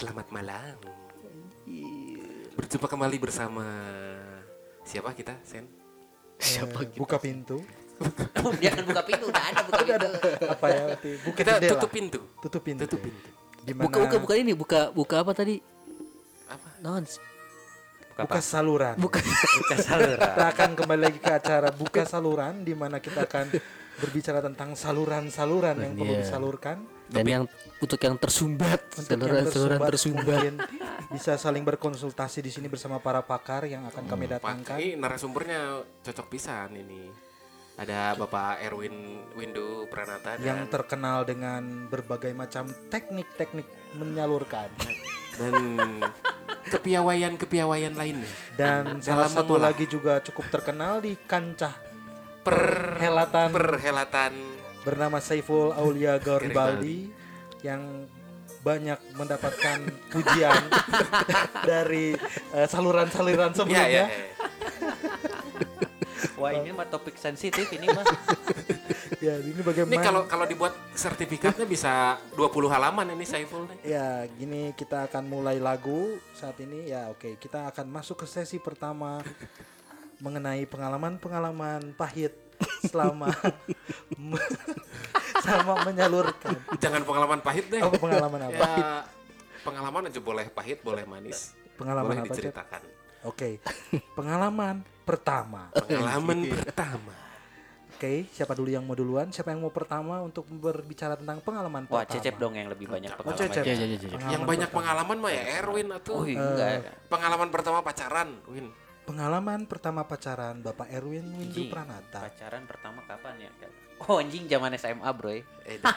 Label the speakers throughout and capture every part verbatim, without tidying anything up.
Speaker 1: Selamat malam. Berjumpa kembali bersama siapa kita, Sen?
Speaker 2: Siapa kita? Buka pintu.
Speaker 3: Jangan buka pintu, udah ada buka pintu.
Speaker 2: Apa ya? Buka
Speaker 1: Kita
Speaker 2: jendela.
Speaker 1: tutup pintu.
Speaker 2: Tutup pintu.
Speaker 1: Tutup pintu.
Speaker 2: Gimana?
Speaker 3: Buka buka buka ini, buka buka apa tadi?
Speaker 1: Apa?
Speaker 3: Non.
Speaker 2: Buka saluran.
Speaker 3: Buka.
Speaker 4: Buka saluran.
Speaker 2: Kita akan kembali lagi ke acara Buka Saluran, di mana kita akan berbicara tentang saluran-saluran yang perlu
Speaker 3: Iya.
Speaker 2: disalurkan.
Speaker 3: Dan yang untuk yang tersumbat,
Speaker 2: Untuk
Speaker 3: saluran
Speaker 2: yang
Speaker 3: saluran
Speaker 2: tersumbat,
Speaker 3: tersumbat.
Speaker 2: mungkin bisa saling berkonsultasi di sini bersama para pakar yang akan kami
Speaker 1: Pak,
Speaker 2: datangkan.
Speaker 1: ini narasumbernya cocok pisan ini. Ada Bapak Erwin Windu Pranata dan,
Speaker 2: Yang terkenal dengan berbagai macam teknik-teknik menyalurkan.
Speaker 1: dan kepiawaian-kepiawaian lainnya.
Speaker 2: Dan
Speaker 1: Dalam
Speaker 2: salah satu
Speaker 1: mengolah.
Speaker 2: lagi juga cukup terkenal di kancah
Speaker 1: Perhelatan
Speaker 2: perhelatan
Speaker 1: perhelatan
Speaker 2: bernama Saiful Aulia Garibaldi
Speaker 1: Garibaldi.
Speaker 2: yang banyak mendapatkan pujian dari eh, saluran-saluran
Speaker 1: ya,
Speaker 2: sebelumnya.
Speaker 1: ya, ya.
Speaker 4: Wah ini mah topik sensitif ini mah.
Speaker 2: Ya, ini
Speaker 1: Ini
Speaker 2: bagaimana?
Speaker 1: kalau kalau dibuat sertifikatnya bisa dua puluh halaman ini Saiful nih.
Speaker 2: Ya, gini kita akan mulai lagu saat ini. Ya, oke, kita akan masuk ke sesi pertama mengenai pengalaman-pengalaman pahit selama sama menyalurkan.
Speaker 1: Jangan pengalaman pahit deh.
Speaker 2: Oh, pengalaman apa?
Speaker 1: Ya, pengalaman aja boleh pahit, boleh manis.
Speaker 2: Pengalaman
Speaker 1: boleh
Speaker 2: apa, Cep?
Speaker 1: diceritakan.
Speaker 2: Oke. Pengalaman pertama.
Speaker 1: Pengalaman pertama.
Speaker 2: Oke, siapa dulu yang mau duluan? Siapa yang mau pertama untuk berbicara tentang pengalaman
Speaker 4: Wah
Speaker 2: pertama?
Speaker 4: Cecep dong yang lebih banyak
Speaker 2: Oh,
Speaker 4: pengalaman.
Speaker 2: Cecep.
Speaker 3: Ya, ya, ya, ya.
Speaker 2: Pengalaman
Speaker 1: Yang banyak
Speaker 2: pertama.
Speaker 1: pengalaman mah ya Erwin atuh.
Speaker 4: Oh enggak.
Speaker 1: Pengalaman pertama pacaran, Win.
Speaker 2: Pengalaman pertama pacaran Bapak Erwin Windu
Speaker 4: Anjing,
Speaker 2: Pranata.
Speaker 4: Pacaran pertama kapan ya? Oh anjing zaman S M A bro.
Speaker 1: Eh,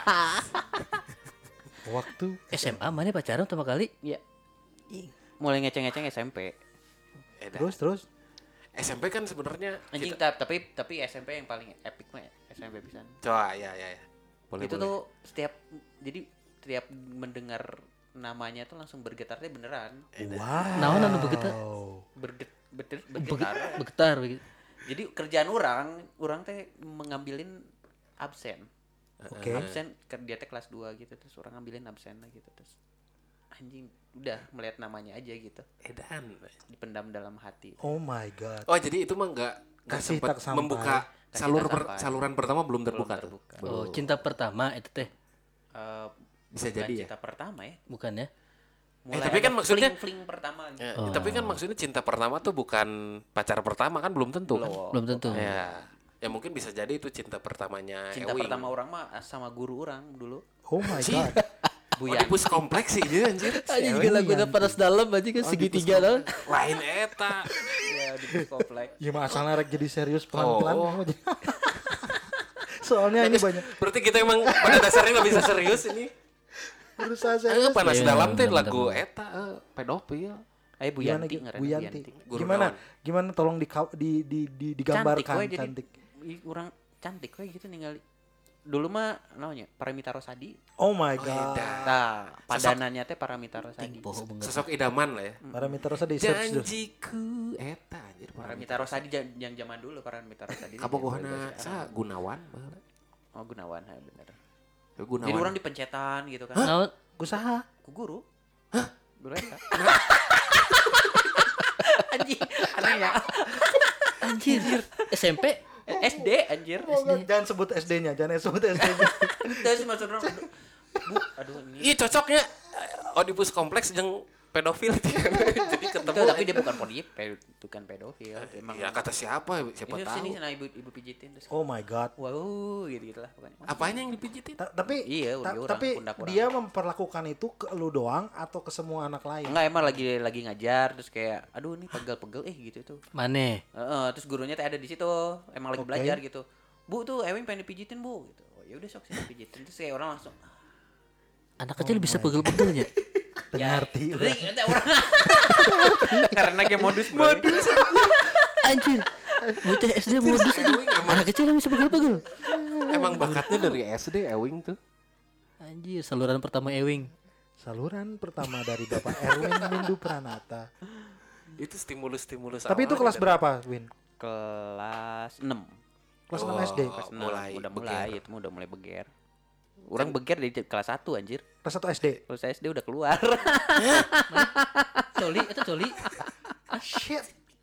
Speaker 2: Waktu
Speaker 3: S M A mana pacaran pertama kali?
Speaker 4: Iya. Mulai ngeceng-ngeceng S M P.
Speaker 1: eh,
Speaker 2: terus terus
Speaker 1: S M P kan sebenarnya
Speaker 4: Anjing
Speaker 1: kita-
Speaker 4: ta- tapi tapi S M P yang paling epic mah S M P pisan.
Speaker 1: coba ya ya ya. Boleh
Speaker 4: Itu
Speaker 1: boleh.
Speaker 4: tuh setiap jadi setiap mendengar namanya tuh langsung bergetarnya beneran.
Speaker 2: wow.
Speaker 3: Naon anu begitu?
Speaker 4: Berget beter,
Speaker 3: Bege-
Speaker 4: bergetar.
Speaker 3: Begetar begitu.
Speaker 4: Jadi kerjaan orang, orang teh mengambilin absen.
Speaker 2: Oke.
Speaker 4: Absen ke dia teh kelas dua gitu terus orang ngambilin absen lah gitu terus anjing udah melihat namanya aja gitu
Speaker 1: Edan.
Speaker 4: dipendam dalam hati.
Speaker 2: Oh my god.
Speaker 1: Oh, jadi itu mah enggak enggak
Speaker 2: Kasih
Speaker 1: sempat
Speaker 2: tak sampai.
Speaker 1: membuka
Speaker 4: Kasih
Speaker 1: salur
Speaker 4: tak
Speaker 1: per-
Speaker 4: sampai.
Speaker 1: saluran pertama belum
Speaker 4: Belum
Speaker 1: terbuka tuh.
Speaker 4: terbuka.
Speaker 3: Oh, cinta pertama itu teh.
Speaker 4: Eh,
Speaker 1: Bisa
Speaker 4: bukan
Speaker 1: jadi ya.
Speaker 4: cinta pertama ya.
Speaker 3: Bukan ya?
Speaker 4: Mulai
Speaker 1: tapi kan
Speaker 4: ada
Speaker 1: maksudnya-
Speaker 4: fling, fling pertama.
Speaker 1: Ya,
Speaker 3: Oh.
Speaker 1: Tapi kan maksudnya cinta pertama tuh bukan pacar pertama kan belum tentu kan.
Speaker 4: Belum.
Speaker 3: Belum tentu.
Speaker 1: Ya. Ya mungkin bisa jadi itu cinta pertamanya
Speaker 4: Cinta
Speaker 1: Ewing.
Speaker 4: pertama orang mah sama guru orang dulu.
Speaker 2: Oh my
Speaker 1: Sih.
Speaker 2: god.
Speaker 1: Oh,
Speaker 4: Buyan.
Speaker 1: di pus kompleks sih dia anjir.
Speaker 3: Anjing
Speaker 2: Ewing
Speaker 3: lagu
Speaker 2: yang-
Speaker 3: panas dalam aja kan
Speaker 1: Oh, di
Speaker 3: segitiga
Speaker 1: pus
Speaker 3: dong.
Speaker 1: kompleks. Lain eta.
Speaker 4: Ya di bus komplek.
Speaker 2: Ya asalnya rek jadi serius pelan-pelan.
Speaker 1: Oh.
Speaker 2: Soalnya ini banyak
Speaker 1: Berarti kita emang pada dasarnya nggak bisa serius ini.
Speaker 2: berusaha
Speaker 1: Eh,
Speaker 2: serius.
Speaker 1: panas
Speaker 3: Iya,
Speaker 1: dalam teh
Speaker 3: bener,
Speaker 1: lagu
Speaker 3: bener.
Speaker 1: eta eh, pedofil.
Speaker 4: Ayo Bu
Speaker 2: Gimana
Speaker 4: Yanti
Speaker 2: Gi?
Speaker 4: ngaranna
Speaker 2: Bu Yanti.
Speaker 1: Guru
Speaker 2: Gimana?
Speaker 1: naon?
Speaker 2: Gimana tolong di di di, di digambarkan
Speaker 4: we, jadi
Speaker 2: cantik.
Speaker 4: i- orang cantik we gitu ningali. Dulu mah namanya Paramita Rosadi.
Speaker 2: Oh my
Speaker 1: Oh,
Speaker 2: god.
Speaker 1: edan.
Speaker 4: Nah, padanannya teh Paramita Rosadi.
Speaker 3: Bohong banget.
Speaker 1: Sosok idaman lah ya.
Speaker 2: Paramita Rosa di search dulu.
Speaker 1: Janjiku eta anjir.
Speaker 4: Paramita Rosadi jan- yang zaman dulu Paramita Rosadi.
Speaker 1: Kabogohna sa Gunawan baheula.
Speaker 4: Oh Gunawan, ha bener.
Speaker 1: Ya, Gunawan.
Speaker 4: Jadi orang dipencetan gitu kan.
Speaker 3: Naon?
Speaker 2: Usaha.
Speaker 4: Ku guru. Hah? Guru eta. Anjing, anehnya.
Speaker 3: Anjir. S M P?
Speaker 4: Eh, S D anjir.
Speaker 2: Oh, jangan sebut S D-nya, jangan sebut S D-nya.
Speaker 4: Itu sih maksud orang. Aduh, Bu, aduh ini.
Speaker 1: Iya cocoknya Oedipus kompleks jeung pedofil jadi
Speaker 4: Itu,
Speaker 1: ketemu.
Speaker 4: tapi dia bukan podi, pe- bukan pedofil. Emang.
Speaker 1: Ya kata siapa siapa
Speaker 4: Ini
Speaker 1: tahu.
Speaker 4: sini sana ibu ibu pijitin terus.
Speaker 2: Oh my god.
Speaker 4: Wow, gitu gitulah pokoknya.
Speaker 1: Apanya yang dipijitin?
Speaker 2: Ta- tapi
Speaker 4: Iya,
Speaker 2: ta-
Speaker 4: dia orang,
Speaker 2: tapi
Speaker 4: pundak orang.
Speaker 2: dia memperlakukan itu ke lu doang atau ke semua anak lain?
Speaker 4: Enggak emang lagi lagi ngajar terus kayak aduh ini pegel-pegel eh gitu tuh.
Speaker 3: Mana?
Speaker 4: Heeh, terus gurunya teh ada di situ, emang lagi
Speaker 2: Oke.
Speaker 4: belajar gitu. Bu tuh Ewing pengen dipijitin, Bu gitu. Oh, ya udah sok sih dipijitin. Terus kayak orang langsung
Speaker 3: Anak kecil bisa pegel-pegelnya.
Speaker 2: Pengerti.
Speaker 4: Terus kata orang karena kayak modus modus.
Speaker 3: Anjir. Bocah S D modus aja. Anak kecil yang bisa pegel-pegel.
Speaker 1: Emang bakatnya dari S D Ewing tuh.
Speaker 3: Anjir, saluran pertama Ewing.
Speaker 2: Saluran pertama dari Bapak Erwin Windu Pranata.
Speaker 1: Itu stimulus-stimulus
Speaker 2: Tapi itu
Speaker 1: awalnya
Speaker 2: kelas
Speaker 1: dari-
Speaker 2: berapa, Win?
Speaker 4: Kelas enam.
Speaker 2: Kelas enam
Speaker 1: Oh,
Speaker 2: S D.
Speaker 4: Kelas enam
Speaker 1: mulai
Speaker 4: udah mulai
Speaker 1: beger.
Speaker 4: itu mah udah mulai beger. Orang beger dari kelas satu anjir.
Speaker 2: Kelas satu S D.
Speaker 4: Kalau saya S D udah keluar.
Speaker 3: Coli itu coli.
Speaker 2: Shit.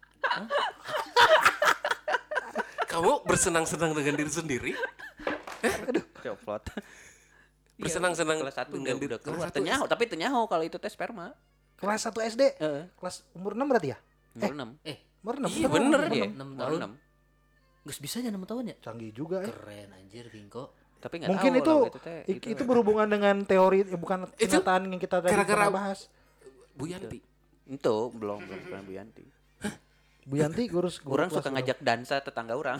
Speaker 1: Kamu bersenang-senang dengan diri sendiri?
Speaker 4: Coplot.
Speaker 1: Bersenang-senang
Speaker 4: Kelas satu
Speaker 1: dengan
Speaker 4: udah,
Speaker 1: diri-
Speaker 4: udah keluar.
Speaker 1: kelas satu
Speaker 4: Tenyaho, tapi tenyaho kalau itu tes sperma.
Speaker 2: Kelas satu S D.
Speaker 4: Heeh.
Speaker 2: Kelas umur enam berarti ya?
Speaker 4: Umur enam.
Speaker 3: Eh,
Speaker 2: Umur enam.
Speaker 1: Iya, bener.
Speaker 4: Iya,
Speaker 3: enam
Speaker 4: umur
Speaker 3: tahun.
Speaker 4: enam.
Speaker 3: Geus bisa ya enam tahun ya?
Speaker 2: Canggih juga ya.
Speaker 3: Keren anjir Vingko.
Speaker 4: Tapi enggak
Speaker 2: Mungkin
Speaker 4: tahu
Speaker 2: itu
Speaker 4: kalau teh,
Speaker 2: itu, itu berhubungan dengan teori eh, bukan
Speaker 1: Itu
Speaker 2: kenyataan yang kita tadi
Speaker 1: gara-gara-
Speaker 2: pernah bahas.
Speaker 1: Bu Yanti.
Speaker 4: Itu belum belum bukan Bu Yanti.
Speaker 2: Bu Yanti gurus guru
Speaker 4: Orang
Speaker 2: kelas
Speaker 4: suka
Speaker 2: berapa?
Speaker 4: ngajak dansa tetangga orang.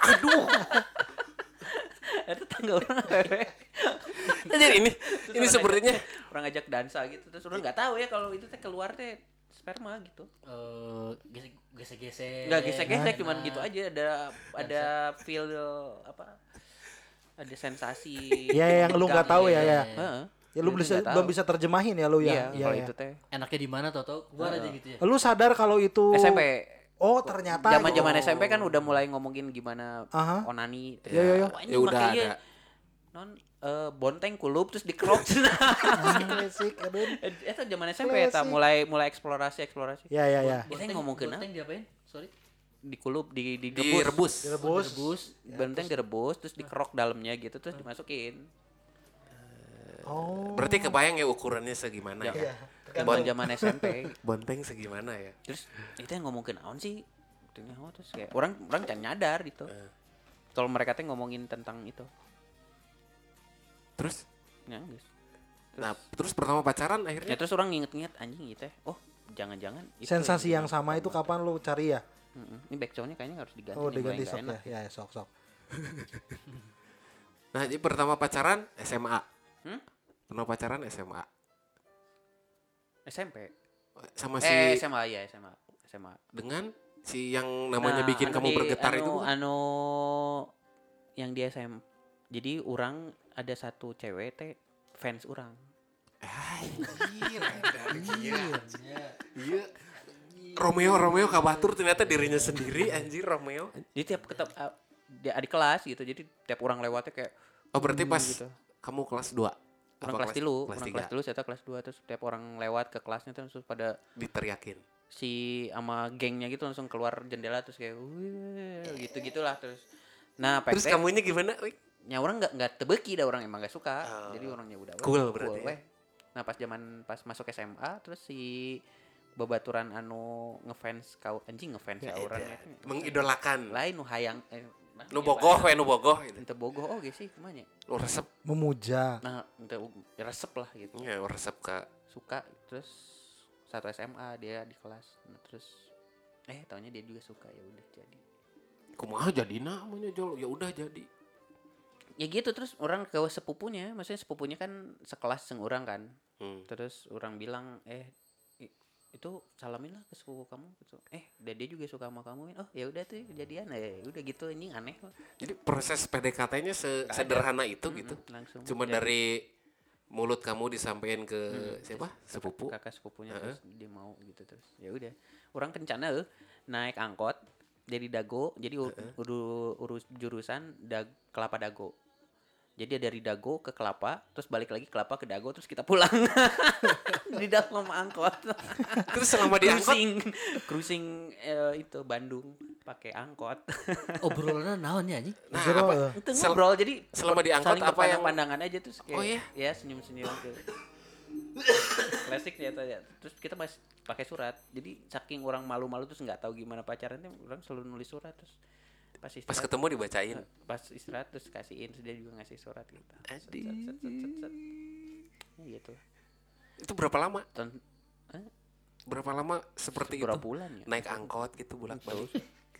Speaker 4: Aduh. tetangga orang.
Speaker 1: Jadi ini
Speaker 4: Terus
Speaker 1: ini
Speaker 4: orang
Speaker 1: sepertinya
Speaker 4: ngajak- orang ngajak dansa gitu terus orang nggak tahu ya kalau itu teh keluar teh sperma gitu.
Speaker 3: Eh, gesek gesek-gesek.
Speaker 4: Enggak gesek-gesek
Speaker 3: Nah.
Speaker 4: cuman gitu aja ada ada feel apa? Ada sensasi.
Speaker 2: Iya, yang lu nggak tahu ya, ya.
Speaker 4: Heeh.
Speaker 2: Ya lu
Speaker 4: Itu
Speaker 2: bisa,
Speaker 4: nggak tahu.
Speaker 2: belum bisa terjemahin ya lu
Speaker 4: Iya,
Speaker 2: ya.
Speaker 4: kalau
Speaker 2: Iya,
Speaker 4: itu teh.
Speaker 3: Enaknya di mana tau-tau keluar aja gitu ya.
Speaker 2: Lu sadar kalau itu
Speaker 4: S M P.
Speaker 2: Oh, ternyata
Speaker 4: Zaman-zaman
Speaker 2: gitu.
Speaker 4: S M P kan udah mulai ngomongin gimana
Speaker 2: Aha.
Speaker 4: onani.
Speaker 2: Iya, iya, iya.
Speaker 4: Wah, ini
Speaker 1: Ya udah
Speaker 4: makanya
Speaker 1: ada.
Speaker 4: Non eh, bonteng kulup terus dikrok.
Speaker 2: Klasik, aduh.
Speaker 4: Itu zaman S M P eta
Speaker 2: Klasik.
Speaker 4: mulai mulai eksplorasi eksplorasi.
Speaker 2: Ya, ya, ya.
Speaker 4: Kita ngomong kenapa?
Speaker 3: Bonteng diapain? Sorry.
Speaker 4: Dikulup di di
Speaker 1: direbus.
Speaker 2: Direbus.
Speaker 3: Rebus.
Speaker 4: Benteng direbus terus dikerok dalamnya gitu terus dimasukin.
Speaker 2: Oh.
Speaker 1: Berarti kebayang ya ukurannya segimana ya?
Speaker 2: Iya.
Speaker 4: Bon zaman S M P.
Speaker 1: Bonteng segimana ya?
Speaker 4: Terus itu yang ngomongin naon sih? Ternyata oh, terus kayak orang orang can nyadar gitu. Kalau mereka teh ngomongin tentang itu.
Speaker 1: Terus
Speaker 4: Ya, guys.
Speaker 1: nah, terus pertama pacaran
Speaker 4: Ya
Speaker 1: akhirnya
Speaker 4: terus orang nginget-nginget anjing gitu ya. Oh, jangan-jangan itu
Speaker 2: Sensasi yang sama itu kapan lu cari ya?
Speaker 4: Mm-mm. Ini backsoundnya kayaknya harus diganti.
Speaker 2: Oh,
Speaker 4: nih, mulai
Speaker 2: diganti
Speaker 4: nggak
Speaker 2: sok
Speaker 4: enak.
Speaker 2: ya. Ya, sok, sok.
Speaker 1: Nah, jadi pertama pacaran S M A.
Speaker 4: Hmm?
Speaker 1: Pertama pacaran S M A.
Speaker 4: S M P.
Speaker 1: Sama si
Speaker 4: Eh, S M A ya, S M A. S M A.
Speaker 1: dengan si yang namanya
Speaker 4: Nah,
Speaker 1: bikin
Speaker 4: anu
Speaker 1: kamu
Speaker 4: di-
Speaker 1: bergetar
Speaker 4: anu,
Speaker 1: itu.
Speaker 4: Anu yang di S M. Jadi orang ada satu cewek teh fans orang.
Speaker 1: Anjir, anjir. Iya. Romeo Romeo kabatur ternyata dirinya sendiri anjir Romeo.
Speaker 4: Jadi tiap ketep uh, di adik kelas gitu. Jadi tiap orang lewatnya kayak
Speaker 1: Oh, berarti pas
Speaker 4: gitu.
Speaker 1: kamu kelas dua.
Speaker 4: Orang
Speaker 1: Apa
Speaker 4: kelas tilu,
Speaker 1: kelas
Speaker 4: orang
Speaker 1: tiga?
Speaker 4: kelas tilu, saya kelas dua terus tiap orang lewat ke kelasnya terus pada
Speaker 1: Diteriakin.
Speaker 4: si sama gengnya gitu langsung keluar jendela terus kayak wih gitu gitulah terus. Nah,
Speaker 1: Terus
Speaker 4: Pepe,
Speaker 1: kamunya gimana? Wih,
Speaker 4: nya orang nggak nggak tebeki dah orang emang nggak suka.
Speaker 1: Oh.
Speaker 4: Jadi orangnya udah weh,
Speaker 1: Cool berarti ya.
Speaker 4: weh. Nah, pas zaman pas masuk S M A terus si babaturan anu ngefans kau anjing ngefans ya, orangnya
Speaker 1: mengidolakan.
Speaker 4: lain nu hayang eh,
Speaker 1: Nu bogoh we nu bogoh gitu.
Speaker 4: ente bogoh oh ge sih kumanya.
Speaker 1: Lu resep.
Speaker 2: Memuja.
Speaker 4: Nah, ente resep lah gitu.
Speaker 1: Ya, resep ka.
Speaker 4: Suka terus satu S M A dia di kelas. Nah, terus eh taunya dia juga suka ya udah jadi.
Speaker 1: Kumaha jadi namanya Jol? Ya udah jadi.
Speaker 4: Ya gitu terus orang ke sepupunya, maksudnya sepupunya kan sekelas seng orang kan.
Speaker 1: Hmm.
Speaker 4: Terus orang bilang, "Eh, i- itu salamin lah ke sepupu kamu." Gitu. Eh, dan dia juga suka sama kamu. Oh, ya udah tuh jadian. Eh, udah gitu anjing aneh lah.
Speaker 1: Jadi proses P D K T-nya se-
Speaker 4: Nggak ada.
Speaker 1: sederhana itu
Speaker 4: Mm-mm,
Speaker 1: gitu.
Speaker 4: langsung
Speaker 1: Cuma
Speaker 4: jadi.
Speaker 1: dari mulut kamu disampaikan ke
Speaker 4: Hmm,
Speaker 1: siapa? Sepupu.
Speaker 4: Kakak sepupunya
Speaker 1: Heeh.
Speaker 4: terus dia mau gitu terus. Ya udah. Orang kencana eh, naik angkot dari Dago, jadi u- uru- urus jurusan dag, Kelapa Dago. Jadi dari Dago ke Kelapa, terus balik lagi Kelapa ke Dago, terus kita pulang di dalam angkot.
Speaker 1: Terus selama di angkot
Speaker 4: cruising, cruising eh, itu Bandung pakai angkot.
Speaker 3: Obrolannya naon ya anjing?
Speaker 1: Nah,
Speaker 2: Jero,
Speaker 1: apa?
Speaker 2: eh.
Speaker 4: Itu
Speaker 1: Sel-
Speaker 4: ngobrol jadi
Speaker 1: selama di angkot
Speaker 4: saling
Speaker 1: apa yang-
Speaker 4: berpandang-pandangan aja terus kayak
Speaker 1: Oh, iya?
Speaker 4: ya senyum-senyum gitu. Klasik ternyata ya. Terus kita masih pakai surat. Jadi saking orang malu-malu terus nggak tahu gimana pacarannya, orang selalu nulis surat terus pas istirahat,
Speaker 1: pas ketemu dibacain.
Speaker 4: pas istirahat terus kasihin terus dia juga ngasih surat gitu. Set, set,
Speaker 1: Aduh.
Speaker 4: set, set, set, set. Ya gitu.
Speaker 1: Itu berapa lama?
Speaker 4: Tahun eh,
Speaker 1: Berapa lama seperti
Speaker 4: berapa
Speaker 1: itu?
Speaker 4: bulan ya?
Speaker 1: Naik angkot gitu bolak-balik.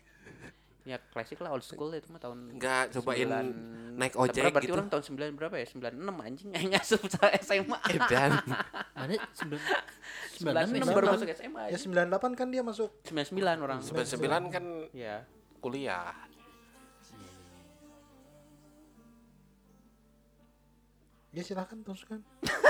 Speaker 4: Ya klasik lah old school itu mah tahun
Speaker 1: Enggak cobain
Speaker 4: sembilan-
Speaker 1: naik ojek
Speaker 4: berapa berarti
Speaker 1: gitu.
Speaker 4: orang tahun sembilan berapa ya? sembilan puluh enam anjing ngasup S M A.
Speaker 1: Edan.
Speaker 3: Mana sembilan
Speaker 4: sembilan puluh enam
Speaker 3: sembilan
Speaker 4: baru
Speaker 2: sembilan.
Speaker 4: masuk S M A.
Speaker 2: Ya sembilan puluh delapan kan dia masuk.
Speaker 4: sembilan puluh sembilan orang.
Speaker 1: sembilan puluh sembilan kan
Speaker 4: Ya.
Speaker 1: kuliah.
Speaker 2: Ya silahkan teruskan.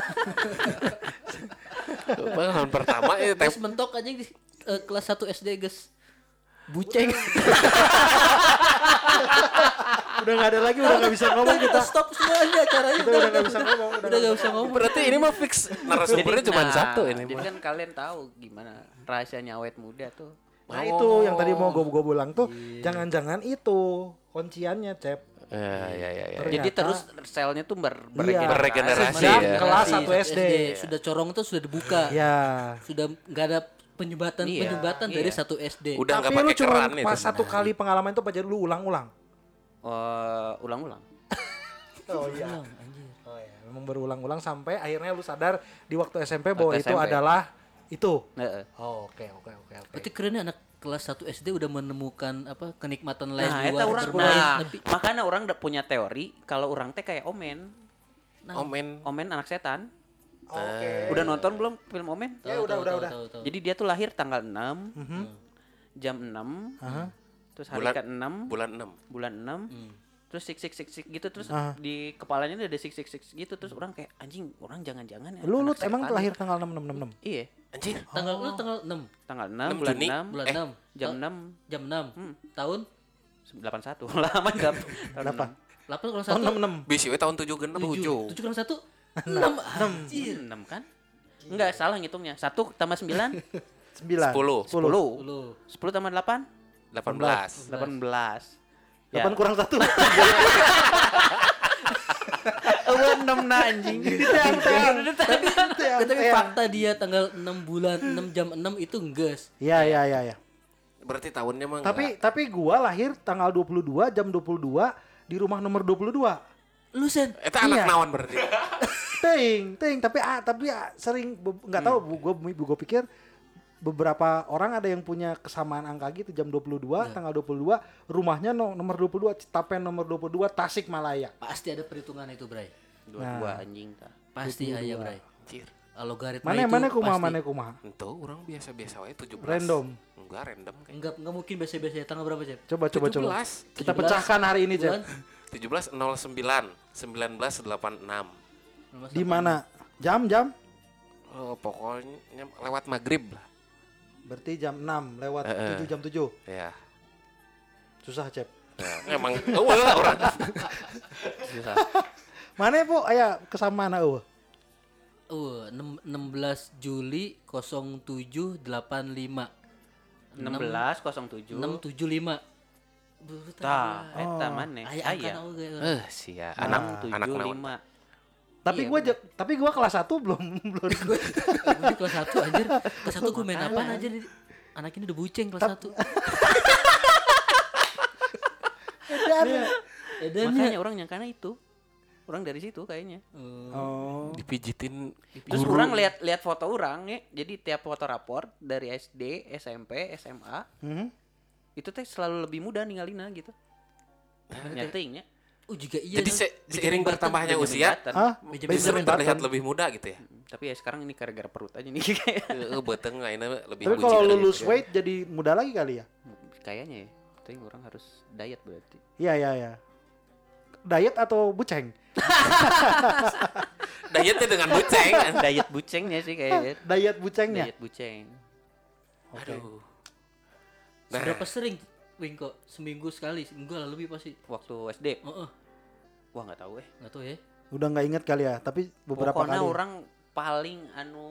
Speaker 1: Pengalaman pertama ya
Speaker 3: Tes
Speaker 1: tem-
Speaker 3: mentok aja di eh, kelas satu S D guys. Buceng.
Speaker 2: Udah nggak ada lagi, udah nggak bisa ngomong kita.
Speaker 3: Stop semuanya acaranya.
Speaker 2: Kita udah nggak bisa ngomong.
Speaker 3: Udah nggak bisa ngomong.
Speaker 1: Berarti ini mah fix narasumbernya cuma
Speaker 4: nah,
Speaker 1: satu ini
Speaker 4: Jadi
Speaker 1: mah.
Speaker 4: kan kalian tahu gimana rahasianya awet muda tuh.
Speaker 2: Nah itu yang tadi mau gue gue bilang tuh, jangan-jangan itu kunciannya, Cep.
Speaker 1: Ya ya ya ya.
Speaker 2: Ternyata-
Speaker 4: Jadi terus selnya tuh ber
Speaker 2: Iya.
Speaker 4: beregenerasi.
Speaker 1: Beregenerasi
Speaker 2: Sejak
Speaker 1: ya.
Speaker 2: kelas satu S D.
Speaker 3: Sudah corong tuh sudah dibuka.
Speaker 2: Ya.
Speaker 3: Sudah nggak ada penyebatan
Speaker 4: Iya,
Speaker 3: penyebatan
Speaker 4: iya.
Speaker 3: dari satu S D.
Speaker 1: Udah nggak
Speaker 2: Tapi lu
Speaker 1: pakai
Speaker 2: cuma
Speaker 1: keran itu.
Speaker 2: pas satu kali pengalaman itu apa jadi lu ulang-ulang?
Speaker 4: Eh, ulang-ulang.
Speaker 2: Oh iya.
Speaker 3: Ulang, anjir.
Speaker 2: Oh iya, memang berulang-ulang sampai akhirnya lu sadar di waktu S M P bahwa
Speaker 4: Waktu
Speaker 2: itu
Speaker 4: S M P.
Speaker 2: adalah itu.
Speaker 4: Heeh.
Speaker 2: Oh, oke oke oke oke.
Speaker 3: Berarti kerennya anak kelas satu S D udah menemukan apa kenikmatan lain
Speaker 4: Nah,
Speaker 3: di
Speaker 4: eta
Speaker 3: luar
Speaker 4: orang
Speaker 3: bermain.
Speaker 4: nah,
Speaker 3: Tapi
Speaker 4: makanya orang udah punya teori kalau orang teh kayak Omen.
Speaker 1: Omen.
Speaker 4: Omen anak setan.
Speaker 2: Oke.
Speaker 4: Udah nonton belum film Omen?
Speaker 2: Ya udah udah udah.
Speaker 4: Jadi dia tuh lahir tanggal enam
Speaker 2: Mhm.
Speaker 4: jam enam.
Speaker 2: Aha.
Speaker 4: Terus hari
Speaker 1: Bulan-
Speaker 4: ke-enam
Speaker 1: Bulan enam.
Speaker 4: bulan enam.
Speaker 3: Hmm.
Speaker 4: Terus sik sik sik sik gitu terus
Speaker 2: Ah.
Speaker 4: di kepalanya udah ada sik sik sik gitu terus orang kayak anjing orang jangan-jangan ya.
Speaker 2: Lu lu
Speaker 4: anak
Speaker 2: emang
Speaker 4: setan.
Speaker 2: lahir tanggal enam enam enam enam.
Speaker 4: Iya,
Speaker 1: Anjir.
Speaker 3: Tanggal lu tanggal enam
Speaker 4: tanggal enam
Speaker 1: enam
Speaker 4: bulan
Speaker 1: Juni.
Speaker 4: enam
Speaker 3: bulan
Speaker 1: Eh,
Speaker 3: enam
Speaker 4: jam
Speaker 3: Ta-
Speaker 4: enam
Speaker 3: jam enam
Speaker 4: Hmm.
Speaker 3: tahun
Speaker 4: delapan satu lama jam
Speaker 2: Berapa?
Speaker 3: delapan kalau
Speaker 2: Oh,
Speaker 3: satu
Speaker 2: enam enam.
Speaker 1: B C W tahun tujuh genep.
Speaker 3: tujuh tujuh kalau satu enam anjir
Speaker 4: enam kan? Enggak salah ngitungnya. satu tambah sembilan
Speaker 2: sembilan.
Speaker 1: Sepuluh.
Speaker 4: sepuluh.
Speaker 3: lu
Speaker 4: sepuluh tambah delapan
Speaker 1: Delapan belas.
Speaker 4: delapan belas. Ya.
Speaker 2: delapan kurang satu.
Speaker 4: enam na anjing.
Speaker 3: tapi tapi fakta dia tanggal enam bulan enam jam enam itu enggeus
Speaker 2: Iya iya iya iya.
Speaker 1: Berarti tahunnya mah
Speaker 2: Tapi
Speaker 1: enggak.
Speaker 2: tapi gua lahir tanggal dua puluh dua jam dua puluh dua di rumah nomor dua puluh dua.
Speaker 3: lu sen
Speaker 1: Eta anak
Speaker 2: Iya.
Speaker 1: naon berarti.
Speaker 2: Ting, ting, tapi ah, tapi ah, sering be- nggak tahu bu- gua gua pikir beberapa orang ada yang punya kesamaan angka gitu jam dua puluh dua tanggal dua puluh dua rumahnya no, nomor dua puluh dua Citapen nomor dua puluh dua Tasikmalaya.
Speaker 3: pasti ada perhitungan itu Bray
Speaker 4: Dua-dua anjing tah.
Speaker 3: pasti aya Bray
Speaker 1: Anjir.
Speaker 3: logaritma
Speaker 2: Mana
Speaker 3: itu
Speaker 2: mana kumaha
Speaker 3: pasti.
Speaker 2: mana kumaha.
Speaker 1: Itu orang biasa-biasa wae tujuh belas.
Speaker 2: Random.
Speaker 1: Enggak random kayak.
Speaker 3: enggak enggak mungkin biasa-biasa tanggal berapa Cep
Speaker 2: Coba coba coba.
Speaker 1: tujuh belas.
Speaker 2: Kita
Speaker 3: tujuh belas
Speaker 2: pecahkan hari ini,
Speaker 3: bulan
Speaker 2: Cep.
Speaker 1: tujuh belas nol sembilan sembilan belas delapan enam.
Speaker 2: Di mana? Jam-jam?
Speaker 1: Oh, pokoknya lewat maghrib lah.
Speaker 2: Berarti jam enam lewat
Speaker 1: Eh, eh.
Speaker 2: tujuh jam tujuh.
Speaker 1: Ya.
Speaker 2: Susah, Cep.
Speaker 1: Ya, emang eueuh lah orang.
Speaker 4: Susah.
Speaker 2: Mana Bu? Aya kesamaan eueuh.
Speaker 3: uh enam belas Juli nol tujuh delapan lima
Speaker 4: enam belas nol tujuh.
Speaker 3: enam tujuh lima
Speaker 4: Tah, eta
Speaker 2: Oh.
Speaker 4: maneh.
Speaker 3: aya
Speaker 4: Aya.
Speaker 3: angka oge
Speaker 1: Eh, sia.
Speaker 2: Nah,
Speaker 1: Anak anak
Speaker 4: tujuh
Speaker 1: naon.
Speaker 4: lima.
Speaker 2: Tapi
Speaker 4: Iya,
Speaker 2: gua ja- tapi gua kelas satu belum belum.
Speaker 3: gue di kelas satu anjir kelas satu gue main apaan aja di anak ini udah buceng kelas satu edan
Speaker 4: Makanya orang nyangkana itu. Orang dari situ kayaknya.
Speaker 2: Oh.
Speaker 1: Dipijitin
Speaker 4: Terus
Speaker 1: guru.
Speaker 4: orang lihat lihat foto orang ya. Jadi tiap foto rapor dari S D, S M P, S M A
Speaker 2: Hmm?
Speaker 4: itu teh selalu lebih muda ninggalinna gitu. Nyating ya.
Speaker 3: oh juga iya
Speaker 1: Jadi
Speaker 3: Don.
Speaker 1: se- seiring bertambahnya
Speaker 4: Benjamin
Speaker 1: usia,
Speaker 4: Button.
Speaker 2: Hah?
Speaker 3: Benjamin
Speaker 1: Benjamin
Speaker 2: Button.
Speaker 1: terlihat lebih muda gitu ya.
Speaker 4: Tapi ya sekarang ini gara-gara perut aja nih kayak.
Speaker 1: Heeh, beuteng ayeuna lebih
Speaker 2: Tapi
Speaker 1: bucin
Speaker 2: kalau
Speaker 1: lagi.
Speaker 2: lulus weight jadi muda lagi kali ya?
Speaker 4: Kayaknya ya. Tapi orang harus diet berarti.
Speaker 2: Iya iya iya. Diet atau buceng?
Speaker 1: Dietnya dengan buceng.
Speaker 4: Diet bucengnya sih kayaknya.
Speaker 2: Diet bucengnya.
Speaker 4: Diet buceng.
Speaker 1: Aduh.
Speaker 3: seberapa sering Wingko seminggu sekali enggak lah lebih pasti
Speaker 4: Waktu S D.
Speaker 3: oh, oh.
Speaker 4: Wah nggak tahu eh.
Speaker 3: nggak tahu ya
Speaker 2: Udah nggak inget kali ya, tapi beberapa
Speaker 4: Pokoknya
Speaker 2: kali.
Speaker 4: orang paling anu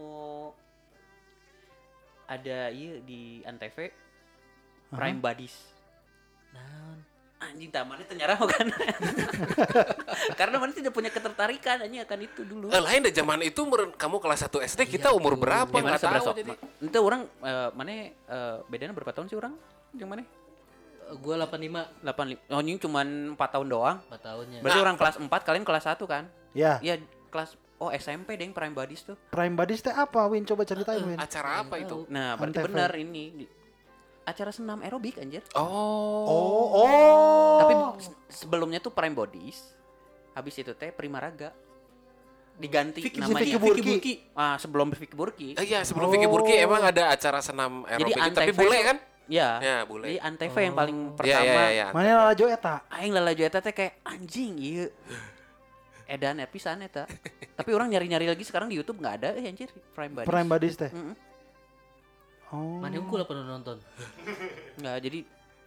Speaker 4: ada iya di Antv Prime Buddies.
Speaker 3: naon
Speaker 4: Anjing tamannya ternyata kan. Karena mana tidak punya ketertarikan anjing akan itu dulu.
Speaker 1: Eh, lain deh zaman itu meren- kamu kelas satu S D, kita umur berapa
Speaker 4: Yang mana
Speaker 1: enggak
Speaker 4: sebelas
Speaker 1: tahu
Speaker 4: sok.
Speaker 1: jadi.
Speaker 4: Itu orang eh, mana eh, bedanya berapa tahun sih orang? Yang mana?
Speaker 3: gue delapan puluh lima
Speaker 4: delapan lima. Oh, ini cuma empat tahun doang.
Speaker 3: empat tahunnya
Speaker 4: Berarti orang kelas empat, kalian kelas satu kan?
Speaker 2: Ya,
Speaker 4: Iya, kelas oh S M P deh Prime Buddies tuh.
Speaker 2: Prime Buddies teh apa, Win? Coba ceritain, Win.
Speaker 1: Acara apa itu?
Speaker 4: Nah, berarti
Speaker 2: Antv.
Speaker 4: benar ini di- acara senam aerobik anjir.
Speaker 1: Oh.
Speaker 2: Oh, oh.
Speaker 4: Tapi se- sebelumnya tuh Prime Bodies. Habis itu teh Prima Raga. Diganti
Speaker 2: Vicky-
Speaker 4: namanya.
Speaker 2: Vicky Burki.
Speaker 3: Burki.
Speaker 4: Ah, sebelum Vicky Burki.
Speaker 1: Eh, iya, sebelum
Speaker 2: Oh.
Speaker 1: Vicky Burki emang ada acara senam
Speaker 4: Jadi
Speaker 1: aerobik,
Speaker 4: Antv
Speaker 1: tapi bule
Speaker 4: tuh-
Speaker 1: kan?
Speaker 4: Ya.
Speaker 1: Ya, bule.
Speaker 4: Jadi Antv yang paling
Speaker 1: Iya,
Speaker 4: pertama.
Speaker 1: iya, iya.
Speaker 2: Mana lalajo eta?
Speaker 4: Aing lalajo eta teh kayak anjing ieu. Edan ya pisan eta. Tapi orang nyari-nyari lagi sekarang di YouTube nggak ada eh anjir Prime Buddies.
Speaker 2: Prime Buddies teh.
Speaker 4: Mm-mm.
Speaker 2: Oh.
Speaker 3: mana gue lah pernah nonton
Speaker 4: Nggak, jadi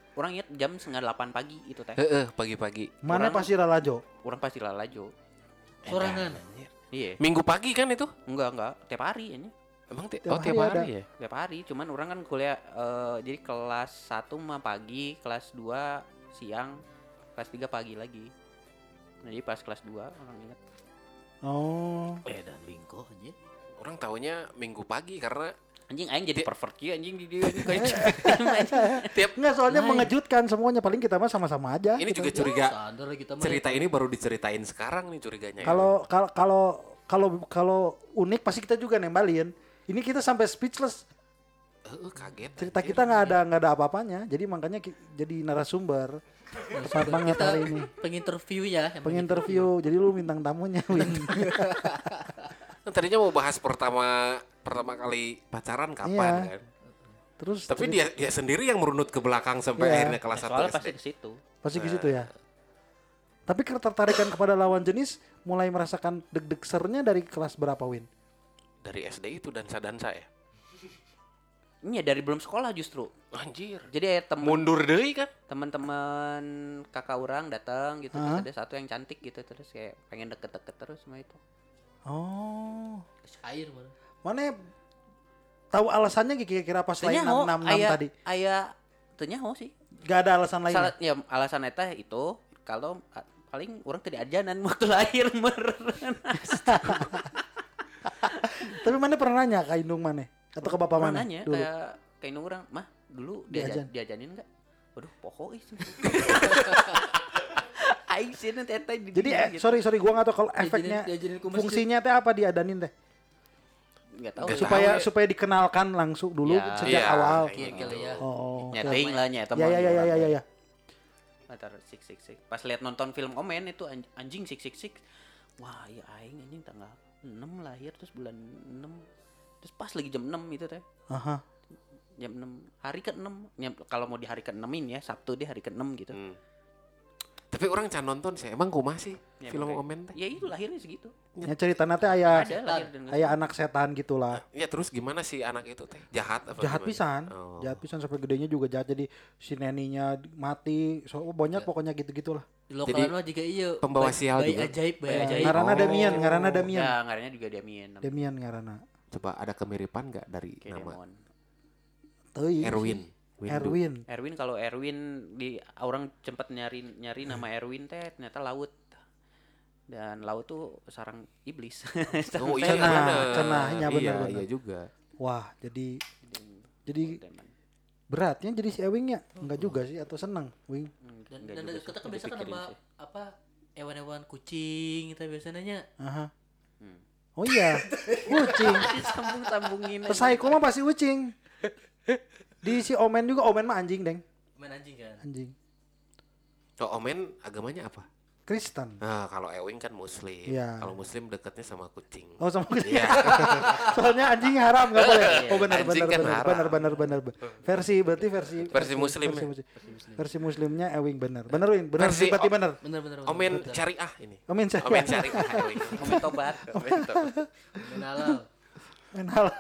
Speaker 4: orang ingat jam setengah delapan pagi itu teh.
Speaker 1: Heeh, pagi-pagi.
Speaker 2: Mana
Speaker 4: Orang-
Speaker 2: pasti lalajo.
Speaker 4: Orang pasti lalajo.
Speaker 3: Sorangan.
Speaker 4: Iya.
Speaker 1: Minggu pagi kan itu?
Speaker 4: Enggak enggak tiap hari ini.
Speaker 1: Emang ti-
Speaker 2: Tiap
Speaker 1: oh tiap
Speaker 2: hari
Speaker 1: hari ya?
Speaker 4: Tiap hari. Cuman orang kan kuliah eh, jadi kelas satu mah pagi, kelas dua siang, kelas tiga pagi lagi. Nah, jadi pas kelas dua orang ingat.
Speaker 2: Oh.
Speaker 3: Eh dan bingko aja.
Speaker 1: Orang taunya minggu pagi karena
Speaker 4: Anjing aing jadi
Speaker 1: Ti-
Speaker 4: pervert kieu anjing di dia kayak
Speaker 1: tiap
Speaker 2: Enggak, soalnya
Speaker 3: Lain.
Speaker 2: mengejutkan semuanya. Paling kita mah sama-sama aja.
Speaker 1: ini
Speaker 2: gitu.
Speaker 1: juga curiga.
Speaker 3: Sadar kita mah.
Speaker 1: Cerita ini baru diceritain sekarang nih curiganya.
Speaker 2: Kalau kalau kalau kalau kalau unik pasti kita juga nembalin. Ini kita sampai speechless.
Speaker 1: Heeh, kaget.
Speaker 2: Cerita
Speaker 1: anjir.
Speaker 2: kita nggak ada nggak ada apa-apanya. Jadi makanya ki- jadi narasumber. Tepat banget
Speaker 3: kita
Speaker 2: hari ini.
Speaker 3: penginterview ya. yang
Speaker 2: Penginterview. Jadi lu bintang tamunya, Win.
Speaker 1: Kan tadinya mau bahas pertama pertama kali pacaran kapan
Speaker 2: Iya.
Speaker 1: kan.
Speaker 2: Terus
Speaker 1: Tapi
Speaker 2: terus-
Speaker 1: dia dia sendiri yang merunut ke belakang sampai
Speaker 2: Iya.
Speaker 1: akhirnya kelas satu
Speaker 4: soalnya
Speaker 1: S D.
Speaker 4: pasti ke situ.
Speaker 2: pasti ke situ ya. Tapi ketertarikan kepada lawan jenis mulai merasakan deg-deg sernya dari kelas berapa, Win?
Speaker 1: Dari S D itu dansa-dansa ya.
Speaker 4: Ini ya dari belum sekolah justru.
Speaker 1: Anjir.
Speaker 4: Jadi ya temen
Speaker 1: Mundur deui kan.
Speaker 4: teman-teman kakak orang datang gitu
Speaker 2: Hah?
Speaker 4: terus ada satu yang cantik gitu terus kayak pengen deket-deket terus sama itu.
Speaker 2: Oh.
Speaker 3: Air mana?
Speaker 2: Mana tahu alasannya kira-kira pas lain
Speaker 4: Tanya ho,
Speaker 2: enam enam enam
Speaker 4: aya
Speaker 2: tadi?
Speaker 4: aya tanya ho sih.
Speaker 2: Gak ada alasan lain.
Speaker 4: Salah, ya alasan eta itu kalau a- paling orang tidak ajanan waktu lahir mer.
Speaker 2: Tapi mana pernah nanya ke indung mana? Atau ke bapak
Speaker 4: Orang
Speaker 2: mana?
Speaker 4: nanya
Speaker 2: Dulu.
Speaker 4: kayak kayak indung orang, "Mah, dulu diajan,
Speaker 2: Diajan.
Speaker 4: diajanin enggak?" Waduh, poho is. Aing sih nanti eta di
Speaker 2: Jadi
Speaker 4: dia
Speaker 2: eh,
Speaker 4: gitu.
Speaker 2: sorry sorry gua nggak tahu kalau
Speaker 3: Diajanin-
Speaker 2: efeknya
Speaker 3: diajanin ke masjid.
Speaker 2: fungsinya teh apa diadanin teh
Speaker 4: Enggak tahu.
Speaker 1: Nggak
Speaker 4: sih.
Speaker 2: supaya
Speaker 1: tahu ya.
Speaker 2: supaya dikenalkan langsung dulu
Speaker 4: Ya.
Speaker 2: sejak
Speaker 1: Iya,
Speaker 2: awal.
Speaker 1: kayak
Speaker 3: Iya
Speaker 1: gitu.
Speaker 3: kali ya.
Speaker 2: Oh. oke.
Speaker 4: Nyating lah nya eta
Speaker 2: Ya ya ya ya ya ya. ya.
Speaker 4: Antar sik sik sik. Pas lihat nonton film Omen itu anj- anjing sik sik sik. Wah, ya aing anjing tanggal enam lahir terus bulan enam. Terus pas lagi jam enam itu teh.
Speaker 2: Aha.
Speaker 4: Jam enam hari ke enam. Ya, kalau mau di hari ke enam-in ya, Sabtu deh hari ke enam gitu.
Speaker 1: Hmm. Tapi orang can nonton sih. Emang kumaha sih
Speaker 4: Ya,
Speaker 1: film
Speaker 4: makanya-
Speaker 1: Omen teh?
Speaker 4: Ya itu lahirnya segitu.
Speaker 2: Ya cerita nanti aya
Speaker 4: Ada lahir dan
Speaker 2: aya anak setan gitulah.
Speaker 1: Ya terus gimana sih anak itu teh? Jahat apa
Speaker 2: Jahat
Speaker 1: gimana?
Speaker 2: pisan.
Speaker 1: Oh.
Speaker 2: Jahat pisan sampai gedenya juga jahat jadi si neninya mati. So banyak pokoknya gitu-gitulah.
Speaker 3: Di lokal
Speaker 1: Jadi,
Speaker 3: mah juga iya.
Speaker 1: pembawa
Speaker 3: bayi-
Speaker 1: sial
Speaker 3: bayi
Speaker 1: juga.
Speaker 3: ajaib, bayi
Speaker 4: Bayi
Speaker 3: ajaib.
Speaker 2: Ngaranna
Speaker 1: Oh.
Speaker 2: Damian, ngaranna Damian.
Speaker 4: Ya, ngarannya juga Damian.
Speaker 2: Damian ngaranna.
Speaker 1: Coba ada kemiripan nggak dari
Speaker 4: Kayak
Speaker 1: nama
Speaker 4: Demon.
Speaker 2: Teuing.
Speaker 1: Erwin? Windu.
Speaker 2: Erwin.
Speaker 4: Erwin kalau Erwin di orang sempat nyari nyari nama Erwin teh ternyata laut. Dan laut tuh sarang iblis.
Speaker 1: Oh iya
Speaker 2: Cenah,
Speaker 1: bener.
Speaker 2: cenahnya
Speaker 1: Iya,
Speaker 2: bener-bener.
Speaker 1: iya juga.
Speaker 2: Wah, jadi jadi
Speaker 4: Demon.
Speaker 2: beratnya jadi si Ewingnya enggak juga sih atau seneng Wing.
Speaker 3: Dan,
Speaker 4: Enggak
Speaker 3: dan
Speaker 4: juga
Speaker 3: kita
Speaker 4: sih,
Speaker 3: kan biasa kan
Speaker 4: dipikirin
Speaker 3: sama
Speaker 4: sih.
Speaker 3: apa hewan-hewan kucing kita biasanya.
Speaker 2: Aha.
Speaker 4: Hmm.
Speaker 2: Oh iya, kucing.
Speaker 4: Sambung-sambungin.
Speaker 2: Terus Haiko mah pasti kucing. Di si Omen juga, Omen mah anjing, Deng.
Speaker 3: Main anjing kan.
Speaker 2: Anjing.
Speaker 1: Oh Omen agamanya apa?
Speaker 2: Kristen.
Speaker 1: Nah kalau Ewing kan Muslim.
Speaker 2: Iya.
Speaker 1: Kalau Muslim dekatnya sama kucing.
Speaker 2: Oh sama kucing.
Speaker 1: Iya.
Speaker 2: Soalnya anjing haram enggak boleh. Oh benar
Speaker 1: Anjing
Speaker 2: benar
Speaker 1: kan
Speaker 2: benar,
Speaker 1: haram.
Speaker 2: benar benar benar benar. Versi berarti versi
Speaker 1: Versi Muslim
Speaker 2: versi,
Speaker 1: ya?
Speaker 2: muslim. Versi Muslimnya Ewing benar. Benar Wing, benar
Speaker 1: Versi
Speaker 2: berarti
Speaker 1: O-
Speaker 2: benar.
Speaker 3: Bener bener. bener,
Speaker 1: Omen
Speaker 3: bener.
Speaker 1: syariah ini.
Speaker 2: Omen saya.
Speaker 1: Omen syariah Ewing.
Speaker 4: Komen tobat.
Speaker 1: Omen tuh.
Speaker 3: Omen halal.
Speaker 2: Omen halal.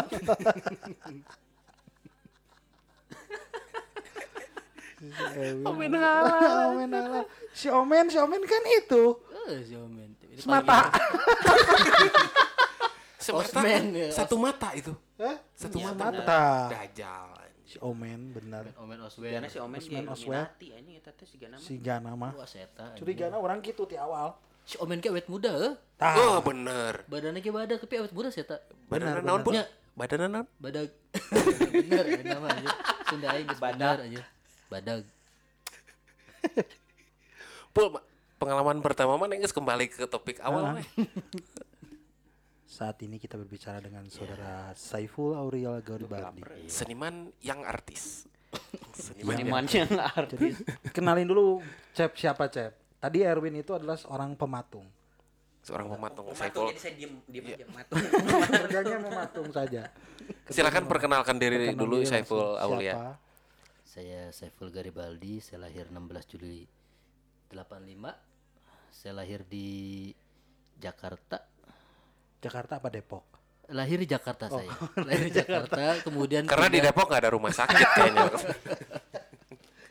Speaker 2: Omen halal. Omen halal. Si Omen, si Omen kan itu
Speaker 3: Eh, si Omen. Ini
Speaker 2: semata.
Speaker 1: Semata
Speaker 3: Osman,
Speaker 1: kan
Speaker 3: ya,
Speaker 1: satu mata itu.
Speaker 2: Hah?
Speaker 1: Satu
Speaker 3: Iya,
Speaker 1: mata.
Speaker 2: Mata.
Speaker 1: Dajjal.
Speaker 2: Si Omen benar.
Speaker 3: Omen Oswen.
Speaker 4: Karena si Omen
Speaker 2: Osman
Speaker 4: dia
Speaker 2: Oswald.
Speaker 4: Illuminati anjing eta teh siga nama.
Speaker 2: Si Gana mah.
Speaker 3: Wah, seta. anjing.
Speaker 2: Curigana orang gitu di awal.
Speaker 3: Si Omen kayak awet muda eh.
Speaker 2: Tah.
Speaker 1: Oh bener.
Speaker 3: Badannya kayak badak tapi awet muda seta.
Speaker 1: Badan
Speaker 2: Benar,
Speaker 1: naon pun?
Speaker 3: benar.
Speaker 1: Badan naon?
Speaker 3: Badag. Bener ya nama aja. Sunda aing geus bener aja. Badag.
Speaker 1: Pul, ma- pengalaman pertama mana geus kembali ke topik awal
Speaker 2: Ah.
Speaker 1: weh.
Speaker 2: Saat ini kita berbicara dengan saudara Saiful Auriel Garibaldi.
Speaker 1: Seniman yang artis. Seniman yang
Speaker 4: Seniman yang artis.
Speaker 2: Jadi kenalin dulu Cep siapa Cep? Tadi Erwin itu adalah seorang pematung.
Speaker 1: seorang pematung.
Speaker 4: Matung
Speaker 1: Saiful.
Speaker 4: jadi saya diem diem
Speaker 1: Iya.
Speaker 4: aja matung.
Speaker 2: Kerjanya mematung saja.
Speaker 1: Silakan perkenalkan diri
Speaker 2: Perkenalkan
Speaker 1: dulu
Speaker 2: diri
Speaker 1: Saiful
Speaker 2: langsung.
Speaker 1: Aulia.
Speaker 2: Siapa?
Speaker 3: Saya Saiful Garibaldi, saya lahir enam belas Juli delapan puluh lima. Saya lahir di Jakarta.
Speaker 2: Jakarta apa Depok?
Speaker 3: Lahir di Jakarta saya. Lahir di Jakarta, kemudian
Speaker 1: Karena di
Speaker 3: pindah-
Speaker 1: Depok nggak ada rumah sakit kayaknya.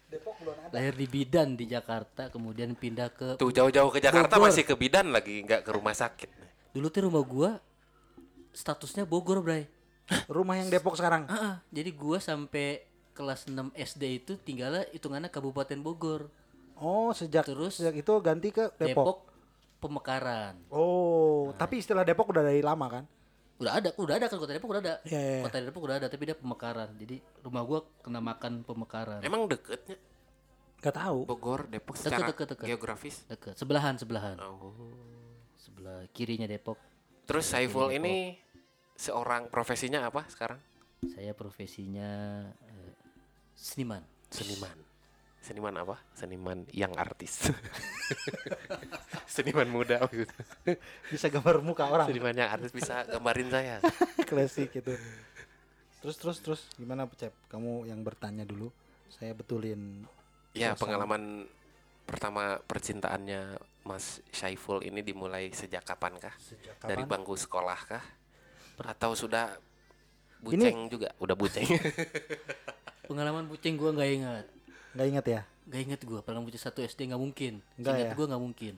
Speaker 3: lahir di Bidan di Jakarta, kemudian pindah ke
Speaker 1: Tuh jauh-jauh ke Jakarta
Speaker 3: Bogor.
Speaker 1: masih ke bidan lagi, nggak ke rumah sakit.
Speaker 3: Dulu tuh rumah gua statusnya Bogor, Bray.
Speaker 2: Rumah yang Depok sekarang.
Speaker 3: Ah, ah. Jadi gua sampai kelas enam S D itu tinggalnya hitungannya Kabupaten Bogor.
Speaker 2: Oh, sejak
Speaker 3: Terus
Speaker 2: sejak itu ganti ke Depok.
Speaker 3: Depok Pemekaran.
Speaker 2: Oh, tapi istilah Depok udah dari lama kan?
Speaker 3: Udah ada, udah ada kan kota Depok udah ada.
Speaker 2: Iya, iya, iya.
Speaker 3: Kota Depok udah ada, tapi dia Pemekaran. Jadi rumah gua kena makan Pemekaran.
Speaker 1: Emang deketnya
Speaker 2: Gak tahu.
Speaker 1: Bogor, Depok
Speaker 3: Deket,
Speaker 1: secara
Speaker 3: deket, deket.
Speaker 1: geografis.
Speaker 3: Deket, sebelahan, sebelahan.
Speaker 1: Oh.
Speaker 3: Sebelah kirinya Depok.
Speaker 1: Terus Saiful ini seorang profesinya apa sekarang?
Speaker 3: Saya profesinya eh, seniman.
Speaker 1: Seniman. Seniman apa? Seniman yang artis. Seniman muda gitu.
Speaker 2: Bisa gambar muka orang.
Speaker 1: Seniman yang artis bisa gambarin saya.
Speaker 2: Klasik itu. Terus terus terus gimana Cep? Kamu yang bertanya dulu. Saya betulin.
Speaker 1: Ya,
Speaker 2: suasana.
Speaker 1: pengalaman pertama percintaannya Mas Saiful ini dimulai sejak kapan kah?
Speaker 2: Sejak
Speaker 1: Dari
Speaker 2: kapan?
Speaker 1: bangku sekolah kah? Atau sudah buceng juga? Udah buceng.
Speaker 3: Pengalaman bucing gua nggak ingat.
Speaker 2: Nggak ingat ya?
Speaker 3: Gak inget gue, pengalaman bucin satu S D nggak mungkin.
Speaker 2: Nggak
Speaker 3: Ingat
Speaker 2: ya?
Speaker 3: gue nggak mungkin.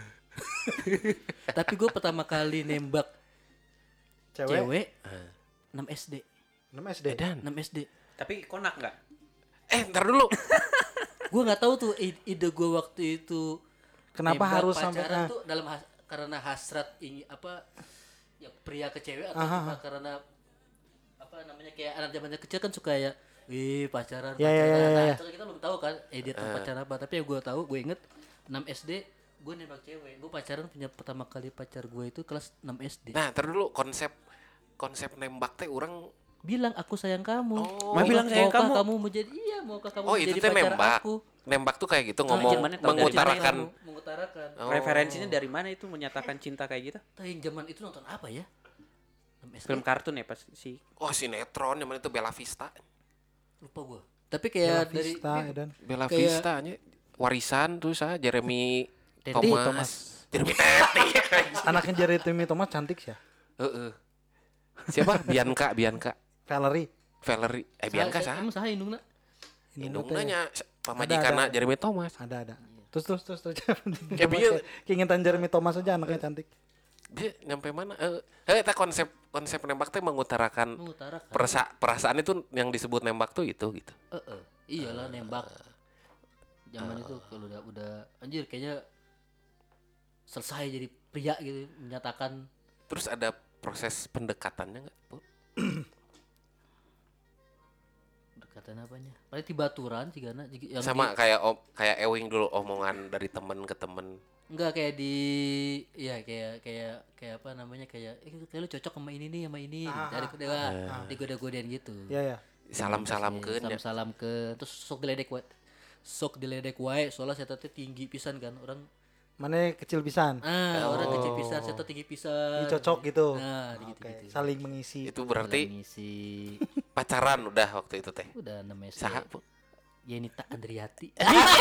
Speaker 3: Tapi gue pertama kali nembak
Speaker 2: Cewek?
Speaker 3: cewek enam S D.
Speaker 2: enam S D.
Speaker 1: Dan
Speaker 3: enam S D.
Speaker 4: Tapi konak nggak?
Speaker 1: eh ntar dulu.
Speaker 3: Gue nggak tahu tuh i- ide gue waktu itu.
Speaker 2: Kenapa
Speaker 3: nembak
Speaker 2: harus sampai
Speaker 3: pacaran
Speaker 2: ah,
Speaker 3: tuh dalam has- karena hasrat ingin apa ya pria ke cewek atau
Speaker 2: Aha.
Speaker 3: cuma karena apa namanya kayak anak zamannya kecil kan suka ya wih pacaran
Speaker 2: Ya,
Speaker 3: pacaran.
Speaker 2: ya, ya, ya,
Speaker 3: Nah,
Speaker 2: ya.
Speaker 3: itu kita belum tahu kan eh dia tuh pacaran apa, tapi yang gue tahu gue inget enam S D gue nembak cewek. Gue pacaran punya pertama kali pacar gue itu kelas enam S D.
Speaker 1: Nah, ntar dulu konsep konsep nembak teh orang.
Speaker 3: Bilang aku sayang kamu.
Speaker 1: Oh.
Speaker 4: Mah bilang sayang
Speaker 3: maukah
Speaker 4: kamu.
Speaker 3: kamu menjadi iya maukah kamu
Speaker 1: Oh, itu
Speaker 3: menjadi
Speaker 1: teh
Speaker 3: pacar
Speaker 1: nembak.
Speaker 3: aku.
Speaker 1: Nembak tuh kayak gitu
Speaker 3: Ah,
Speaker 1: ngomong
Speaker 4: zamannya tahu dari
Speaker 1: mengutarakan.
Speaker 3: Kamu mengutarakan.
Speaker 1: Oh.
Speaker 4: Referensinya dari mana itu menyatakan cinta kayak gitu?
Speaker 3: Tahu yang zaman itu nonton apa ya? enam S D.
Speaker 4: Film kartun ya pasti sih.
Speaker 1: Oh, sinetron yang mana itu Bella Vista.
Speaker 3: Lupa gua. Tapi
Speaker 2: Bella
Speaker 3: kayak dari
Speaker 2: Vista, Edan.
Speaker 1: Bella
Speaker 3: Kayak-
Speaker 1: Vista nya warisan tuh saya Jeremy
Speaker 3: Teti.
Speaker 1: Thomas.
Speaker 2: Thomas.
Speaker 1: Jeremy Teti.
Speaker 2: Anaknya Jeremy Thomas cantik sih ya.
Speaker 1: Heeh. Siapa? Bianca, Bianca.
Speaker 2: Valerie.
Speaker 1: Valerie. Eh Bianca
Speaker 3: Sa-
Speaker 1: sah.
Speaker 3: Emang saha indungna?
Speaker 1: Indungnya
Speaker 2: Ada,
Speaker 1: pamajikanna
Speaker 2: ada.
Speaker 1: Jeremy Thomas.
Speaker 2: Ada ada. Terus terus terus terus.
Speaker 1: Kayak biar-
Speaker 2: Keingetan Jeremy Thomas aja anaknya cantik.
Speaker 1: Dia nyampe mana? Eh, eh eta konsep konsep nembak teh mengutarakan
Speaker 3: Mengutarakan.
Speaker 1: perasa, perasaan itu yang disebut nembak tuh itu gitu.
Speaker 3: Heeh. Iyalah nembak. Zaman itu kalau udah udah anjir kayaknya selesai jadi pria gitu menyatakan
Speaker 1: Terus ada proses pendekatannya nggak, Bu?
Speaker 3: dekatan apanya? Paling tibaturan sih karena yang
Speaker 1: Sama
Speaker 3: di-
Speaker 1: kayak om, kayak Ewing dulu omongan dari temen ke temen.
Speaker 3: enggak kayak di ya kayak kayak kayak apa namanya kayak eh kayak lu cocok sama ini nih sama ini
Speaker 2: Ah,
Speaker 3: dari
Speaker 2: ah,
Speaker 3: kuda digoda-godain gitu.
Speaker 2: Iya ya.
Speaker 1: Salam-salam ke
Speaker 3: salam salam ke terus sok diledek wae sok diledek wae soalnya saya teh tinggi pisan kan orang
Speaker 2: Mana kecil pisan.
Speaker 3: ah orang
Speaker 1: Oh.
Speaker 3: kecil pisan saya teh tinggi pisan.
Speaker 2: Ini cocok gitu.
Speaker 3: Nah,
Speaker 2: Oke,
Speaker 3: gitu gitu.
Speaker 2: saling mengisi.
Speaker 1: Itu berarti
Speaker 3: ngisi
Speaker 1: pacaran udah waktu itu teh.
Speaker 3: udah namanya
Speaker 1: Saha, Bu?
Speaker 3: Yenita Andriati.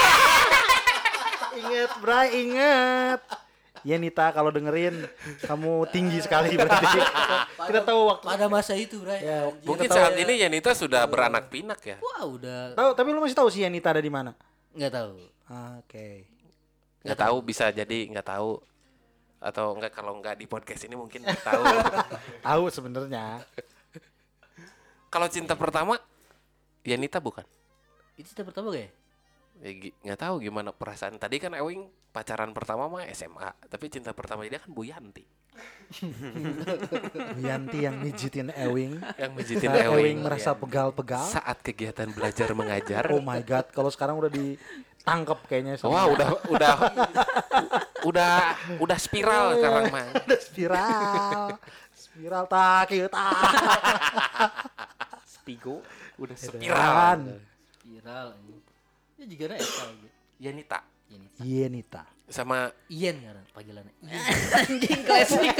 Speaker 2: Ingat, Bray, ingat. Ya Nita kalau dengerin kamu tinggi sekali berarti. Kita tahu waktu.
Speaker 3: Pada masa itu, Bray.
Speaker 2: Ya,
Speaker 3: Anjir.
Speaker 1: Mungkin
Speaker 2: tahu
Speaker 1: saat
Speaker 2: ya.
Speaker 1: ini Yanita sudah beranak pinak ya.
Speaker 3: Wah, udah
Speaker 2: Tahu, tapi lu masih tahu sih Yanita ada di mana?
Speaker 3: nggak tahu.
Speaker 2: Ah, Oke.
Speaker 1: Nggak tahu, bisa jadi nggak tahu. Atau enggak, kalau nggak di podcast ini mungkin nggak tahu.
Speaker 2: Tahu sebenarnya.
Speaker 1: Kalau cinta pertama Yanita bukan?
Speaker 3: Itu cinta pertama gak ya?
Speaker 1: Ya, gi- nggak tahu gimana perasaan. Tadi kan Ewing pacaran pertama mah S M A, tapi cinta pertama dia kan Bu Yanti
Speaker 2: Yanti yang mijitin Ewing.
Speaker 1: yang mijitin
Speaker 2: Saat
Speaker 1: Ewing
Speaker 2: Ewing merasa pegal-pegal.
Speaker 1: saat kegiatan belajar mengajar.
Speaker 2: Oh my god, kalau sekarang udah ditangkap kayaknya sama
Speaker 1: Wah, udah udah udah udah spiral sekarang mah.
Speaker 2: udah spiral. Spiral tak kita.
Speaker 4: Spigo.
Speaker 1: Udah
Speaker 2: Edan.
Speaker 1: spiral.
Speaker 3: Viral ini. Ya juga ada eta gitu.
Speaker 1: Yanita.
Speaker 3: Yenita.
Speaker 2: Yenita.
Speaker 1: sama
Speaker 3: Ian kan panggilannya. Ian.
Speaker 4: Anjing klasik.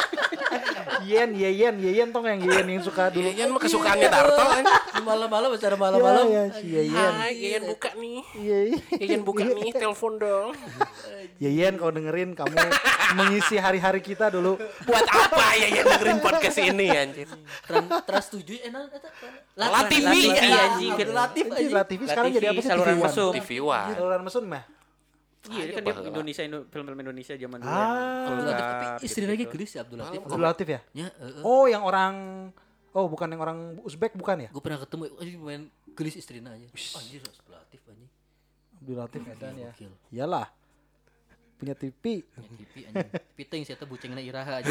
Speaker 2: Yen, Yeyen, Yeyen tong yang Yeyen yang suka dulu.
Speaker 1: Yeyen mah kesukaannya Darto kan.
Speaker 3: Malam-malam bicara malam-malam.
Speaker 2: Iya, iya, si Yeyen.
Speaker 1: Hai, Yeyen buka nih.
Speaker 2: Iya, iya.
Speaker 1: Yeyen buka nih, telepon dong.
Speaker 2: Yeyen kalau dengerin kamu mengisi hari-hari kita dulu.
Speaker 1: Buat apa Yeyen dengerin podcast ini anjir?
Speaker 3: Tran Trans tujuh enak eta.
Speaker 1: Latif,
Speaker 3: Latif,
Speaker 1: iya.
Speaker 3: anjing. Latif
Speaker 2: Anjir,
Speaker 3: anjing.
Speaker 2: lah T V sekarang jadi apa sih?
Speaker 4: saluran
Speaker 2: T V One.
Speaker 4: mesum.
Speaker 1: T V One.
Speaker 2: Saluran mesum mah.
Speaker 4: Iya, kan dia Indonesia Indo- film-film Indonesia zaman dulu.
Speaker 2: Ah.
Speaker 3: Abdul Latif tapi
Speaker 4: Golkar,
Speaker 3: istri
Speaker 4: gitu-gitu.
Speaker 3: lagi gelis ya Abdul Latif.
Speaker 2: Abdul Latif ya?
Speaker 3: Ya, heeh.
Speaker 2: Oh, yang orang Oh, bukan yang orang Uzbek bukan ya?
Speaker 3: Gue pernah ketemu anjing main gelis istrina aja. Anjir Abdul Latif anjing.
Speaker 2: Abdul Latif edan ya.
Speaker 3: Gokil.
Speaker 2: Iyalah. Punya T V.
Speaker 3: Ya, T V anjing. Piteng saya teh bucengna iraha aja.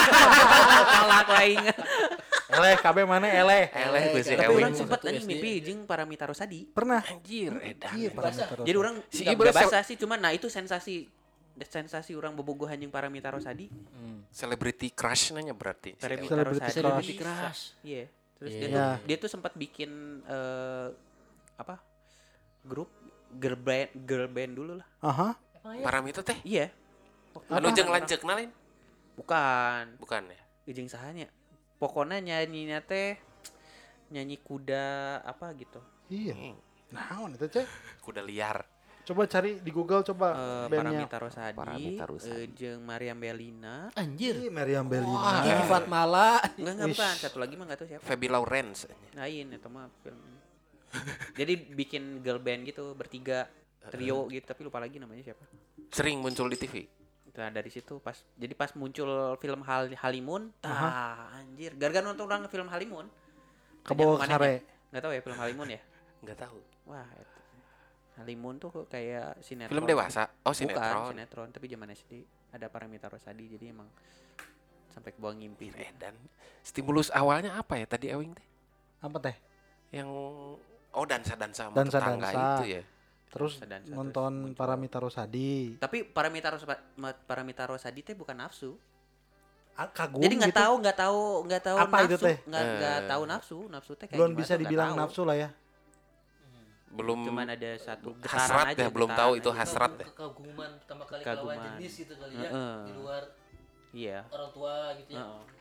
Speaker 4: Kalah lain.
Speaker 2: Eleh, kabeh mana eleh?
Speaker 1: Eleh gue sih
Speaker 4: Tapi
Speaker 3: Ewing.
Speaker 4: orang
Speaker 1: Ewing.
Speaker 4: sempat
Speaker 3: Satu
Speaker 4: anjing
Speaker 3: S D.
Speaker 4: mimpi jeung Paramita Rosadi.
Speaker 2: Pernah.
Speaker 1: Anjir, edan.
Speaker 2: Iya, parameter.
Speaker 4: Jadi orang
Speaker 1: Si
Speaker 4: nggak
Speaker 1: Ibra
Speaker 4: nggak
Speaker 1: sel-
Speaker 4: basah sih, cuman nah itu sensasi sensasi orang bobogohan jeung Paramita Rosadi.
Speaker 3: Hmm.
Speaker 1: Celebrity crush nanya berarti. si
Speaker 4: Paramita
Speaker 1: Ewing.
Speaker 2: Celebrity
Speaker 4: Rosadi.
Speaker 3: Celebrity crush.
Speaker 4: Iya. Terus
Speaker 3: Iya.
Speaker 4: dia
Speaker 2: Iya.
Speaker 4: tuh dia tuh sempat bikin eh, apa? Grup girl band girl band dulu lah.
Speaker 2: Aha.
Speaker 1: Paramita teh.
Speaker 4: Iya. Waktu
Speaker 1: Anu
Speaker 4: itu
Speaker 1: jeung
Speaker 4: orang-
Speaker 1: lanceukna lain?
Speaker 4: Bukan.
Speaker 1: Bukan ya?
Speaker 4: Ujung sahanya. Pokoknya nyanyinya teh nyanyi kuda apa gitu.
Speaker 2: Iya.
Speaker 1: Hmm,
Speaker 2: Naon itu, Cek?
Speaker 1: kuda liar.
Speaker 2: Coba cari di Google coba
Speaker 4: Eh,
Speaker 2: bandnya.
Speaker 4: Paramita Rosadi,
Speaker 1: Paramita Rosadi.
Speaker 4: eh, jeung Mariam Bellina.
Speaker 3: Anjir.
Speaker 2: Ih, Meriam Bellina.
Speaker 1: Wah.
Speaker 3: Gigi Fatmala.
Speaker 4: Enggak enggak
Speaker 2: Wish.
Speaker 4: bukan, satu lagi mah enggak tahu siapa.
Speaker 1: Feby Lawrence.
Speaker 4: Lain itu mah film. Jadi bikin girl band gitu bertiga trio gitu tapi lupa lagi namanya siapa.
Speaker 1: Sering muncul di T V.
Speaker 4: Nah dari situ pas jadi pas muncul film Hal Halimun, tah anjir, gara-gara nonton orang film Halimun.
Speaker 2: Kebawa ke sare.
Speaker 4: Enggak tahu ya film Halimun ya.
Speaker 1: Enggak tahu.
Speaker 4: Wah, itu. Halimun tuh kok kayak sinetron.
Speaker 1: Film dewasa. Oh,
Speaker 4: Bukan
Speaker 1: sinetron.
Speaker 4: sinetron, tapi zaman S D ada Paramita Rosadi jadi emang sampai ke bawah ngimpi.
Speaker 1: Edan. Stimulus awalnya apa ya tadi Ewing teh?
Speaker 2: Apa teh?
Speaker 1: Yang oh dansa-dansa sama
Speaker 2: Dansa-dansa.
Speaker 1: tetangga itu ya.
Speaker 2: Terus
Speaker 4: Dansa, terus
Speaker 2: nonton
Speaker 4: muncul.
Speaker 2: Paramita Rosadi.
Speaker 4: Tapi Paramita Rosa- Ma- Paramita Rosadi teh bukan nafsu.
Speaker 2: Ah, kagum
Speaker 4: Jadi nggak
Speaker 2: gitu.
Speaker 4: tahu, nggak tahu, nggak tahu
Speaker 2: Apa itu
Speaker 4: nafsu,
Speaker 2: teh?
Speaker 4: nggak nggak
Speaker 1: Eh.
Speaker 4: tahu nafsu, nafsu teh kayak
Speaker 2: Belum
Speaker 4: gimana
Speaker 2: bisa
Speaker 4: tuh nggak
Speaker 2: dibilang
Speaker 4: tahu.
Speaker 2: nafsu lah ya.
Speaker 1: Belum
Speaker 4: Cuman ada satu getaran
Speaker 1: hasrat
Speaker 4: aja,
Speaker 1: ya, belum
Speaker 4: getaran
Speaker 1: tahu itu
Speaker 4: aja.
Speaker 1: hasrat ya.
Speaker 3: Kekaguman pertama kali
Speaker 4: Kekaguman.
Speaker 3: lawan jenis gitu kali ya.
Speaker 4: Heeh.
Speaker 3: Di luar
Speaker 4: Iya.
Speaker 3: orang tua gitu ya.
Speaker 4: Heeh.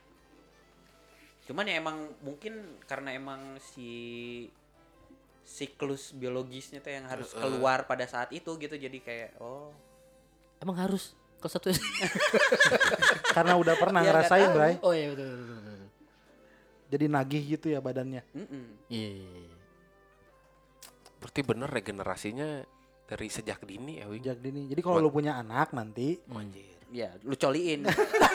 Speaker 4: Cuman ya emang mungkin karena emang si siklus biologisnya tuh yang harus
Speaker 1: Heeh.
Speaker 4: keluar pada saat itu gitu jadi kayak oh
Speaker 3: Emang harus kelas satu S D.
Speaker 2: Karena udah pernah
Speaker 4: Ya, nggak
Speaker 2: ngerasain,
Speaker 4: tahu.
Speaker 2: Bray.
Speaker 3: Oh iya betul betul betul. betul.
Speaker 2: Jadi nagih gitu ya badannya.
Speaker 4: mm-mm.
Speaker 3: Iya. iya, iya.
Speaker 1: berarti bener regenerasinya dari sejak dini Ewing.
Speaker 2: Sejak dini. Jadi kalau
Speaker 1: Buat-
Speaker 2: lu punya anak nanti,
Speaker 1: Anjir.
Speaker 4: Ya lu coliin.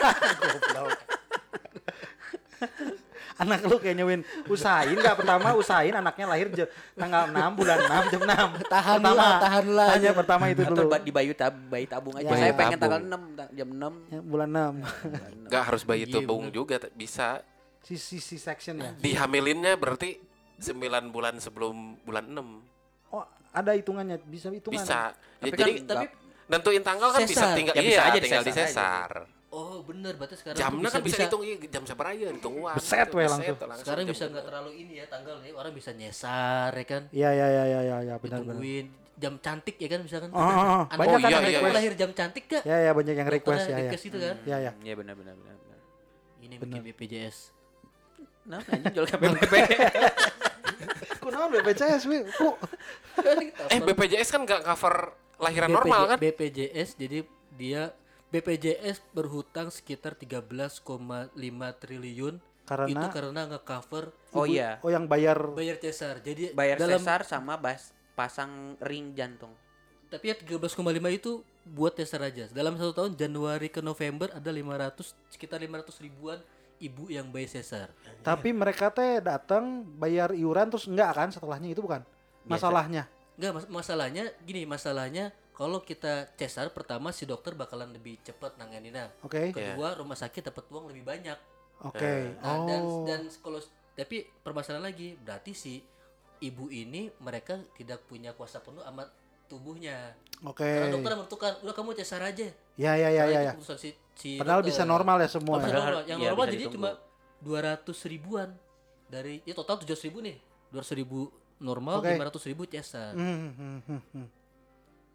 Speaker 2: anak lu kayaknya Win usahain nggak pertama usahain anaknya lahir je- tanggal enam bulan enam jam enam.
Speaker 3: Tahan
Speaker 2: pertama,
Speaker 3: lah, tahan lah.
Speaker 2: Hanya pertama itu
Speaker 4: Atau
Speaker 2: dulu.
Speaker 4: ba- di bayi tab bayi tabung aja.
Speaker 2: Ya,
Speaker 4: Saya
Speaker 1: bayi
Speaker 4: pengen
Speaker 1: tabung.
Speaker 4: tanggal enam ta- jam enam.
Speaker 2: Ya, bulan enam.
Speaker 1: Gak harus bayi
Speaker 3: Iya,
Speaker 1: tabung
Speaker 3: bener.
Speaker 1: juga t- bisa.
Speaker 2: Si si si section ya.
Speaker 1: Dihamilinnya berarti sembilan bulan sebelum bulan enam.
Speaker 2: Oh, ada hitungannya, bisa hitungan.
Speaker 1: Bisa. Ya,
Speaker 4: Tapi
Speaker 1: jadi
Speaker 4: kan-
Speaker 3: tapi
Speaker 1: nentuin tanggal kan bisa
Speaker 3: Sesar.
Speaker 1: tinggal
Speaker 4: Ya, bisa
Speaker 1: iya,
Speaker 4: aja
Speaker 1: tinggal
Speaker 4: disesar aja.
Speaker 1: disesar.
Speaker 3: Oh bener berarti sekarang
Speaker 1: Jamnya
Speaker 3: tuh
Speaker 1: kan bisa hitung iya, jam seberapa ya hitung uang.
Speaker 2: Beset
Speaker 1: gitu,
Speaker 2: we
Speaker 1: beset,
Speaker 2: langsung.
Speaker 3: sekarang
Speaker 1: jam
Speaker 3: bisa
Speaker 1: berapa.
Speaker 3: nggak terlalu ini ya tanggal nih orang bisa nyesar ya kan.
Speaker 2: Iya iya iya iya iya ya, benar benar.
Speaker 3: Ditungguin jam cantik ya kan misalkan.
Speaker 2: Oh, oh, oh.
Speaker 3: Anak
Speaker 2: Banyak
Speaker 1: Oh,
Speaker 2: kan
Speaker 1: iya,
Speaker 2: yang
Speaker 1: iya,
Speaker 2: request.
Speaker 3: lahir jam cantik gak?
Speaker 2: Ya ya banyak yang request
Speaker 3: Dokternya
Speaker 2: ya ya.
Speaker 3: request itu kan.
Speaker 2: Ya ya.
Speaker 4: Iya benar benar benar benar.
Speaker 3: Ini bikin B P J S.
Speaker 4: Nah, anjing jual ke B P P.
Speaker 2: Kunaon B P J S we? Ku
Speaker 1: Eh B P J S kan nggak cover lahiran
Speaker 3: B P J
Speaker 1: normal kan?
Speaker 3: B P J S jadi dia B P J S berhutang sekitar tiga belas koma lima triliun
Speaker 2: Karena-
Speaker 3: itu karena nge-cover
Speaker 4: Oh
Speaker 3: ibu
Speaker 4: iya.
Speaker 2: oh yang bayar
Speaker 3: bayar cesar. Jadi
Speaker 4: Bayar
Speaker 3: dalam
Speaker 4: sesar sama bas pasang ring jantung.
Speaker 3: tapi ya tiga belas koma lima itu buat cesar aja. Dalam satu tahun Januari ke November ada lima ratus sekitar lima ratus ribuan ibu yang bayi sesar.
Speaker 2: tapi mereka teh datang bayar iuran terus enggak kan setelahnya itu bukan masalahnya.
Speaker 3: Enggak mas- masalahnya gini, masalahnya kalau kita cesar pertama si dokter bakalan lebih cepat nanganinnya.
Speaker 2: Oke.
Speaker 3: Kedua rumah sakit dapat uang lebih banyak.
Speaker 2: Oke.
Speaker 3: Nah, dan
Speaker 2: Oh.
Speaker 3: dan kalau tapi permasalahan lagi berarti si ibu ini mereka tidak punya kuasa penuh amat tubuhnya.
Speaker 2: Oke.
Speaker 3: Karena dokter menentukan udah kamu cesar aja.
Speaker 2: Ya ya ya
Speaker 3: Karena
Speaker 2: ya
Speaker 3: itu
Speaker 2: ya.
Speaker 3: keputusan si, si
Speaker 2: Padahal
Speaker 3: dokter.
Speaker 2: bisa normal ya semua.
Speaker 3: Oh, bisa
Speaker 2: ya?
Speaker 3: normal. Yang
Speaker 4: Iya,
Speaker 3: normal
Speaker 4: bisa
Speaker 3: jadi
Speaker 4: ditunggu.
Speaker 3: cuma dua ratus ribuan dari ya total tujuh ratus ribu nih. dua ratus ribu normal,
Speaker 2: Oke.
Speaker 3: lima ratus ribu cesar.
Speaker 2: Hmm, hmm, hmm, hmm.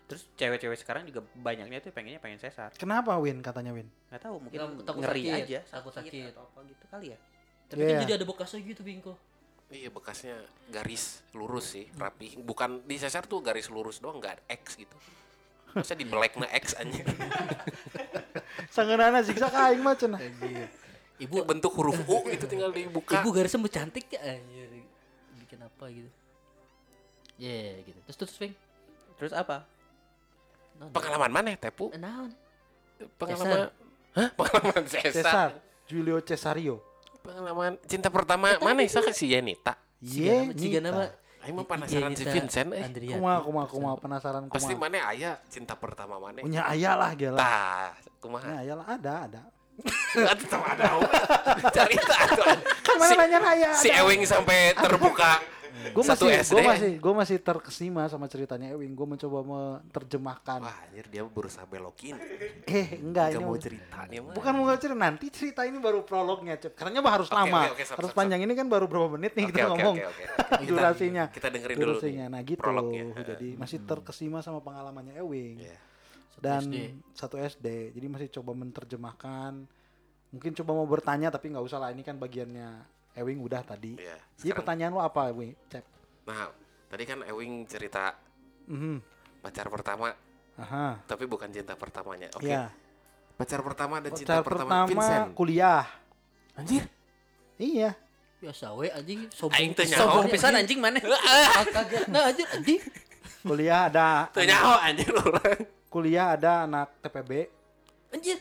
Speaker 4: Terus cewek-cewek sekarang juga banyaknya tuh pengennya pengen sesar.
Speaker 2: Kenapa Win katanya Win?
Speaker 4: Nggak tahu mungkin
Speaker 3: Takut- takut
Speaker 4: ngeri
Speaker 3: sakit,
Speaker 4: aja,
Speaker 3: takut sakit.
Speaker 4: atau apa gitu kali ya.
Speaker 3: Tapi
Speaker 2: Iya.
Speaker 3: kan jadi ada bekasnya gitu Bingko.
Speaker 1: Iya bekasnya garis lurus sih, rapi. Bukan di sesar tuh garis lurus doang, nggak ada X gitu. Masa di black na X anjir.
Speaker 2: Sangeunana zigzag aing mah cenah.
Speaker 1: Ibu bentuk huruf U itu tinggal dibuka.
Speaker 3: Ibu garisnya mau cantik ya anjir. Bikin apa gitu. Ya yeah, gitu. Terus terus Bing.
Speaker 4: Terus apa?
Speaker 3: Naon?
Speaker 1: Pengalaman mana Tepu?
Speaker 3: Naon?
Speaker 1: Pengalaman Hah? Pengalaman sesar.
Speaker 2: Cesar, Julio Cesario.
Speaker 1: Pengalaman cinta pertama mana sih si Yenita?
Speaker 2: Ye,
Speaker 3: Ciga nama
Speaker 1: Aing mah penasaran si Vincent eh.
Speaker 2: Kumaha kumaha kumaha penasaran kumaha.
Speaker 1: Pasti mana aya cinta pertama mana?
Speaker 2: Punya ayah lah gila.
Speaker 1: Tah, kumaha?
Speaker 2: Punya ayah lah ada ada.
Speaker 1: Atuh teu ada. Cerita atuh.
Speaker 2: Kan mana nanya ayah.
Speaker 1: Si Ewing sampai terbuka
Speaker 2: Gue
Speaker 1: satu
Speaker 2: masih,
Speaker 1: S D.
Speaker 2: gue masih, gue masih terkesima sama ceritanya Ewing. Gue mencoba menerjemahkan.
Speaker 1: Wah, anjir dia berusaha belokin.
Speaker 2: Eh, enggak
Speaker 1: Enggak
Speaker 2: ini.
Speaker 1: mau cerita nih mah.
Speaker 2: Bukan mau cerita, nanti cerita ini baru prolognya, Cep. Karena mah harus
Speaker 1: Oke,
Speaker 2: lama.
Speaker 1: oke, oke, sap,
Speaker 2: harus
Speaker 1: sap,
Speaker 2: panjang ini kan baru berapa menit nih
Speaker 1: Oke,
Speaker 2: kita
Speaker 1: oke,
Speaker 2: ngomong.
Speaker 1: oke, oke. Kita-
Speaker 2: Durasinya.
Speaker 1: Kita dengerin dulu
Speaker 2: Durasinya.
Speaker 1: nih,
Speaker 2: Nah, gitu.
Speaker 1: prolognya.
Speaker 2: Jadi masih terkesima sama pengalamannya Ewing.
Speaker 1: Iya.
Speaker 2: Dan
Speaker 3: S D.
Speaker 2: satu S D. Jadi masih coba menerjemahkan. Mungkin coba mau bertanya tapi nggak usah lah, ini kan bagiannya Ewing udah tadi.
Speaker 1: Iya.
Speaker 2: Jadi
Speaker 1: Sekarang-
Speaker 2: pertanyaan lo apa, Ewing? Cep.
Speaker 1: Nah, tadi kan Ewing cerita
Speaker 2: Mhm.
Speaker 1: pacar pertama,
Speaker 2: Aha.
Speaker 1: tapi bukan cinta pertamanya. Oke.
Speaker 2: Iya.
Speaker 1: Pacar pertama dan cinta
Speaker 2: Pacar
Speaker 1: pertama,
Speaker 2: pertama
Speaker 1: Vincent.
Speaker 2: kuliah.
Speaker 1: Anjir.
Speaker 2: Iya.
Speaker 3: biasa we anjing sombong.
Speaker 1: Aing teu nyaho.
Speaker 4: Sombong pisan anjing mana?
Speaker 3: Kaget. Nah anjing anjing.
Speaker 2: Kuliah ada
Speaker 1: Teu nyaho anjir orang.
Speaker 2: kuliah ada anak T P B.
Speaker 3: Anjir.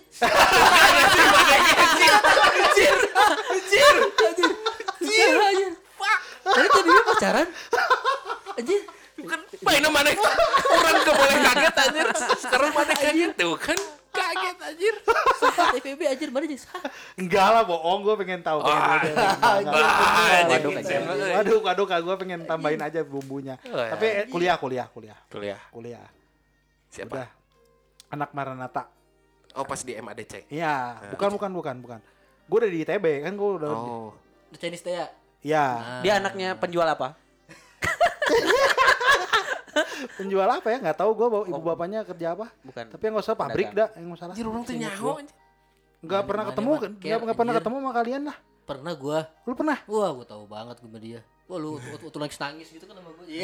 Speaker 1: Anjir. Anjir.
Speaker 3: Anjir. Anjir. Tadi tadi dia pacaran. Anjir.
Speaker 1: Bukan main mana orang gak boleh kaget anjir. Sekarang mana kaget tuh kan? Kaget anjir.
Speaker 3: Sumpah T V B anjir mana jadi sah.
Speaker 2: Enggak lah, bohong, gue pengen tahu. Pengen
Speaker 1: Ah,
Speaker 2: tahu. Enggak, enggak.
Speaker 1: Waduh,
Speaker 2: Waduh,
Speaker 1: kacau.
Speaker 2: waduh, waduh, kak gue pengen tambahin aja bumbunya.
Speaker 1: Oh, ya.
Speaker 2: Tapi eh, kuliah, kuliah, kuliah,
Speaker 1: Kuliah.
Speaker 2: kuliah.
Speaker 1: Siapa?
Speaker 2: Udah. Anak Maranatha.
Speaker 1: Oh pas di M A D C.
Speaker 2: Iya, bukan, bukan, bukan, bukan. Gue udah di I T B kan, gue udah.
Speaker 1: Oh.
Speaker 3: Chinese teh ya.
Speaker 2: Iya.
Speaker 4: Dia anaknya penjual apa?
Speaker 2: Penjual apa ya? Nggak tahu gue ibu bapaknya kerja apa.
Speaker 4: Bukan.
Speaker 2: Tapi yang nggak usah pabrik dah, yang nggak salah.
Speaker 1: Anjir orang teu nyaho anjir.
Speaker 2: Nggak pernah
Speaker 3: Mana-
Speaker 2: ketemu
Speaker 3: mana
Speaker 2: kan?
Speaker 3: make,
Speaker 2: Nggak nggak pernah
Speaker 3: anjir.
Speaker 2: ketemu sama kalian lah.
Speaker 3: Pernah gua.
Speaker 2: Lu pernah?
Speaker 3: Wah, gua tahu banget gua sama dia. Wah, lu waktu waktu nangis nangis gitu kan sama gua. Iya.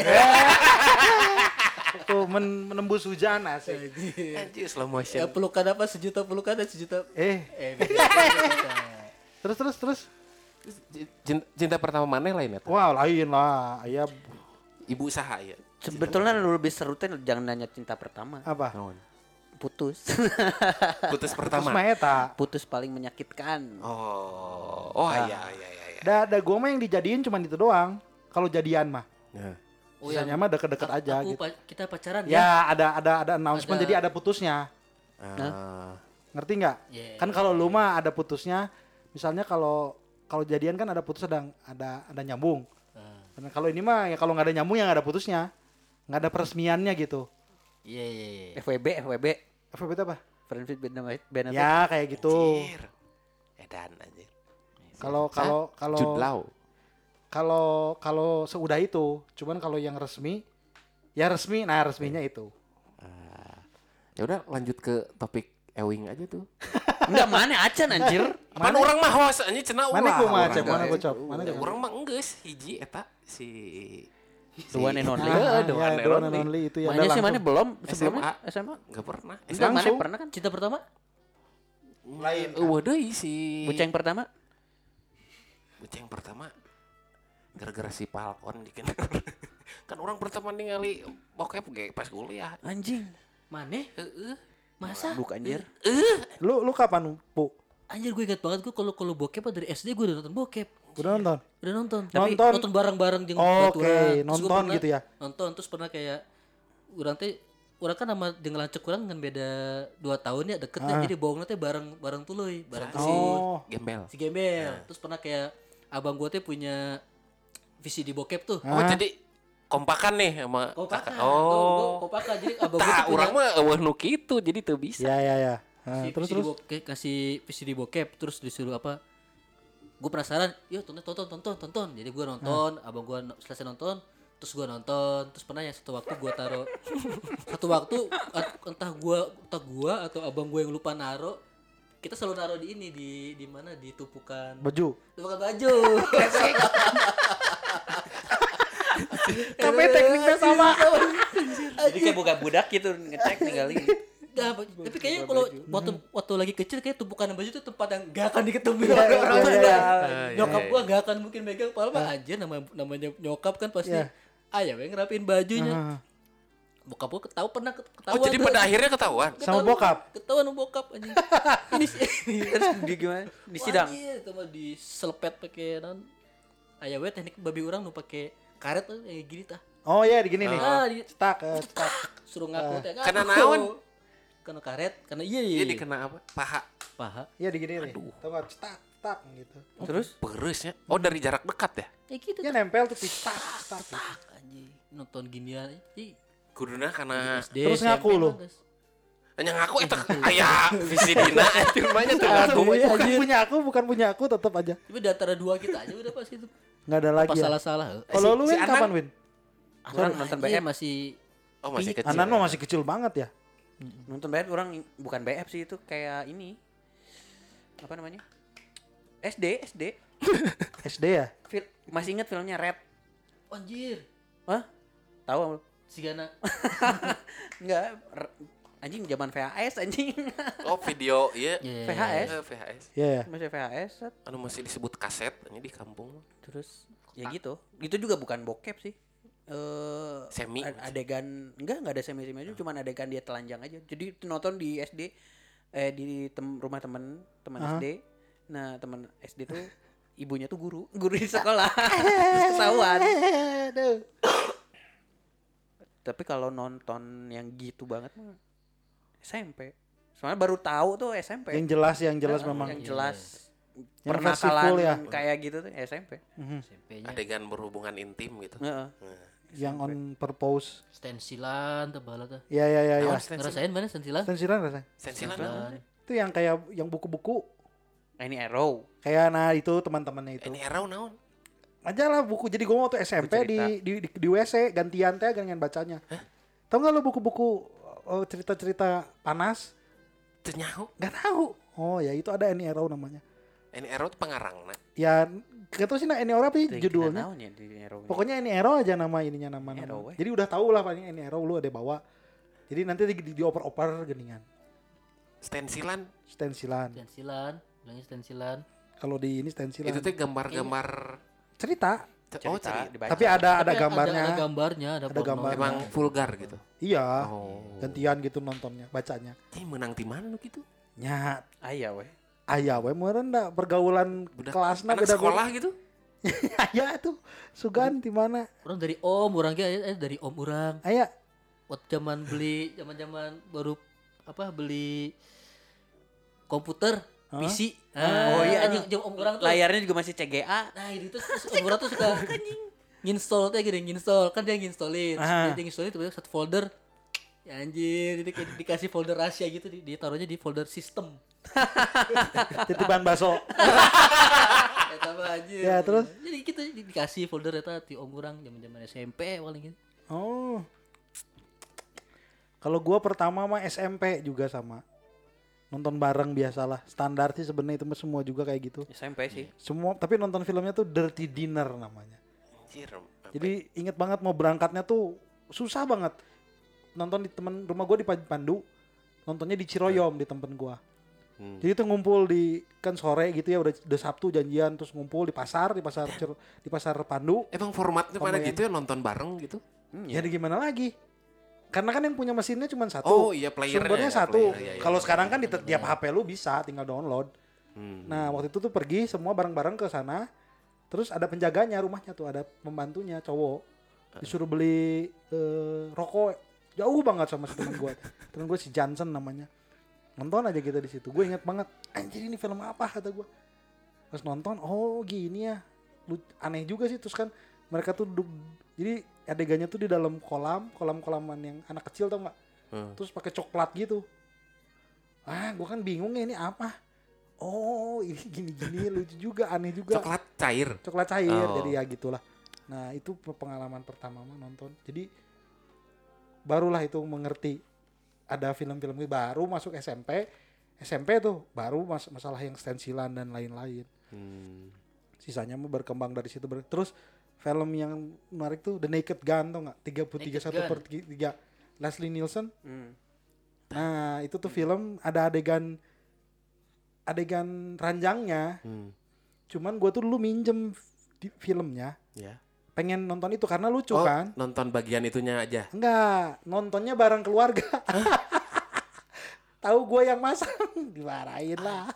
Speaker 2: Tuh men- menembus hujan asik.
Speaker 1: Anjir slow
Speaker 3: Ya
Speaker 1: motion.
Speaker 3: pelukan apa sejuta pelukan dan sejuta.
Speaker 2: Eh,
Speaker 3: Eh, beda.
Speaker 2: terus terus terus.
Speaker 1: Cinta, cinta pertama mana lain eta?
Speaker 2: Wah, lain lah. Ayah
Speaker 1: Ibu saha ya?
Speaker 4: Sebetulnya lu lebih seru teh jangan nanya cinta pertama.
Speaker 2: apa?
Speaker 1: Naon?
Speaker 4: Putus.
Speaker 1: Putus
Speaker 2: Terus
Speaker 1: pertama.
Speaker 2: mah eta.
Speaker 4: Putus paling menyakitkan.
Speaker 1: Oh. Oh iya iya iya iya.
Speaker 2: Da, da gua mah yang dijadiin cuma itu doang. Kalau jadian mah.
Speaker 1: Nah.
Speaker 3: Oh,
Speaker 2: Sisanya
Speaker 3: yang
Speaker 2: mah deket-deket
Speaker 3: aku-
Speaker 2: aja
Speaker 3: aku
Speaker 2: gitu.
Speaker 3: pa- kita pacaran ya.
Speaker 2: Ya, ada ada ada announcement
Speaker 3: Ada.
Speaker 2: jadi ada putusnya.
Speaker 1: Ah.
Speaker 2: Ngerti nggak?
Speaker 3: Yeah.
Speaker 2: Kan kalau lu mah ada putusnya. Misalnya kalau kalau jadian kan ada putus ada ada ada nyambung.
Speaker 3: Ah.
Speaker 2: Dan kalau ini mah ya kalau nggak ada nyambung ya nggak ada putusnya. Nggak ada peresmiannya gitu.
Speaker 3: Iya, iya, iya.
Speaker 4: F W B, F W B.
Speaker 2: F W B itu apa?
Speaker 4: Friends with benefit. benefit.
Speaker 2: Ya kayak gitu.
Speaker 1: Anjir. Edan anjir.
Speaker 2: Kalau kalau kalau
Speaker 1: Jude Law.
Speaker 2: kalau kalau seudah itu, cuman kalau yang resmi ya resmi, nah resminya itu.
Speaker 1: Ya udah lanjut ke topik Ewing aja tuh.
Speaker 4: Enggak mana acan anjir.
Speaker 1: Mana orang mah host anjir cenah
Speaker 2: Mana
Speaker 1: urang.
Speaker 2: gua mah,
Speaker 1: Urang
Speaker 2: Cep? Mana
Speaker 1: gawe.
Speaker 2: gua, Cop? Mana
Speaker 1: Ya,
Speaker 2: gua?
Speaker 1: urang mah enggeus hiji eta si
Speaker 4: The one and only.
Speaker 1: Ah, the
Speaker 2: ya,
Speaker 1: one and
Speaker 2: the one and
Speaker 1: only.
Speaker 2: only itu ya.
Speaker 4: Mana
Speaker 2: udah
Speaker 4: sih mana
Speaker 2: langsung.
Speaker 4: belum
Speaker 1: S M A.
Speaker 4: sebelumnya S M A?
Speaker 1: Enggak pernah.
Speaker 4: Enggak mana
Speaker 2: Langsung.
Speaker 4: pernah kan?
Speaker 3: Cinta pertama?
Speaker 2: Lain.
Speaker 1: Eueuh deui si
Speaker 4: Buceng pertama?
Speaker 1: Buceng pertama gara-gara si Falcon dikenal. Kan orang pertama ningali bokep ge pas kuliah.
Speaker 4: Anjing.
Speaker 3: Mana?
Speaker 1: Heeh.
Speaker 3: Masa?
Speaker 4: Buk anjir.
Speaker 2: Lu lu kapan, Bu?
Speaker 3: Anjir gue ingat banget gue kalau kalau bokep dari S D gue udah nonton bokep.
Speaker 2: Udah nonton?
Speaker 3: Udah nonton.
Speaker 2: Tapi-
Speaker 3: Nonton, nonton bareng-bareng jeung
Speaker 2: Oh,
Speaker 3: baturan.
Speaker 2: oke,
Speaker 3: Terus gua
Speaker 2: nonton
Speaker 3: pernah-
Speaker 2: gitu ya?
Speaker 3: Nonton terus pernah kayak urang teh urang kan sama jeung lancek urang kan beda dua tahun ya deketnya jadi bawangna teh bareng bareng tuluy, bareng si
Speaker 2: Oh,
Speaker 1: Gembel.
Speaker 3: si gembel. Terus pernah kayak abang gue teh punya V C D bokep tuh.
Speaker 1: Oh jadi kompakan nih sama
Speaker 3: Kopakan.
Speaker 1: kakak. Oh.
Speaker 3: kopakan. Jadi abang gue tuh
Speaker 1: Tah,
Speaker 3: punya
Speaker 1: urang mah eueuh nu kitu jadi teu bisa.
Speaker 2: ya ya ya. Nah,
Speaker 3: si
Speaker 2: terus
Speaker 3: V C D
Speaker 2: terus.
Speaker 3: bokep, kasih V C D bokep terus disuruh apa? Gue penasaran, yuk tonton tonton tonton tonton. Jadi gue nonton, abang gue selesai nonton, Terus gua nonton, terus pernah ya satu waktu gua taruh satu waktu at- entah gua entah gua atau abang gua yang lupa naro, kita selalu naruh di ini di di mana di tumpukan
Speaker 2: Baju.
Speaker 3: tumpukan baju.
Speaker 2: Tapi tekniknya sama.
Speaker 4: Jadi kayak buka budak gitu ngecek ninggalin.
Speaker 3: Nah, tapi kayaknya kalau waktu waktu lagi kecil kayak tumpukan baju itu tempat yang gak akan diketemuin
Speaker 2: Iya,
Speaker 3: orang-orang.
Speaker 2: iya,
Speaker 3: Nah,
Speaker 2: iya.
Speaker 3: nyokap gua gak akan mungkin megang, padahal mah aja nama namanya nyokap kan pasti
Speaker 2: Iya.
Speaker 3: ayah yang ngerapiin bajunya.
Speaker 2: Ah.
Speaker 3: Bokap gua ketahu pernah ket-
Speaker 1: Oh
Speaker 3: ketahuan.
Speaker 1: jadi
Speaker 3: tuh.
Speaker 1: pada akhirnya ketahuan.
Speaker 2: Sama
Speaker 3: Ketahuan,
Speaker 2: bokap?
Speaker 3: Ketahuan sama bokap anjing. Ini sih.
Speaker 4: Terus di gimana? Di sidang.
Speaker 3: Wajib, itu mah diselepet pakai non. Aya we teknik babi urang nu pakai karet tuh kayak gini tah.
Speaker 2: Oh iya di gini nih.
Speaker 3: Ah, di
Speaker 2: Cetak, eh, cetak.
Speaker 3: suruh ngaku teh.
Speaker 1: Kena
Speaker 3: ngaku.
Speaker 1: naon?
Speaker 3: Kena karet, karena iya iya.
Speaker 1: Dia dikena apa? Paha.
Speaker 3: paha.
Speaker 2: Iya di gini nih. Tahu nggak? Cetak, cetak gitu.
Speaker 4: Terus
Speaker 1: Beresnya. Oh dari jarak dekat ya?
Speaker 3: Ya gitu.
Speaker 2: Ya nempel tuh cetak, cetak. gitu.
Speaker 3: Tak anjing. Nonton ginian. Ih,
Speaker 1: Kuduna karena
Speaker 3: S D,
Speaker 2: Terus
Speaker 3: S M P
Speaker 2: ngaku lu?
Speaker 3: mah, guys.
Speaker 1: hanya ngaku itu aya visi dina itu rumahnya tuh
Speaker 2: Aduh,
Speaker 1: ngaku.
Speaker 2: bukan punya aku, bukan punya aku, tetap aja.
Speaker 3: Tapi di antara dua kita aja udah pas itu.
Speaker 2: Nggak ada lagi
Speaker 3: Pas
Speaker 2: ya.
Speaker 3: salah-salah.
Speaker 2: Kalau
Speaker 1: Si-
Speaker 2: lu
Speaker 1: si
Speaker 2: Win
Speaker 1: Anang-
Speaker 2: kapan Win?
Speaker 4: orang nonton B
Speaker 3: Iya,
Speaker 4: F
Speaker 3: masih
Speaker 1: Oh masih
Speaker 3: Ih,
Speaker 1: kecil.
Speaker 2: Anan
Speaker 1: ya.
Speaker 2: mah masih kecil banget ya.
Speaker 4: nonton B F orang bukan B F sih itu kayak ini. Apa namanya? S D, S D.
Speaker 2: S D ya?
Speaker 4: Fil- masih inget filmnya Red.
Speaker 3: anjir.
Speaker 4: Hah? Tahu?
Speaker 3: Si Gana.
Speaker 4: Enggak, R- anjing zaman V H S anjing.
Speaker 1: Oh video iya.
Speaker 3: Iya.
Speaker 4: V H S.
Speaker 1: Eh, V H S.
Speaker 2: Iya ya.
Speaker 4: Masih V H S set.
Speaker 1: Anu masih disebut kaset ini di kampung.
Speaker 4: Terus ya gitu. Itu juga bukan bokep sih. Eh
Speaker 1: Semi.
Speaker 4: a- adegan enggak enggak ada semi-semi aja, cuman adegan dia telanjang aja. Jadi nonton di S D eh di tem- rumah temen teman
Speaker 2: Aha.
Speaker 4: S D. Nah, teman S D tuh ibunya tuh guru, guru di sekolah. Terus ketahuan.
Speaker 2: Aduh.
Speaker 4: Tapi kalau nonton yang gitu banget mah S M P. Soalnya baru tahu tuh S M P.
Speaker 2: Yang jelas, yang jelas
Speaker 4: Heeh,
Speaker 2: memang.
Speaker 4: yang jelas
Speaker 2: Yang versi
Speaker 4: pernakalan
Speaker 2: full ya.
Speaker 4: kayak gitu tuh S M P.
Speaker 2: Mhm.
Speaker 3: S M P-nya
Speaker 1: Adegan berhubungan intim gitu.
Speaker 4: Heeh.
Speaker 2: Yang on purpose.
Speaker 3: stensilan tebal tuh.
Speaker 2: Iya iya iya.
Speaker 1: Naon
Speaker 2: Ya.
Speaker 1: stensil?
Speaker 3: Ngerasain mana stensilan?
Speaker 2: Stensilan rasanya.
Speaker 1: Sensilan.
Speaker 2: Itu yang kayak yang buku-buku.
Speaker 4: Ini Arrow.
Speaker 2: Kayak nah itu teman-temannya itu.
Speaker 1: Ini era naon?
Speaker 2: Aja lah buku. Jadi gue waktu S M P
Speaker 4: Buku
Speaker 2: di,
Speaker 4: cerita.
Speaker 2: di, di, di W C gantian teh gantian bacanya. Tahu nggak lo buku-buku oh, cerita-cerita panas?
Speaker 1: Tenyahu.
Speaker 2: Gak tahu. Oh ya itu ada Any Arrow namanya.
Speaker 1: Ini era tuh pengarang nah.
Speaker 2: Ya gak tau sih nah Any Arrow apa sih
Speaker 4: Ting,
Speaker 2: judulnya.
Speaker 4: kita tahu nih di Arrow.
Speaker 2: Pokoknya Any Arrow aja nama ininya nama nama.
Speaker 4: Arrow, eh.
Speaker 2: Jadi udah tahu lah paling Any Arrow lu ada bawa. Jadi nanti di, di, dioper-oper geningan.
Speaker 1: Stensilan.
Speaker 2: Stensilan.
Speaker 3: Stensilan, bilangnya stensilan.
Speaker 2: Kalau di ini stensilan.
Speaker 1: Itu tuh gambar-gambar.
Speaker 2: cerita.
Speaker 1: Oh
Speaker 4: Cerita
Speaker 1: cerita.
Speaker 4: dibaca.
Speaker 2: Tapi ada ada
Speaker 3: Tapi
Speaker 2: gambarnya.
Speaker 3: Ada, gambarnya, ada,
Speaker 2: Ada
Speaker 3: porno.
Speaker 2: gambarnya.
Speaker 1: Emang vulgar gitu.
Speaker 2: Iya.
Speaker 1: Oh.
Speaker 2: Gantian gitu nontonnya, bacanya.
Speaker 1: Ini menang di mana lu gitu?
Speaker 2: Nya
Speaker 4: Aya weh.
Speaker 2: aya we meureun da pergaulan
Speaker 1: Budak
Speaker 2: kelasna
Speaker 1: anak
Speaker 2: beda
Speaker 1: sekolah gitu?
Speaker 2: Aya tuh. Sugan di mana?
Speaker 3: Orang dari om, orang ge eh, dari om orang.
Speaker 2: Aya.
Speaker 3: Waktu zaman beli, zaman-zaman baru apa beli komputer,
Speaker 2: Hah?
Speaker 3: P C.
Speaker 4: Oh, iya,
Speaker 3: anjing jeung om orang tuh.
Speaker 4: Layarnya juga masih C G A.
Speaker 3: Nah, itu tuh terus om orang tuh suka nginstall teh gini, nginstall. Kan dia nginstallin. Terus
Speaker 2: Ah.
Speaker 3: dia nginstallin tiba-tiba satu folder. Ya anjir, jadi kayak dikasih folder rahasia gitu, di- ditaruhnya di folder sistem.
Speaker 2: Titipan baso.
Speaker 3: Eta mah anjir.
Speaker 2: Ya, terus?
Speaker 3: Jadi kita di- dikasih folder eta ti om urang zaman-zaman S M P paling gitu.
Speaker 2: Oh. Kalau gua pertama mah S M P juga sama. Nonton bareng biasalah. Standar sih sebenarnya itu mah semua juga kayak gitu.
Speaker 4: S M P sih.
Speaker 2: Semua tapi nonton filmnya tuh Dirty Dinner namanya.
Speaker 1: Anjir.
Speaker 2: Jadi inget banget mau berangkatnya tuh susah banget. Nonton di temen rumah gua di Pandu. Nontonnya di Ciroyom di tempat gua.
Speaker 1: Hmm.
Speaker 2: Jadi tuh ngumpul di kan sore gitu ya udah, udah Sabtu janjian terus ngumpul di pasar di pasar Cir- di pasar Pandu.
Speaker 1: Emang formatnya pada
Speaker 2: Pemain.
Speaker 1: gitu ya nonton bareng gitu?
Speaker 4: Hmm,
Speaker 2: Ya gimana lagi? Karena kan yang punya mesinnya cuma satu.
Speaker 1: Oh iya playernya.
Speaker 2: Sumbernya
Speaker 1: ya,
Speaker 2: satu.
Speaker 1: player, iya, iya,
Speaker 2: Kalau
Speaker 1: iya.
Speaker 2: sekarang kan di te- tiap H P lu bisa tinggal download.
Speaker 1: Hmm.
Speaker 2: Nah, waktu itu tuh pergi semua bareng-bareng ke sana. Terus ada penjaganya rumahnya tuh, ada pembantunya cowok. Disuruh beli eh, rokok jauh banget sama si teman gue. Temen gue si Johnson namanya. Nonton aja kita di situ. Gue inget banget, anjir ini film apa kata gue. Pas nonton, oh gini ya. Lu, aneh juga sih terus kan mereka tuh duduk. Jadi adegannya tuh di dalam kolam, kolam-kolaman yang anak kecil tau nggak?
Speaker 1: Hmm.
Speaker 2: Terus pakai coklat gitu. Ah, gue kan bingung ya ini apa? Oh, ini gini-gini lucu juga, aneh juga.
Speaker 1: Coklat cair.
Speaker 2: Coklat cair,
Speaker 1: Oh.
Speaker 2: jadi ya gitulah. Nah itu pe- pengalaman pertama mah nonton. Jadi barulah itu mengerti ada film-film gitu. Baru masuk S M P, S M P tuh baru mas- masalah yang stensilan dan lain-lain.
Speaker 1: Hmm.
Speaker 2: Sisanya mah berkembang dari situ. Ber- Terus film yang menarik tuh The Naked Gun tau nggak? tiga puluh tiga
Speaker 3: Naked
Speaker 2: satu
Speaker 3: Gun.
Speaker 2: per tiga Leslie Nielsen.
Speaker 4: Hmm.
Speaker 2: Nah itu tuh film ada adegan adegan ranjangnya.
Speaker 1: Hmm.
Speaker 2: Cuman gue tuh dulu minjem di filmnya,
Speaker 1: Ya.
Speaker 2: pengen nonton itu karena lucu
Speaker 1: Oh,
Speaker 2: kan.
Speaker 1: nonton bagian itunya aja.
Speaker 2: Enggak, nontonnya bareng keluarga. Tahu gue yang masang, dimarahin lah.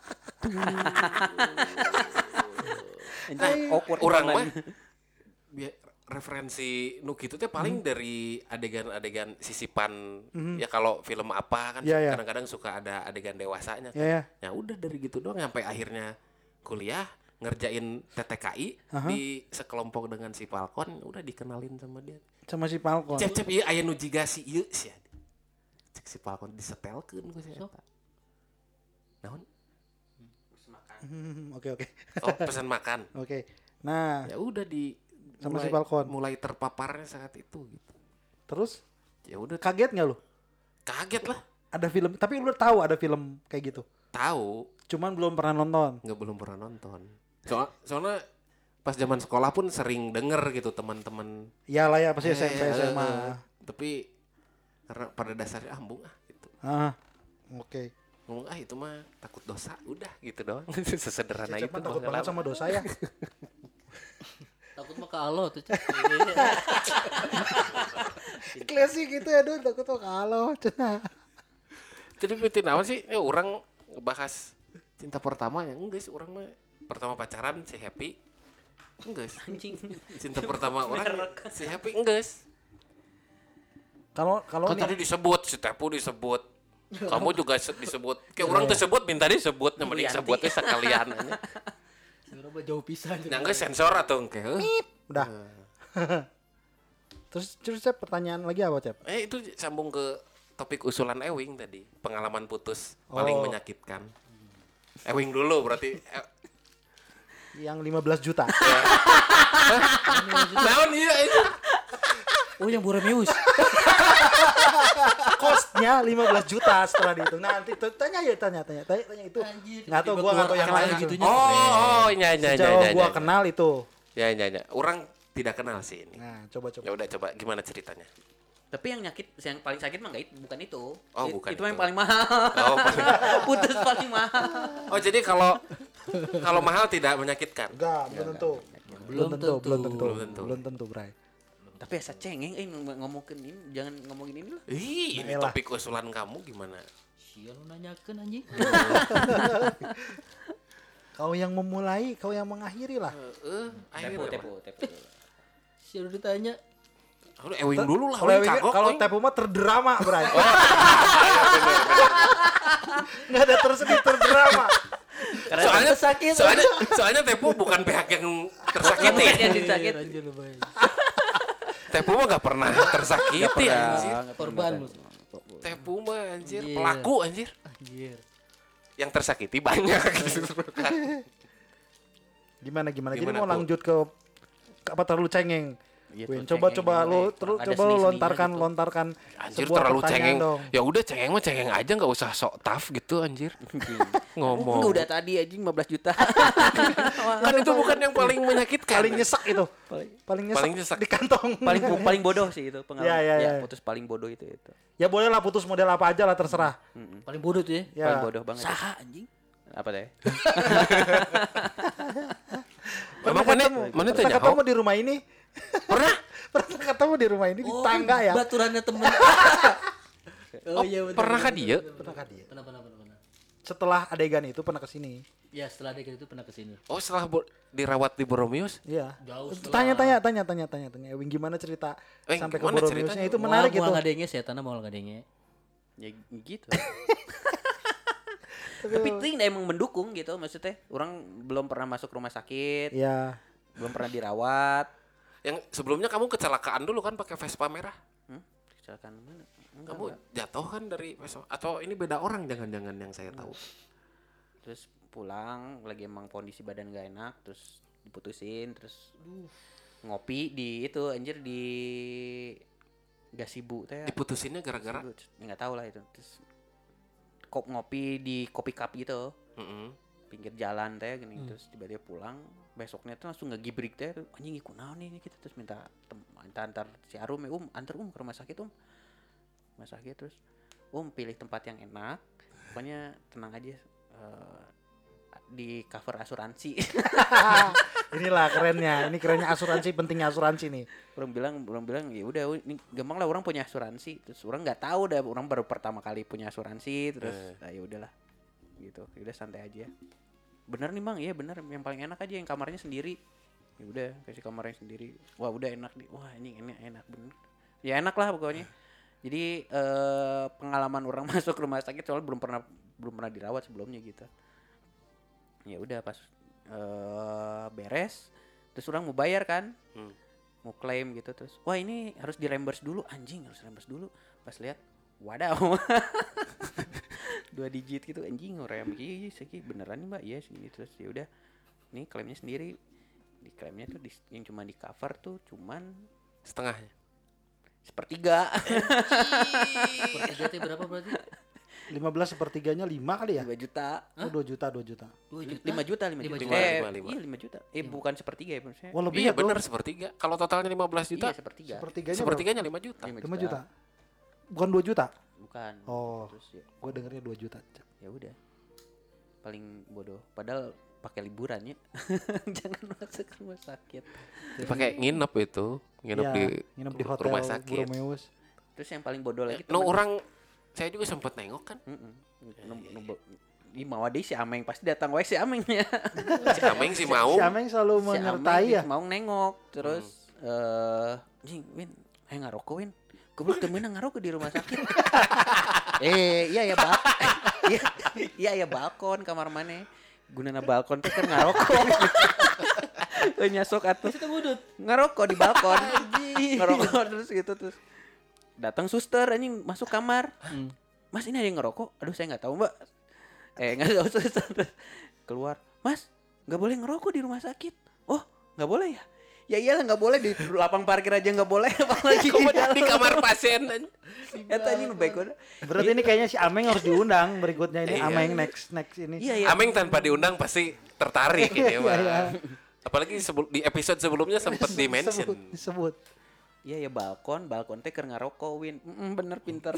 Speaker 4: Nah, awkward
Speaker 1: Orang mah
Speaker 4: banget.
Speaker 1: bi- referensi nu kitu teh paling dari adegan-adegan sisipan ya kalau film apa kan
Speaker 2: Iya, iya.
Speaker 1: kadang-kadang suka ada adegan dewasanya kan.
Speaker 2: Ya ya.
Speaker 1: Ya udah dari gitu doang sampai akhirnya kuliah ngerjain T T K I
Speaker 2: Aha.
Speaker 1: di sekelompok dengan si Falcon udah dikenalin sama dia.
Speaker 2: Sama si Falcon.
Speaker 1: Cep cep ieu aya nu jiga si ieu sia. Cek si Falcon disetelkeun ku si eta. Naon?
Speaker 2: Hmm, Oke oke.
Speaker 1: Oh, pesan makan.
Speaker 2: Oke. Nah,
Speaker 1: Ya udah di
Speaker 2: Sama si
Speaker 1: mulai-
Speaker 2: Falcon.
Speaker 1: mulai terpaparnya saat itu gitu.
Speaker 2: terus
Speaker 1: Ya udah
Speaker 2: kaget nggak lu?
Speaker 1: kaget lah.
Speaker 2: Ada film, tapi lu tahu ada film kayak gitu.
Speaker 1: Tahu,
Speaker 2: Cuman belum pernah nonton.
Speaker 1: nggak belum pernah nonton. Soal, soalnya pas zaman sekolah pun sering denger gitu teman-teman.
Speaker 2: Iyalah ya pasti S M P
Speaker 1: Eh,
Speaker 2: S M A.
Speaker 1: eh, Tapi karena pada dasarnya ah embung ah gitu.
Speaker 2: Ah, oke.
Speaker 1: Ngomong ah itu mah takut dosa, udah gitu doang. Sesederhana
Speaker 2: Cecep
Speaker 1: itu.
Speaker 2: mah takut
Speaker 1: pengalaman.
Speaker 2: banget sama dosa ya.
Speaker 3: Takut mah ke Allah tuh. Cek.
Speaker 2: Klasik gitu ya, Dun. Takut tuh kalau cenah.
Speaker 1: Jadi penting apa sih? Ya orang ngebahas cinta pertama ya enggak sih orang mah pertama pacaran si Happy. Enggak sih.
Speaker 3: Anjing.
Speaker 1: Cinta pertama orang si Happy enggak sih.
Speaker 2: Kalau kalau
Speaker 1: Kan
Speaker 2: nih
Speaker 1: tadi disebut, si Tepu disebut. Kamu juga se- disebut. Kayak orang tersebut minta disebut, nama
Speaker 4: Wianti.
Speaker 1: disebutnya sekalian aja.
Speaker 3: Sebenarnya jauh pisan.
Speaker 1: Nah, enggak sensor atau kayak. eh.
Speaker 2: udah. terus terus Cep, pertanyaan lagi apa, Cep?
Speaker 1: Eh itu sambung ke topik usulan Ewing tadi, pengalaman putus paling
Speaker 2: Oh.
Speaker 1: menyakitkan. Ewing dulu berarti. Eh,
Speaker 2: Yang lima belas juta.
Speaker 1: Naon iya itu.
Speaker 3: Oh yang Boremius.
Speaker 2: Costnya lima belas juta setelah dihitung. Nah, nanti tuh, tanya ya tanya tanya tanya, tanya itu.
Speaker 3: Anjir,
Speaker 2: Nggak tahu
Speaker 3: tiba-tiba
Speaker 2: gua nggak tahu
Speaker 3: keluar
Speaker 2: yang
Speaker 3: angka
Speaker 2: lain
Speaker 3: gitunya.
Speaker 1: Oh, oh, iya iya iya
Speaker 2: Sejauh
Speaker 1: iya.
Speaker 2: gua
Speaker 1: iya.
Speaker 2: kenal itu.
Speaker 1: Ya ya ya. Orang tidak kenal sih ini.
Speaker 2: Nah, coba coba.
Speaker 1: Ya udah coba gimana ceritanya?
Speaker 4: Tapi yang nyakit, yang paling sakit mah nggak itu, bukan itu.
Speaker 1: Oh,
Speaker 4: It-
Speaker 1: bukan
Speaker 4: itu. yang
Speaker 1: itu.
Speaker 4: paling mahal.
Speaker 1: Oh, paling-
Speaker 4: Putus paling mahal.
Speaker 1: oh jadi kalau kalau mahal tidak menyakitkan.
Speaker 2: Enggak, belum tentu.
Speaker 3: Belum tentu.
Speaker 2: belum tentu.
Speaker 1: Belum tentu.
Speaker 2: Belum tentu, Bray.
Speaker 4: Tapi asa cengeng, eh ng- ngomongin ini, jangan ngomongin ini lah.
Speaker 1: Ih, ini
Speaker 2: Nah, elah.
Speaker 1: topik usulan kamu gimana?
Speaker 3: Sia lu nanyakeun anjing.
Speaker 2: Kau yang memulai, kau yang mengakhiri lah.
Speaker 1: Eh,
Speaker 4: Tepu,
Speaker 1: akhirnya.
Speaker 4: tepu, tepu.
Speaker 3: Sia lu ditanya.
Speaker 1: Udah Ewing dulu lah,
Speaker 2: Kalau
Speaker 1: Ewing
Speaker 2: yang-
Speaker 1: kagok.
Speaker 2: kalau
Speaker 1: Ewing.
Speaker 2: Tepu mah terdrama, Bray.
Speaker 1: Oh,
Speaker 2: Enggak ada tersedih terdrama.
Speaker 1: soalnya
Speaker 3: sakit.
Speaker 1: soalnya soalnya Tepu bukan pihak yang tersakiti.
Speaker 4: Bukan yang disakit.
Speaker 3: Anjir lu bay.
Speaker 1: Tepu mah gak pernah tersakiti anjir.
Speaker 3: Korban lu.
Speaker 1: Tepu mah anjir,
Speaker 3: Anjir.
Speaker 1: pelaku anjir.
Speaker 3: Anjir.
Speaker 1: Yang tersakiti banyak gitu.
Speaker 2: Gimana gimana? Jadi
Speaker 1: Gimana,
Speaker 2: mau
Speaker 1: Bu?
Speaker 2: lanjut ke, ke apa terlalu cengeng?
Speaker 4: Iya,
Speaker 2: Win,
Speaker 4: tuh,
Speaker 2: coba
Speaker 4: cengeng
Speaker 2: coba
Speaker 4: gimana
Speaker 2: lu
Speaker 4: ya?
Speaker 2: terus
Speaker 4: Ada
Speaker 2: coba lu
Speaker 4: seni-seninya
Speaker 2: lontarkan
Speaker 4: gitu.
Speaker 2: lontarkan
Speaker 1: Anjir
Speaker 2: sebuah
Speaker 1: terlalu
Speaker 2: pertanyaan
Speaker 1: cengeng.
Speaker 2: dong.
Speaker 1: Ya udah cengeng mah cengeng aja nggak usah sok tough gitu anjir. Ngomong.
Speaker 4: Enggak udah tadi aja lima belas juta.
Speaker 1: Kan itu bukan yang paling menyakitkan.
Speaker 2: Paling nyesek itu. Paling nyesek,
Speaker 1: Paling nyesek.
Speaker 2: di kantong.
Speaker 4: paling paling bodoh sih itu pengalaman.
Speaker 2: Iya, iya,
Speaker 4: ya,
Speaker 2: iya.
Speaker 4: putus paling bodoh itu itu.
Speaker 2: Ya boleh lah putus model apa aja lah terserah.
Speaker 3: Paling bodoh tuh ya.
Speaker 2: Ya.
Speaker 4: Paling bodoh banget. itu.
Speaker 3: Saha anjing.
Speaker 4: Apa deh?
Speaker 1: Emang
Speaker 2: Pernah
Speaker 1: mana
Speaker 2: ketemu,
Speaker 1: mana
Speaker 2: pernah
Speaker 1: tanya?
Speaker 2: ketemu di rumah ini.
Speaker 1: Pernah?
Speaker 2: Pernah ketemu di rumah ini di tangga ya.
Speaker 3: Baturannya temen. Oh iya betul.
Speaker 1: Pernah kah dia?
Speaker 2: Pernah kan dia?
Speaker 3: Pernah pernah pernah pernah.
Speaker 2: Setelah adegan itu pernah kesini.
Speaker 3: Ya setelah dia itu pernah kesini.
Speaker 1: Oh setelah bo- dirawat di Boromius?
Speaker 2: Iya.
Speaker 3: Jauh setelah.
Speaker 2: Tanya tanya tanya tanya tanya tanya. Ewing gimana cerita
Speaker 1: Eh,
Speaker 2: sampai ke
Speaker 1: gimana
Speaker 2: Boromiusnya
Speaker 1: ceritanya?
Speaker 2: itu menarik
Speaker 3: Mau
Speaker 2: itu.
Speaker 3: ngadenge sih tanah mau ngadenge.
Speaker 4: Ya gitu. Tapi itu emang mendukung gitu maksudnya. Orang belum pernah masuk rumah sakit,
Speaker 2: Iya.
Speaker 4: belum pernah dirawat.
Speaker 1: Yang sebelumnya kamu kecelakaan dulu kan pakai Vespa merah?
Speaker 4: Hmm? Kecelakaan mana? Enggak,
Speaker 1: Kamu
Speaker 4: enggak.
Speaker 1: jatuh kan dari Vespa? Atau ini beda orang jangan-jangan yang saya tahu?
Speaker 4: Terus pulang lagi emang kondisi badan gak enak, terus diputusin, terus ngopi di itu anjir di Gasibu teh.
Speaker 1: Diputusinnya gara-gara
Speaker 4: Enggak tahu lah itu. Terus kop ngopi di kopi cup gitu.
Speaker 1: Heeh.
Speaker 4: Pinggir jalan teh gini
Speaker 3: Hmm.
Speaker 4: terus tiba-tiba pulang. Besoknya tuh langsung ngegibrik teh anjing ikut naon nih kita terus minta tem- minta antar si Arum um antar um ke rumah sakit um. Rumah sakit terus um pilih tempat yang enak. Pokoknya tenang aja eh, di cover asuransi.
Speaker 2: Inilah kerennya. Ini kerennya asuransi, pentingnya asuransi nih.
Speaker 4: Orang bilang orang bilang ya udah ini gampang lah orang punya asuransi terus orang nggak tahu dah orang baru pertama kali punya asuransi terus
Speaker 1: Eh.
Speaker 4: nah, ya udahlah gitu ya udah santai aja bener nih bang iya bener yang paling enak aja yang kamarnya sendiri ya udah kasih kamarnya sendiri wah udah enak nih wah ini enak enak bener ya enak lah pokoknya jadi eh, pengalaman orang masuk rumah sakit soalnya belum pernah belum pernah dirawat sebelumnya gitu ya udah pas eh, beres terus orang mau bayar kan
Speaker 1: Hmm.
Speaker 4: mau klaim gitu terus wah ini harus di reimburse dulu anjing harus reimburse dulu pas lihat wadaw dua digit gitu anjing rem iya segi beneran nih mbak iya segini terus ya udah nih klaimnya sendiri di klaimnya tuh di, yang cuma di cover tuh cuman
Speaker 1: setengahnya.
Speaker 4: sepertiga
Speaker 3: Sepertiga teh berapa berarti?
Speaker 2: lima belas sepertiganya lima kali ya?
Speaker 4: dua juta
Speaker 2: Oh, dua juta, dua juta.
Speaker 3: dua juta.
Speaker 4: lima juta lima
Speaker 3: Lima
Speaker 4: juta
Speaker 3: juta.
Speaker 4: eh
Speaker 1: Lima, lima.
Speaker 4: iya lima juta eh bukan sepertiga ya maksudnya
Speaker 2: Oh, lebih
Speaker 1: Iya
Speaker 2: ya, Bro.
Speaker 1: bener sepertiga. Kalau totalnya lima belas juta,
Speaker 4: iya sepertiga
Speaker 2: Sepertiganya
Speaker 1: sepertiganya lima juta.
Speaker 4: Lima
Speaker 2: lima juta. Bukan dua juta.
Speaker 4: bukan
Speaker 2: Oh.
Speaker 4: terus ya,
Speaker 2: Gue dengernya dua juta.
Speaker 4: ya udah paling bodoh padahal pakai liburan ya jangan masuk rumah sakit
Speaker 1: Pakai nginep itu, nginep
Speaker 2: Iya,
Speaker 1: di
Speaker 2: nginep di hotel
Speaker 1: rumah sakit.
Speaker 2: Buromeus.
Speaker 4: terus yang paling bodoh lagi
Speaker 1: No
Speaker 4: temen-
Speaker 1: orang saya juga sempat nengok kan.
Speaker 4: Mm-mm. Nu- nu- Ih mau deh si Ameng pasti datang wae si Amengnya.
Speaker 1: Si Ameng si mau.
Speaker 2: Si Ameng selalu
Speaker 4: Si
Speaker 2: menyertai
Speaker 4: Ameng
Speaker 2: ya.
Speaker 4: mau nengok terus eh jing Win, ayo ngarokok Win. Goblok teu meunang ngarokok di rumah sakit. eh iya ya bak. Iya iya ya balkon kamar mana? Gunana balkon teh kan ngarokok. Eh nyasok atuh.
Speaker 3: Kita ngudut.
Speaker 4: Ngarokok di balkon. Ngerokok terus gitu terus. Datang suster anjing masuk kamar. Mas ini ada yang ngerokok? Aduh saya nggak tahu mbak. Eh nggak tahu suster. Keluar. Mas nggak boleh ngerokok di rumah sakit. Oh nggak boleh ya? Ya iyalah nggak boleh di lapang parkir aja nggak boleh apalagi di dalam.
Speaker 1: Di kamar pasien.
Speaker 4: Eta anjing nu bego.
Speaker 2: Berarti ini kayaknya si Ameng harus diundang berikutnya ini
Speaker 1: Iya.
Speaker 2: Ameng next next ini.
Speaker 4: Iya iya.
Speaker 1: Ameng tanpa diundang pasti tertarik ini
Speaker 2: Iya,
Speaker 1: mah.
Speaker 2: iya.
Speaker 1: Apalagi sebel- di episode sebelumnya sempat di mention.
Speaker 2: Disebut, disebut.
Speaker 4: Iya ya balkon, balkon teh keur ngarokok Win. Mm, bener pinter.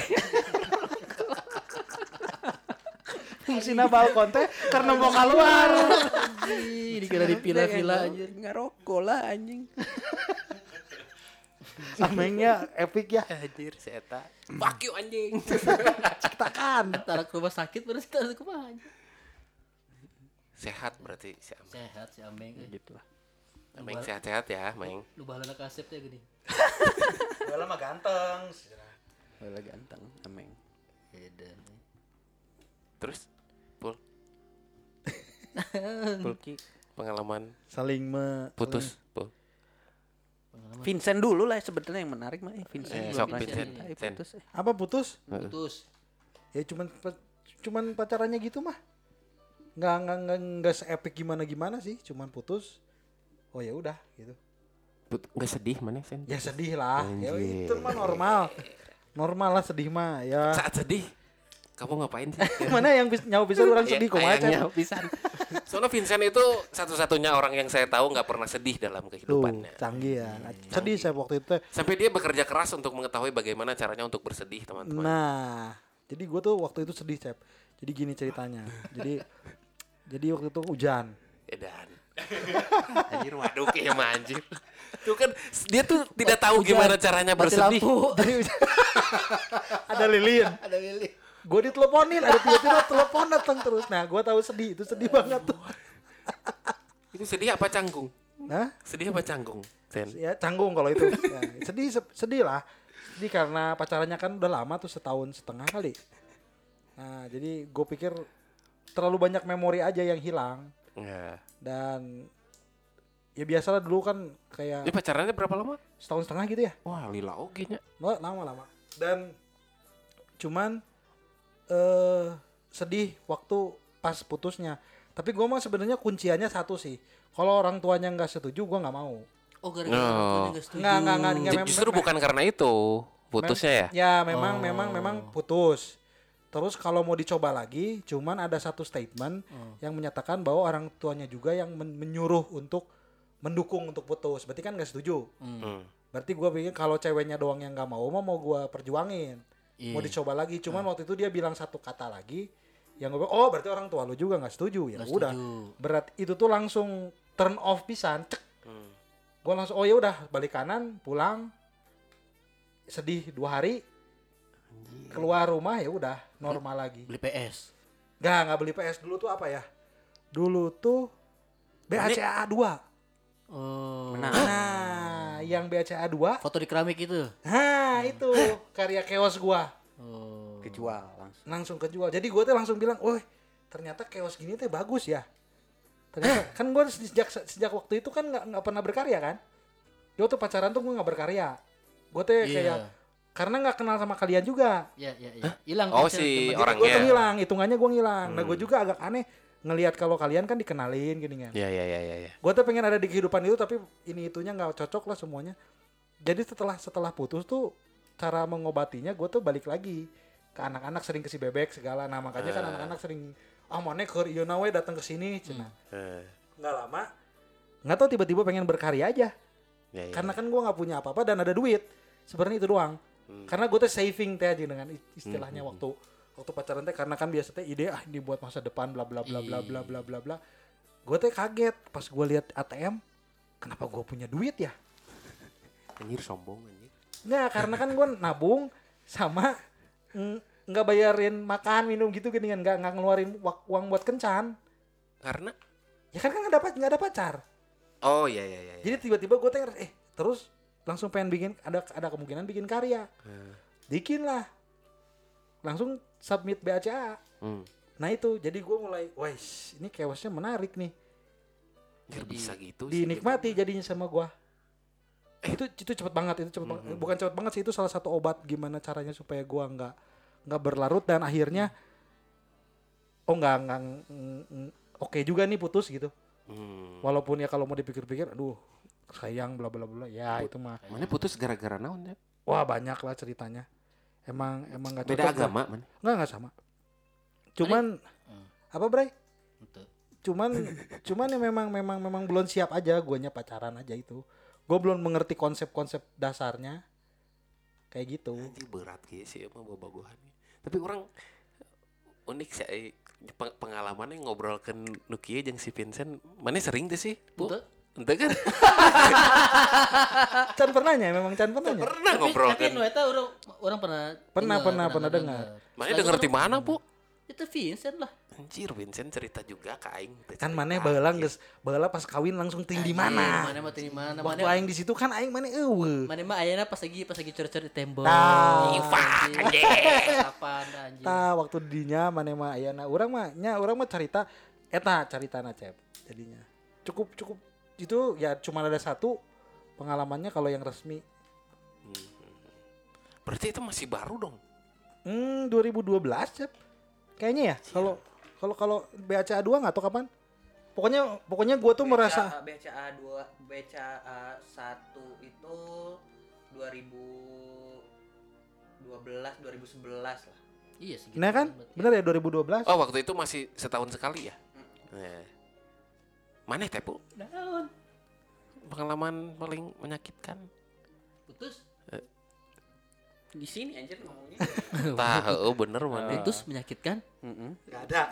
Speaker 2: Fungsina balkon teh karena mau keluar.
Speaker 3: Ih, dikira di villa-villa aja.
Speaker 4: Ngarokok lah anjing.
Speaker 2: Amengnya epic ya.
Speaker 1: Anjir si eta. Fuck you anjing.
Speaker 2: Ciptakan.
Speaker 3: Antara ke rumah sakit berarti kita ke mana?
Speaker 1: Sehat berarti si Ameng.
Speaker 3: Sehat si Ameng.
Speaker 4: Gitu lah.
Speaker 1: Ameng sehat-sehat ya, Meng.
Speaker 3: Lu bahalana kasep teh gini.
Speaker 2: Gue lama ganteng.
Speaker 4: Wala ganteng Ameng.
Speaker 3: Edan.
Speaker 1: Terus Pul,
Speaker 4: Pulki.
Speaker 1: pengalaman
Speaker 2: Saling me
Speaker 1: putus, Pul.
Speaker 4: Vincent dulu lah sebetulnya yang menarik mah eh, Vincent.
Speaker 1: Eh,
Speaker 4: belum
Speaker 1: sok
Speaker 4: pernah
Speaker 1: Vincent.
Speaker 4: cerita, eh,
Speaker 1: Vincent.
Speaker 4: putus, eh.
Speaker 2: apa putus?
Speaker 3: Putus.
Speaker 2: Ya cuman pa- cuman pacarannya gitu mah. Nggak nggak nggak nggak se-epic gimana gimana sih, cuman putus. Oh ya udah gitu.
Speaker 1: Put, nggak sedih mana Sen?
Speaker 2: Ya sedih lah. Ya
Speaker 1: Anjir.
Speaker 2: itu mah normal. Normal lah sedih mah ya.
Speaker 1: Saat sedih, kamu ngapain sih?
Speaker 2: Mana yang bis, nyawa bisa orang sedih kok
Speaker 1: Ayangnya
Speaker 2: aja.
Speaker 1: pisan. Soalnya Vincent itu satu-satunya orang yang saya tahu nggak pernah sedih dalam
Speaker 2: Tuh,
Speaker 1: kehidupannya.
Speaker 2: canggih ya. Sedih saya waktu itu.
Speaker 1: Sampai dia bekerja keras untuk mengetahui bagaimana caranya untuk bersedih, teman-teman.
Speaker 2: Nah, jadi gue tuh waktu itu sedih, Cep. Jadi gini ceritanya. Jadi jadi waktu itu hujan.
Speaker 1: Edan. Anjir waduh kayak mah anjir. Tuh kan dia tuh tidak tahu gimana caranya
Speaker 3: Mati
Speaker 1: bersedih.
Speaker 3: lampu.
Speaker 2: Jadi hujan. Ada lilin.
Speaker 3: Ada Willy.
Speaker 2: Gue diteleponin, ada tiba-tiba telepon datang terus. Nah, gue tahu sedih, itu sedih banget tuh.
Speaker 1: Itu sedih apa canggung?
Speaker 2: Nah,
Speaker 1: Sedih apa canggung? Sen.
Speaker 2: ya canggung kalau itu. Ya, sedih se- sedih lah. Sedih karena pacarannya kan udah lama tuh setahun setengah kali. Nah, jadi gue pikir terlalu banyak memori aja yang hilang.
Speaker 1: Ya.
Speaker 2: Dan ya biasalah dulu kan kayak
Speaker 1: Ini pacarannya berapa lama?
Speaker 2: setahun setengah gitu ya.
Speaker 1: Wah, lila oge nya.
Speaker 2: Nggak, lama-lama. Dan cuman eh sedih waktu pas putusnya. Tapi gue mah sebenarnya kunciannya satu sih. Kalau orang tuanya nggak setuju, gue nggak mau.
Speaker 3: Oh gara-gara orang tuanya nggak setuju.
Speaker 2: Nggak, nggak, nggak, nggak.
Speaker 1: Ju- Justru bukan karena itu putusnya ya.
Speaker 2: Ya memang memang memang putus. Terus kalau mau dicoba lagi, cuman ada satu statement yang menyatakan bahwa orang tuanya juga yang men- menyuruh untuk mendukung untuk putus. Berarti kan nggak setuju.
Speaker 1: Hmm.
Speaker 2: Berarti gue pikir kalau ceweknya doang yang nggak mau, mah mau gue perjuangin.
Speaker 3: Iya.
Speaker 2: Mau dicoba lagi. Cuman waktu itu dia bilang satu kata lagi, yang gue bilang, oh berarti orang tua lu juga nggak setuju. Ya
Speaker 3: Nggak
Speaker 2: udah.
Speaker 3: setuju.
Speaker 2: Berat itu tuh langsung turn off pisan. Cek.
Speaker 1: Hmm.
Speaker 2: Gue langsung, oh ya udah balik kanan, pulang, sedih dua hari, keluar rumah ya udah normal lagi.
Speaker 3: Beli P S.
Speaker 2: Nggak, nggak beli P S dulu tuh apa ya? Dulu tuh B A C A dua.
Speaker 3: Oh.
Speaker 4: Menang.
Speaker 2: Nah, yang B A C A dua,
Speaker 3: Foto di keramik itu.
Speaker 2: nah itu karya Chaos gua
Speaker 3: Oh.
Speaker 4: Kejual langsung.
Speaker 2: langsung kejual. Jadi gua tuh langsung bilang, "Woi, ternyata Chaos gini tuh bagus ya." Ternyata kan gua sejak sejak waktu itu kan nggak nggak pernah berkarya kan. Gua tuh pacaran tuh gua nggak berkarya. Gua tuh
Speaker 3: Iya.
Speaker 2: kayak karena nggak kenal sama kalian juga.
Speaker 3: Ya ya ya. Hilang
Speaker 1: Oh,
Speaker 3: kan,
Speaker 1: si
Speaker 3: Cel.
Speaker 1: orang-
Speaker 2: Gue tuh
Speaker 1: Orangnya.
Speaker 2: ngilang, hitungannya gue ngilang. Nah gue juga agak aneh ngelihat kalau kalian kan dikenalin gini kan.
Speaker 1: Ya ya ya ya ya.
Speaker 2: Gue tuh pengen ada di kehidupan itu tapi ini itunya nggak cocok lah semuanya. Jadi setelah setelah putus tuh cara mengobatinya gue tuh balik lagi ke anak-anak, sering ke si bebek segala. Nah makanya kan anak-anak sering ah mana ke ieu na we datang ke sini cenah.
Speaker 1: Eh,
Speaker 2: Nggak lama nggak tahu tiba-tiba pengen berkarya aja.
Speaker 1: ya, ya.
Speaker 2: Karena kan gue nggak punya apa-apa dan ada duit. Sebenarnya itu doang. Karena gue tuh saving teh aja dengan istilahnya waktu waktu pacaran teh, karena kan biasa teh ide ah ini buat masa depan bla bla bla bla bla bla bla bla. Gue teh kaget pas gue lihat A T M, kenapa gue punya duit ya?
Speaker 1: Anjir sombong anjir.
Speaker 2: Nggak, karena kan gue nabung sama mm, nggak bayarin makan minum gitu gini kan, nggak nggak ngeluarin wak- uang buat kencan.
Speaker 1: Karena
Speaker 2: Ya kan kan nggak dapat nggak ada pacar.
Speaker 1: oh ya ya ya. ya.
Speaker 2: Jadi tiba-tiba gue teh eh terus langsung pengen bikin ada ada kemungkinan bikin karya. Bikin lah. Langsung submit B A C A.
Speaker 1: Hmm.
Speaker 2: Nah itu jadi gue mulai, wes ini chaosnya menarik nih,
Speaker 1: Anjir, bisa gitu sih.
Speaker 2: dinikmati jadinya sama gue. Eh, itu itu cepet banget, itu cepet banget. Bukan cepet banget sih, itu salah satu obat gimana caranya supaya gue nggak nggak berlarut dan akhirnya oh nggak nggak mm, mm, oke juga nih putus gitu.
Speaker 1: Hmm.
Speaker 2: Walaupun ya kalau mau dipikir-pikir, aduh sayang bla bla bla, ya itu mah
Speaker 1: Mana putus gara-gara naon ya?
Speaker 2: wah banyak lah ceritanya. Emang emang nggak
Speaker 1: Beda
Speaker 2: cocok lah.
Speaker 1: agama man.
Speaker 2: Nggak nggak sama. Cuman apa Bray?
Speaker 3: Betul.
Speaker 2: Cuman cuman ya memang memang memang belum siap aja guanya pacaran aja itu. Gue belum mengerti konsep-konsep dasarnya kayak gitu.
Speaker 1: Anjir berat gitu sih emang bobogohan. Tapi orang unik sih eh, peng- pengalamannya ngobrol ke Nukia jeung si Vincent. Mana sering tuh sih? Bu?
Speaker 3: Betul.
Speaker 1: Ente kan
Speaker 2: Can pernahnya memang Can pernahnya.
Speaker 1: pernah
Speaker 3: Tapi,
Speaker 1: ngobrol
Speaker 3: tapi
Speaker 1: kan.
Speaker 3: nu eta orang orang pernah
Speaker 2: Pernah,
Speaker 3: dengar,
Speaker 2: pernah, pernah dengar.
Speaker 1: Mana denger di mana, Bu?
Speaker 3: Itu Vincent lah.
Speaker 1: Anjir, Vincent cerita juga ka aing. teh
Speaker 2: Kan
Speaker 1: cerita.
Speaker 2: mana baheula geus baheula pas kawin langsung ting di mana.
Speaker 3: Mana mah di mana?
Speaker 2: Waktu
Speaker 3: Mana
Speaker 2: aing di situ kan aing mana eueuh.
Speaker 3: mana mah ayana pas lagi pas lagi cor-cor di tembok.
Speaker 2: Tah.
Speaker 1: Ifak, anjing.
Speaker 3: Kapan anjing.
Speaker 2: Tah waktu dinya mana mah ayeuna urang mah nya urang mah carita eta caritana Cep jadinya. Cukup cukup itu ya cuma ada satu pengalamannya kalau yang resmi.
Speaker 1: Berarti itu masih baru dong.
Speaker 2: Hmm, dua ribu dua belas Cep. Kayaknya ya. Kalau kalau kalau B A C A dua enggak tahu kapan. Pokoknya pokoknya gua tuh merasa
Speaker 4: B C A dua B C A satu itu dua ribu dua belas dua ribu sebelas lah.
Speaker 3: Iya sih.
Speaker 2: Nah kan? Bener ya dua ribu dua belas?
Speaker 1: Oh, waktu itu masih setahun sekali ya? Nah. Mana teh, Bu?
Speaker 3: Naon?
Speaker 1: Pengalaman paling menyakitkan.
Speaker 3: Putus.
Speaker 4: Di sini anjir ngomongnya.
Speaker 1: Tah, heueuh bener mana.
Speaker 3: Putus menyakitkan.
Speaker 4: Heeh.
Speaker 2: Enggak ada.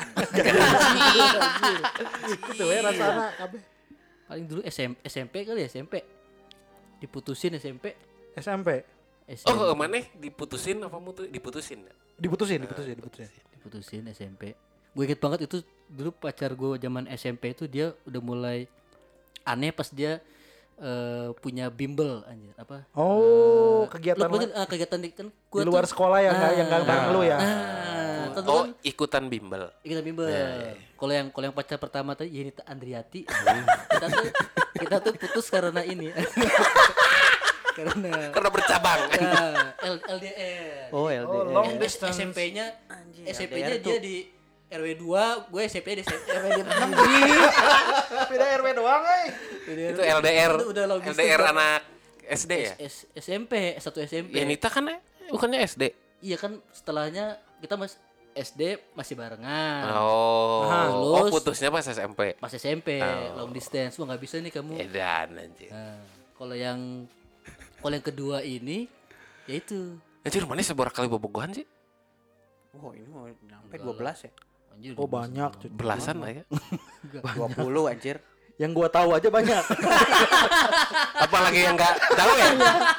Speaker 2: Itu we rasana kabeh.
Speaker 3: Paling dulu S M S M P kali ya, S M P. Diputusin S M P.
Speaker 2: S M P
Speaker 3: S M P.
Speaker 1: Oh, mana diputusin apa mutu diputusin?
Speaker 2: diputusin, diputusin, diputusin.
Speaker 3: Diputusin S M P. Gue inget banget itu dulu pacar gue zaman S M P itu dia udah mulai aneh pas dia eh, punya bimbel anjir apa?
Speaker 2: Oh,
Speaker 3: Eh,
Speaker 2: kegiatan
Speaker 3: lu-
Speaker 2: la-
Speaker 3: ah, kegiatan di kan
Speaker 2: di
Speaker 3: gua
Speaker 2: luar
Speaker 3: tuh,
Speaker 2: sekolah yang enggak yang enggak bareng lu ya.
Speaker 3: Nah, kan tuh
Speaker 1: Oh,
Speaker 3: kan
Speaker 1: ikutan bimbel.
Speaker 3: kita bimbel. Kalau yang kalau yang pacar pertama tadi Yenita Andriati.
Speaker 2: Hmm.
Speaker 3: kita tuh kita tuh putus karena ini. karena
Speaker 1: Karena bercabang.
Speaker 3: ya, L LDR.
Speaker 4: Oh, L D R.
Speaker 2: Oh, long
Speaker 3: S-
Speaker 2: distance.
Speaker 3: S M P-nya
Speaker 4: Anjing,
Speaker 3: S M
Speaker 4: L D R
Speaker 3: P-nya
Speaker 4: tuh.
Speaker 3: dia di R W dua, gue S M P-nya di R W enam.
Speaker 2: Beda R W doang euy.
Speaker 1: Itu L D R.
Speaker 3: Udah- udah long
Speaker 1: L D R
Speaker 3: distance.
Speaker 1: anak S D ya?
Speaker 3: S, S M P, satu S M P.
Speaker 1: Yenita kan eh, bukannya S D.
Speaker 3: Iya kan setelahnya kita mas S D masih barengan.
Speaker 1: Oh.
Speaker 3: Nah,
Speaker 1: Oh,
Speaker 3: lulus.
Speaker 1: putusnya pas S M P.
Speaker 3: Pas S M P,
Speaker 1: Oh.
Speaker 3: long distance. Wah nggak bisa nih kamu.
Speaker 1: Edan anjir.
Speaker 3: Nah, kalau yang kalau yang kedua ini ya itu.
Speaker 1: Anjir, mana seberapa kali bobogohan sih?
Speaker 4: Wah, ini mau nyampe dua belas ya.
Speaker 3: Anjir,
Speaker 2: Oh banyak. cuy.
Speaker 1: Belasan lah ya.
Speaker 4: dua puluh anjir.
Speaker 2: Yang gua tahu aja banyak.
Speaker 1: Apalagi yang enggak tahu ya?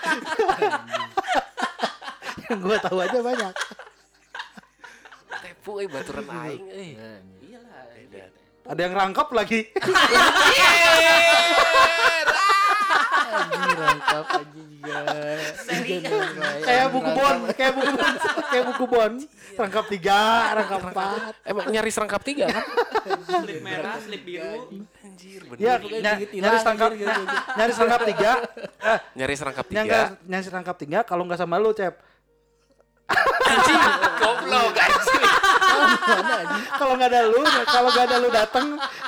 Speaker 2: Yang gua tahu aja banyak.
Speaker 1: Tepu euy baturan aing euy.
Speaker 4: Iyalah.
Speaker 2: Ada yang rangkap lagi.
Speaker 3: Anjir rangkap anjing juga.
Speaker 2: Kayak buku bon, kayak buku bon, kayak buku bon. Rangkap tiga, rangkap empat.
Speaker 1: Emang nyaris rangkap tiga kan?
Speaker 4: Slip merah, slip biru.
Speaker 1: Anjir, bener.
Speaker 2: Ya,
Speaker 3: Pokoknya
Speaker 2: ny-
Speaker 3: dikit hilang,
Speaker 2: nyaris rangkap,
Speaker 3: anjir, gitu.
Speaker 2: ny- nyaris rangkap tiga. Eh,
Speaker 1: Nyaris rangkap
Speaker 2: yang
Speaker 1: tiga.
Speaker 2: nggak- nyaris rangkap tiga. Kalau nggak sama lu, Cep.
Speaker 1: Anjing, goblok anjing.
Speaker 2: Kalau nggak ada lu, kalau nggak ada lu datang,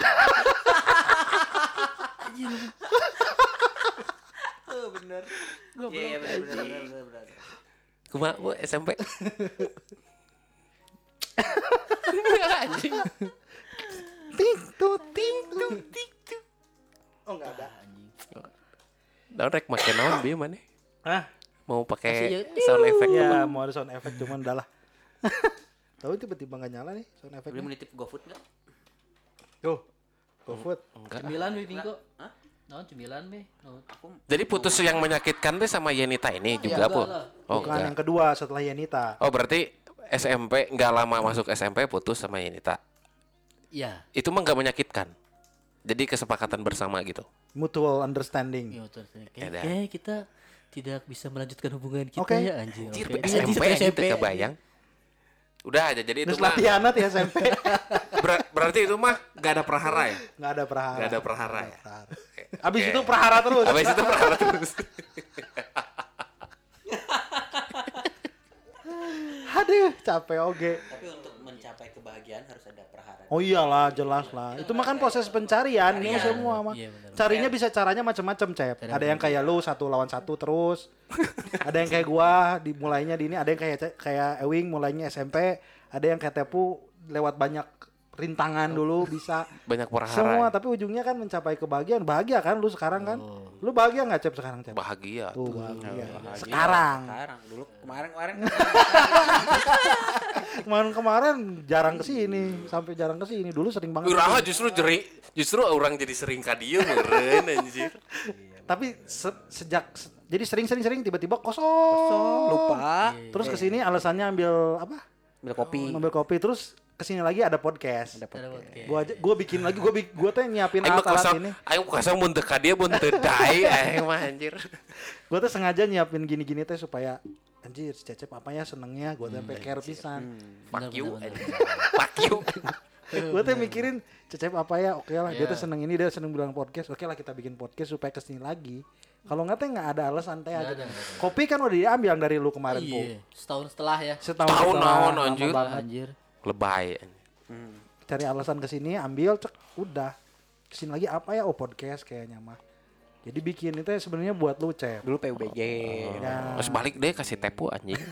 Speaker 4: Oh, bener. Iya, iya, bener, bener, bener, bener, bener.
Speaker 1: Kumaha bu S M P? Anjing.
Speaker 2: ting tuh ting tuh ting tuh. Oh nggak ada.
Speaker 1: Daun rek make naon bieu maneh?
Speaker 2: Hah?
Speaker 1: Mau pakai
Speaker 3: Kasih ya.
Speaker 1: sound effect
Speaker 2: Ya
Speaker 1: apa?
Speaker 2: mau ada sound effect cuman udah lah. Tahu tiba-tiba nggak nyala nih sound
Speaker 4: Beli
Speaker 2: effectnya.
Speaker 4: menitip GoFood enggak?
Speaker 2: Tuh, GoFood.
Speaker 1: Enggak.
Speaker 3: Cemilan weh Tingko.
Speaker 4: Hah?
Speaker 3: Naon cemilan be? Naon?
Speaker 4: Aku
Speaker 1: Jadi putus yang menyakitkan tuh sama Yenita ini juga
Speaker 3: enggak
Speaker 1: bu?
Speaker 3: lah.
Speaker 1: Oh
Speaker 2: Bukan yang
Speaker 1: enggak.
Speaker 2: kedua setelah Yenita.
Speaker 1: Oh berarti S M P nggak lama masuk S M P putus sama Yenita.
Speaker 3: Iya.
Speaker 1: Itu mah nggak menyakitkan. Jadi kesepakatan bersama gitu.
Speaker 2: Mutual understanding.
Speaker 3: Iya betul. Kayak
Speaker 1: Ya dah.
Speaker 3: kayak kita tidak bisa melanjutkan hubungan kita
Speaker 2: Oke.
Speaker 3: ya anjing.
Speaker 1: Anjir,
Speaker 3: Oke.
Speaker 1: S M P
Speaker 3: Anjing,
Speaker 1: aja teu kebayang. Udah aja jadi itu
Speaker 2: Terus
Speaker 1: mah
Speaker 2: latihan ya S M P.
Speaker 1: ber- berarti itu mah nggak ada prahara ya?
Speaker 2: Nggak ada prahara.
Speaker 1: Nggak ada prahara ya?
Speaker 2: Prahara. Abis
Speaker 1: Oke.
Speaker 2: itu prahara terus.
Speaker 1: Habis itu prahara terus.
Speaker 2: Aduh, capek oge.
Speaker 4: tapi untuk mencapai kebahagiaan harus ada perhara.
Speaker 2: Oh iyalah, jelas lah. Itu mah kan proses pencarian ini semua mah.
Speaker 3: Iya, benar.
Speaker 2: Carinya bisa caranya macam-macam, Cep. Ada yang kayak lu satu lawan satu terus. Ada yang kayak gua dimulainya di ini, ada yang kayak Ce- kayak Ewing mulainya S M P, ada yang kayak Tepu lewat banyak rintangan dulu bisa.
Speaker 1: Banyak prahara.
Speaker 2: Semua,
Speaker 1: ya?
Speaker 2: tapi ujungnya kan mencapai kebahagiaan. Bahagia kan lu sekarang kan? Lu bahagia nggak Cep sekarang, Cep?
Speaker 1: Bahagia.
Speaker 2: Tuh, bahagia.
Speaker 4: Bahagia.
Speaker 2: Sekarang.
Speaker 4: Sekarang dulu kemarin-kemarin
Speaker 2: Kemarin-kemarin jarang kesini, sampai jarang kesini. Dulu sering banget.
Speaker 1: Uraha justru jeri, justru orang jadi sering ka dieu meureun anjir.
Speaker 2: Tapi se- sejak se- jadi sering-sering-sering tiba-tiba kosong,
Speaker 4: lupa
Speaker 2: Terus kesini alasannya ambil apa?
Speaker 4: ambil kopi.
Speaker 2: Ambil kopi. Terus kesini lagi ada podcast.
Speaker 4: Ada
Speaker 3: Ada
Speaker 4: podcast.
Speaker 3: podcast.
Speaker 2: Gua aja, gua bikin lagi, gua bi- gua tuh nyiapin
Speaker 1: Aing mah
Speaker 2: alat-alat
Speaker 1: kosong,
Speaker 2: ini.
Speaker 1: aing kosong mun teu ka dieu mun teu dae aing mah anjir.
Speaker 2: Gua tuh sengaja nyiapin gini-gini teh supaya anjir si Cecep apa ya senengnya, gua tuh sampai care pisan.
Speaker 1: Fuck
Speaker 3: Benar,
Speaker 1: you.
Speaker 3: benar,
Speaker 1: anjir. Fuck you.
Speaker 2: Gua tuh mikirin Cecep apa ya, oke lah dia tuh seneng ini, dia seneng bilang podcast, oke lah kita bikin podcast supaya kesini lagi. Kalau nggak teh nggak ada alasan teh aja.
Speaker 3: ada, nggak ada.
Speaker 2: Kopi kan udah diambil dari lu kemarin, Po.
Speaker 3: Iya, setahun setelah ya.
Speaker 2: Setahun
Speaker 1: Setahun
Speaker 2: setelah,
Speaker 1: naon,
Speaker 2: lama
Speaker 1: anjir.
Speaker 2: banget.
Speaker 3: Anjir.
Speaker 1: Lebay. anjir.
Speaker 4: Hmm.
Speaker 2: Cari alasan ke sini, ambil, cek, udah. Kesini lagi apa ya? Oh podcast kayaknya mah. Jadi bikin itu sebenarnya buat lu, Cep.
Speaker 4: Dulu P U B J.
Speaker 2: Ya.
Speaker 1: Terus balik deh kasih tepu anjing.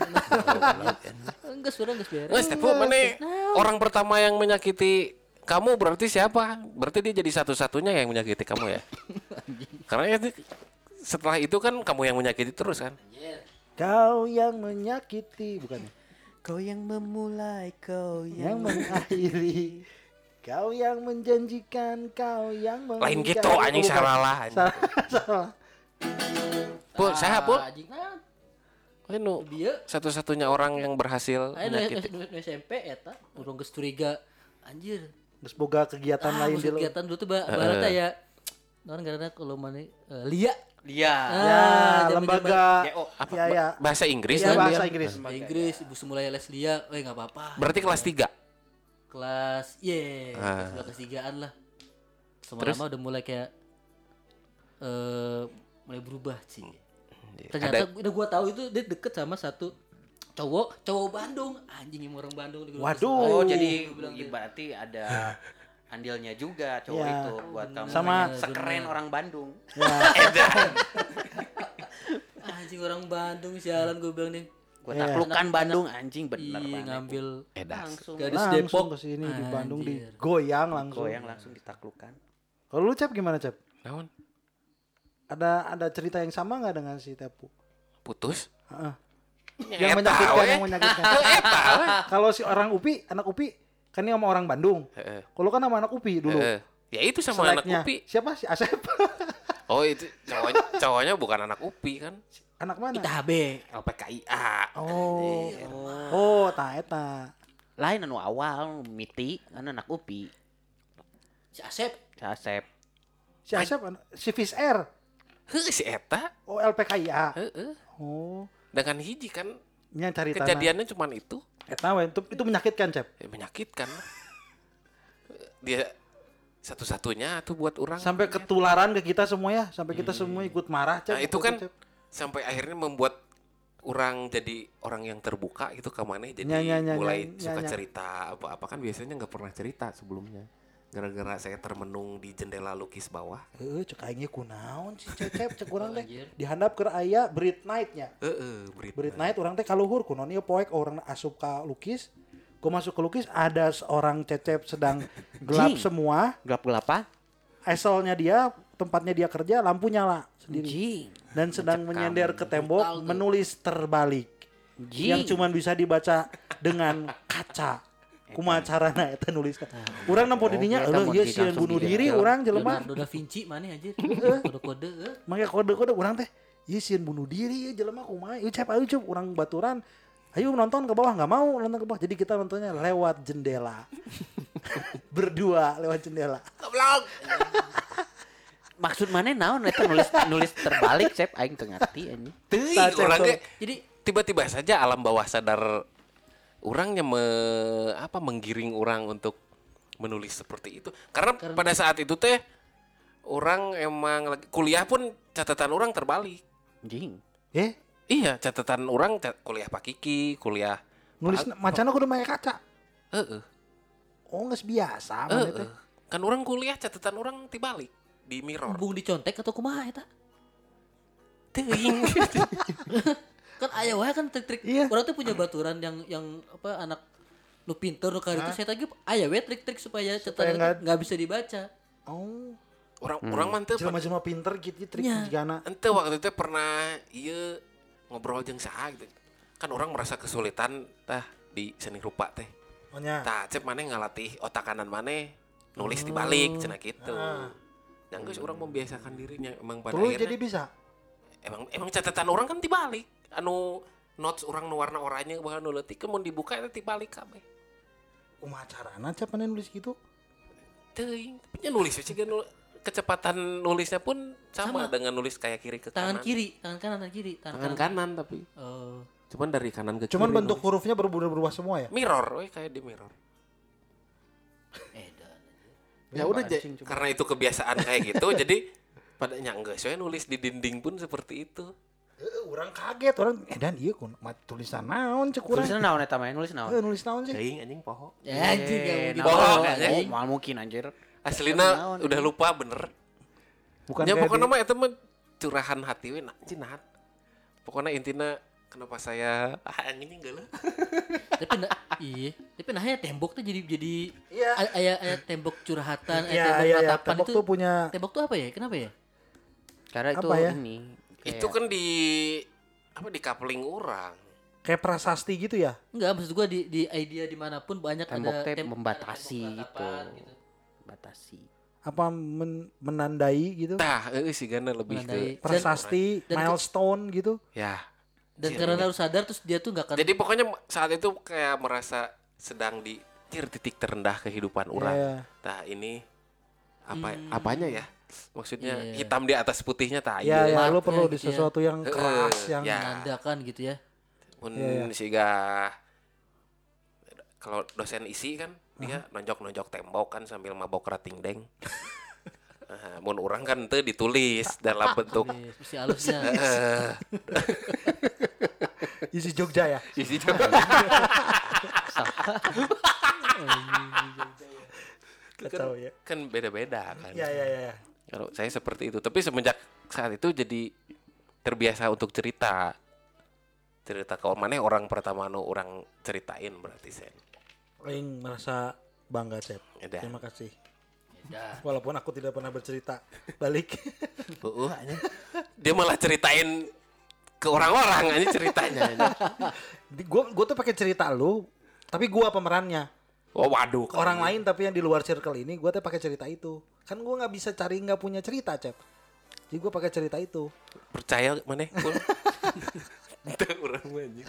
Speaker 3: Enggak sudah enggak beres.
Speaker 1: Nges tepu mana orang pertama yang menyakiti kamu berarti siapa? Berarti dia jadi satu-satunya yang menyakiti kamu ya? Karena ya, setelah itu kan kamu yang menyakiti terus kan?
Speaker 2: Kau yang menyakiti, bukannya?
Speaker 4: Kau yang memulai, kau
Speaker 2: Yang mengakhiri. Kau yang menjanjikan, kau yang
Speaker 1: Lain
Speaker 2: mengikat.
Speaker 1: gitu
Speaker 2: Oh,
Speaker 1: anjing
Speaker 2: bukan.
Speaker 1: salah lah. anjing.
Speaker 2: Salah, salah.
Speaker 1: Pul, saya pul.
Speaker 3: Anjing nah.
Speaker 1: Anu
Speaker 3: Dia
Speaker 1: satu-satunya orang yang berhasil
Speaker 3: aya nu
Speaker 1: menyakiti.
Speaker 3: nu S M P eta urang geus curiga anjir.
Speaker 2: Terus boga kegiatan
Speaker 3: Ah,
Speaker 2: lain di lu.
Speaker 3: kegiatan dulu tuh ba- barat ya. Naon karena kalau mana eh, Lia.
Speaker 4: Dia.
Speaker 3: Ah,
Speaker 2: Ya,
Speaker 3: zaman-zaman-
Speaker 2: lembaga.
Speaker 4: Ya, oh,
Speaker 1: Apa
Speaker 2: Ya, ya.
Speaker 1: bahasa Inggris
Speaker 2: Iya,
Speaker 1: kan
Speaker 2: bahasa
Speaker 1: dia?
Speaker 2: Inggris.
Speaker 3: Bahasa Inggris, ibu semulai les Lia, eh enggak apa-apa.
Speaker 1: Berarti kelas tiga.
Speaker 3: Kelas ye,
Speaker 1: Ah.
Speaker 3: kelas dua kelas tigaan lah.
Speaker 1: Terus?
Speaker 3: Lama-lama udah mulai kayak eh mulai berubah sih.
Speaker 1: Ada
Speaker 3: Ternyata udah gua tahu itu dia deket sama satu cowok, cowok Bandung. Anjing yang orang Bandung.
Speaker 2: Waduh.
Speaker 4: Oh,
Speaker 3: Aduh,
Speaker 4: jadi
Speaker 3: gua bilang
Speaker 4: ya
Speaker 3: dia.
Speaker 4: berarti ada andilnya juga cowok
Speaker 2: Iya.
Speaker 4: itu buat kamu
Speaker 2: Sama-
Speaker 4: sekeren orang Bandung.
Speaker 2: Ya.
Speaker 3: Anjing orang Bandung sialan gue bilang nih.
Speaker 4: Gua
Speaker 2: Iya.
Speaker 4: taklukan Bandung anjing bener
Speaker 3: Iya
Speaker 4: banget.
Speaker 3: ngambil
Speaker 1: Edas.
Speaker 4: Langsung
Speaker 3: gadis
Speaker 2: Langsung
Speaker 3: Depok
Speaker 2: ke sini di Bandung
Speaker 3: Anjir.
Speaker 2: digoyang langsung.
Speaker 4: goyang langsung ditaklukan.
Speaker 2: Kalau lu Cep gimana Cep?
Speaker 1: Naon?
Speaker 2: Ada ada cerita yang sama nggak dengan si Tepu?
Speaker 1: Putus?
Speaker 2: Heeh.
Speaker 1: Ya,
Speaker 2: Yang
Speaker 1: eta
Speaker 2: menyakitkan,
Speaker 1: we.
Speaker 2: yang menyakitkan. Kalau si orang Upi, anak Upi kan ini sama orang Bandung.
Speaker 1: Heeh.
Speaker 2: Kalau kan sama anak Upi dulu.
Speaker 1: Heeh. Ya itu sama anak
Speaker 2: Seleknya.
Speaker 1: Upi.
Speaker 2: Siapa si Asep?
Speaker 1: Oh itu cowoknya, cowoknya bukan anak Upi kan?
Speaker 2: Anak mana?
Speaker 3: Kita H B.
Speaker 1: L P K I A.
Speaker 2: Oh. Oh, ta eta.
Speaker 4: Lain anu awal Miti kan anak Upi.
Speaker 3: Si Asep.
Speaker 4: Si Asep.
Speaker 2: Si Asep anak- si Fish Air.
Speaker 1: Heuh si eta.
Speaker 2: Oh, L P K I A.
Speaker 1: Heeh.
Speaker 2: Oh.
Speaker 1: Dengan hiji kan
Speaker 2: Nya cari tanah.
Speaker 1: kejadiannya cuman itu.
Speaker 2: Eta we, itu, itu menyakitkan, Cep.
Speaker 1: Ya, menyakitkan. Dia satu-satunya tuh buat orang.
Speaker 2: Sampai ketularan ke kita semua ya, sampai kita semua ikut marah, Cep.
Speaker 1: Nah itu
Speaker 2: waktu
Speaker 1: kan
Speaker 2: Cep.
Speaker 1: sampai akhirnya membuat orang jadi orang yang terbuka gitu ke mana jadi
Speaker 2: Nya, nya, nya,
Speaker 1: mulai
Speaker 2: nya,
Speaker 1: suka
Speaker 2: nya.
Speaker 1: cerita apa-apa kan biasanya nggak pernah cerita sebelumnya gara-gara saya termenung di jendela lukis bawah.
Speaker 2: Heeh, cek aing ge kunaon si Cecep, cek urang teh.
Speaker 3: Anjir.
Speaker 2: Dihandap ke aya Brit Night-nya.
Speaker 1: Heeh, berit.
Speaker 2: Brit Night orang teh kaluhur kunaon ieu poek orang asup ka lukis. Gua masuk ke lukis ada seorang Cecep sedang gelap
Speaker 4: Jing.
Speaker 2: semua.
Speaker 4: Gelap-gelapan.
Speaker 2: Eselnya dia, tempatnya dia kerja, lampu nyala sendiri.
Speaker 4: Jing.
Speaker 2: Dan sedang menyender ke tembok
Speaker 3: Brutal tuh.
Speaker 2: menulis terbalik.
Speaker 4: Jing.
Speaker 2: Yang cuman bisa dibaca dengan kaca. Kumaha carana eta nulisna. Urang nempo di dinya,
Speaker 4: eta
Speaker 2: eueuh
Speaker 4: mau
Speaker 2: ieu
Speaker 4: jadi
Speaker 2: sieun
Speaker 4: langsung
Speaker 2: bunuh
Speaker 4: di
Speaker 2: diri
Speaker 4: bengkel.
Speaker 2: urang jelema.
Speaker 3: Leonardo da Vinci mana anjir. Kode-kode eh.
Speaker 2: Make kode-kode urang teh ieu sieun bunuh diri ieu jelema kumaha. Ieu cep ayo cep urang baturan. Ayo nonton ke bawah, nggak mau nonton ke bawah. Jadi kita nontonnya lewat jendela. Berdua lewat jendela.
Speaker 1: Goblok.
Speaker 4: Maksud mana naon eta nulis nulis terbalik Cep aing teu ngarti anjing.
Speaker 1: Teuing,
Speaker 2: Tah, Cep,
Speaker 1: orang
Speaker 2: tuh.
Speaker 1: ge
Speaker 3: Jadi
Speaker 1: tiba-tiba saja alam bawah sadar orangnya me, apa menggiring orang untuk menulis seperti itu. Karena,
Speaker 3: Karena-
Speaker 1: pada saat itu teh orang emang lagi kuliah pun catatan orang terbalik.
Speaker 4: Anjing.
Speaker 2: Eh,
Speaker 1: Iya, catatan orang cat- kuliah Pak Kiki, kuliah
Speaker 2: nulis macana kudu make kaca.
Speaker 1: heeh.
Speaker 2: Oh, geus biasa mana
Speaker 1: Heeh.
Speaker 2: teh.
Speaker 1: Kan orang kuliah catatan orang dibalik di mirror.
Speaker 3: bung dicontek atau kumaha eta?
Speaker 1: Teuing.
Speaker 3: Kan aya wae kan trik-trik.
Speaker 2: Iya.
Speaker 3: Orang tuh punya baturan yang yang apa anak nu pinter nu kari itu saya tadi aya we trik-trik supaya
Speaker 2: Supaya
Speaker 3: catatan
Speaker 2: nggak-
Speaker 3: nggak bisa dibaca.
Speaker 2: Oh,
Speaker 1: orang orang mantep.
Speaker 2: jelema-jelema pinter gitu trik
Speaker 3: Nya.
Speaker 2: jigana.
Speaker 1: Ente waktu itu pernah iya ngobrol jeung saha gitu. Kan orang merasa kesulitan tah di seni rupa teh.
Speaker 2: Oh nya.
Speaker 1: Tah cep maneh ngalatih otak kanan maneh nulis dibalik cenah gitu.
Speaker 2: Ah.
Speaker 1: Dan geus orang membiasakan dirinya emang pada
Speaker 2: Perlu
Speaker 1: akhirnya
Speaker 2: jadi bisa.
Speaker 1: emang emang catatan orang kan dibalik. Anu notes orang nu warna oranye bahkan nu leutik mun dibuka eta dibalik kabeh.
Speaker 2: Kumaha carana cep mana nulis gitu?
Speaker 1: Teuing, tapi nya nulis we ciga nu kecepatan nulisnya pun sama,
Speaker 3: Sama.
Speaker 1: dengan nulis kayak kiri ke
Speaker 3: Tangan
Speaker 1: kanan.
Speaker 3: kiri, tangan kanan, tangan kiri,
Speaker 1: Tangan kanan tapi
Speaker 3: Oh.
Speaker 1: cuman dari kanan ke
Speaker 2: Cuman
Speaker 1: kiri
Speaker 2: bentuk
Speaker 1: nulis.
Speaker 2: hurufnya berubah-ubah semua ya?
Speaker 1: mirror, we kayak di mirror.
Speaker 3: Edan.
Speaker 1: Ya udah ja-
Speaker 4: Anjing, cuma.
Speaker 1: karena itu kebiasaan kayak gitu jadi pada nyangga saya nulis di dinding pun seperti itu.
Speaker 2: Heeh, orang kaget, orang edan ieu kun mat tulisan naon cek urang.
Speaker 4: Tulisan naon eta mah nulis naon?
Speaker 2: Heeh, nulis naon sih?
Speaker 1: Teuing anjing poho.
Speaker 3: Ya anjing
Speaker 4: Eh,
Speaker 3: enggak
Speaker 1: bawah,
Speaker 3: mau
Speaker 1: kan,
Speaker 3: dibawa.
Speaker 1: ya?
Speaker 4: Oh, mal mungkin anjir.
Speaker 1: Aslina
Speaker 4: Naon,
Speaker 1: udah lupa bener.
Speaker 2: Bukan
Speaker 1: Ya
Speaker 2: kayak
Speaker 1: pokoknya
Speaker 2: di-
Speaker 1: mah itu mah curahan hati we nah, cinat. Pokoknya intinya kenapa saya ah anjing enggak lah.
Speaker 3: Tapi nah, iya, tapi nah ya tembok tuh jadi jadi
Speaker 2: Iya.
Speaker 3: a- aya aya tembok curhatan, aya
Speaker 2: Iya,
Speaker 3: tembok
Speaker 2: iya, iya.
Speaker 3: ratapan
Speaker 2: Tembok
Speaker 3: itu.
Speaker 2: tuh punya
Speaker 3: Tembok tuh apa ya? Kenapa ya?
Speaker 4: Karena itu
Speaker 2: Apa ya?
Speaker 4: ini.
Speaker 1: Itu kan di apa di coupling orang.
Speaker 2: kayak prasasti gitu ya?
Speaker 3: Enggak, maksud gua di di idea dimanapun banyak
Speaker 4: tembok
Speaker 3: ada
Speaker 4: teh
Speaker 3: tem-
Speaker 4: membatasi
Speaker 3: ada
Speaker 4: gitu.
Speaker 3: ratapan gitu.
Speaker 4: Batasi.
Speaker 2: Apa men- menandai gitu?
Speaker 1: Tah, euy sih gana lebih
Speaker 3: Menandai.
Speaker 1: ke
Speaker 2: Prasasti,
Speaker 3: dan-
Speaker 2: milestone gitu.
Speaker 1: ya.
Speaker 3: Dan
Speaker 1: Ciri.
Speaker 3: karena harus sadar terus dia tuh enggak akan
Speaker 1: Jadi pokoknya saat itu kayak merasa sedang di tir titik terendah kehidupan orang.
Speaker 2: Iya.
Speaker 1: Nah ini apa
Speaker 3: Hmm.
Speaker 1: apanya ya? Maksudnya
Speaker 3: Iya.
Speaker 1: hitam di atas putihnya tah.
Speaker 2: Ya, ya,
Speaker 3: Marknya
Speaker 2: lu perlu di
Speaker 3: gitu ya.
Speaker 2: sesuatu yang
Speaker 1: Heeh,
Speaker 2: keras yang
Speaker 1: ya.
Speaker 3: menandakan gitu ya.
Speaker 1: Mun
Speaker 2: Iya, iya.
Speaker 1: siga kalau dosen isi kan dia nonjok-nonjok tembok kan sambil mabok rating deng. Nah, mun orang kan teu ditulis dalam bentuk
Speaker 3: Yes, mesti halusnya.
Speaker 1: eh,
Speaker 2: isi Jogja ya.
Speaker 1: isi juga.
Speaker 2: Kacau ya.
Speaker 1: Kan beda-beda kan.
Speaker 2: Ya ya ya. ya.
Speaker 1: Kalau saya seperti itu, tapi semenjak saat itu jadi terbiasa untuk cerita. Cerita ke mana orang pertama nu orang ceritain berarti sen.
Speaker 2: Aing merasa bangga, Cep.
Speaker 1: Yaudah.
Speaker 2: Terima kasih.
Speaker 3: Dah.
Speaker 2: Walaupun aku tidak pernah bercerita balik.
Speaker 1: Heeh, anjing. Dia malah ceritain ke orang-orang aja ceritanya.
Speaker 2: Gue gue tuh pakai cerita lu, tapi gua pemerannya.
Speaker 1: Oh waduh.
Speaker 2: Orang lain tapi yang di luar circle ini gue tuh pakai cerita itu. Kan gue nggak bisa cari nggak punya cerita, Cep. Jadi gue pakai cerita itu.
Speaker 1: Percaya mana? Kul? Entah orang anjing.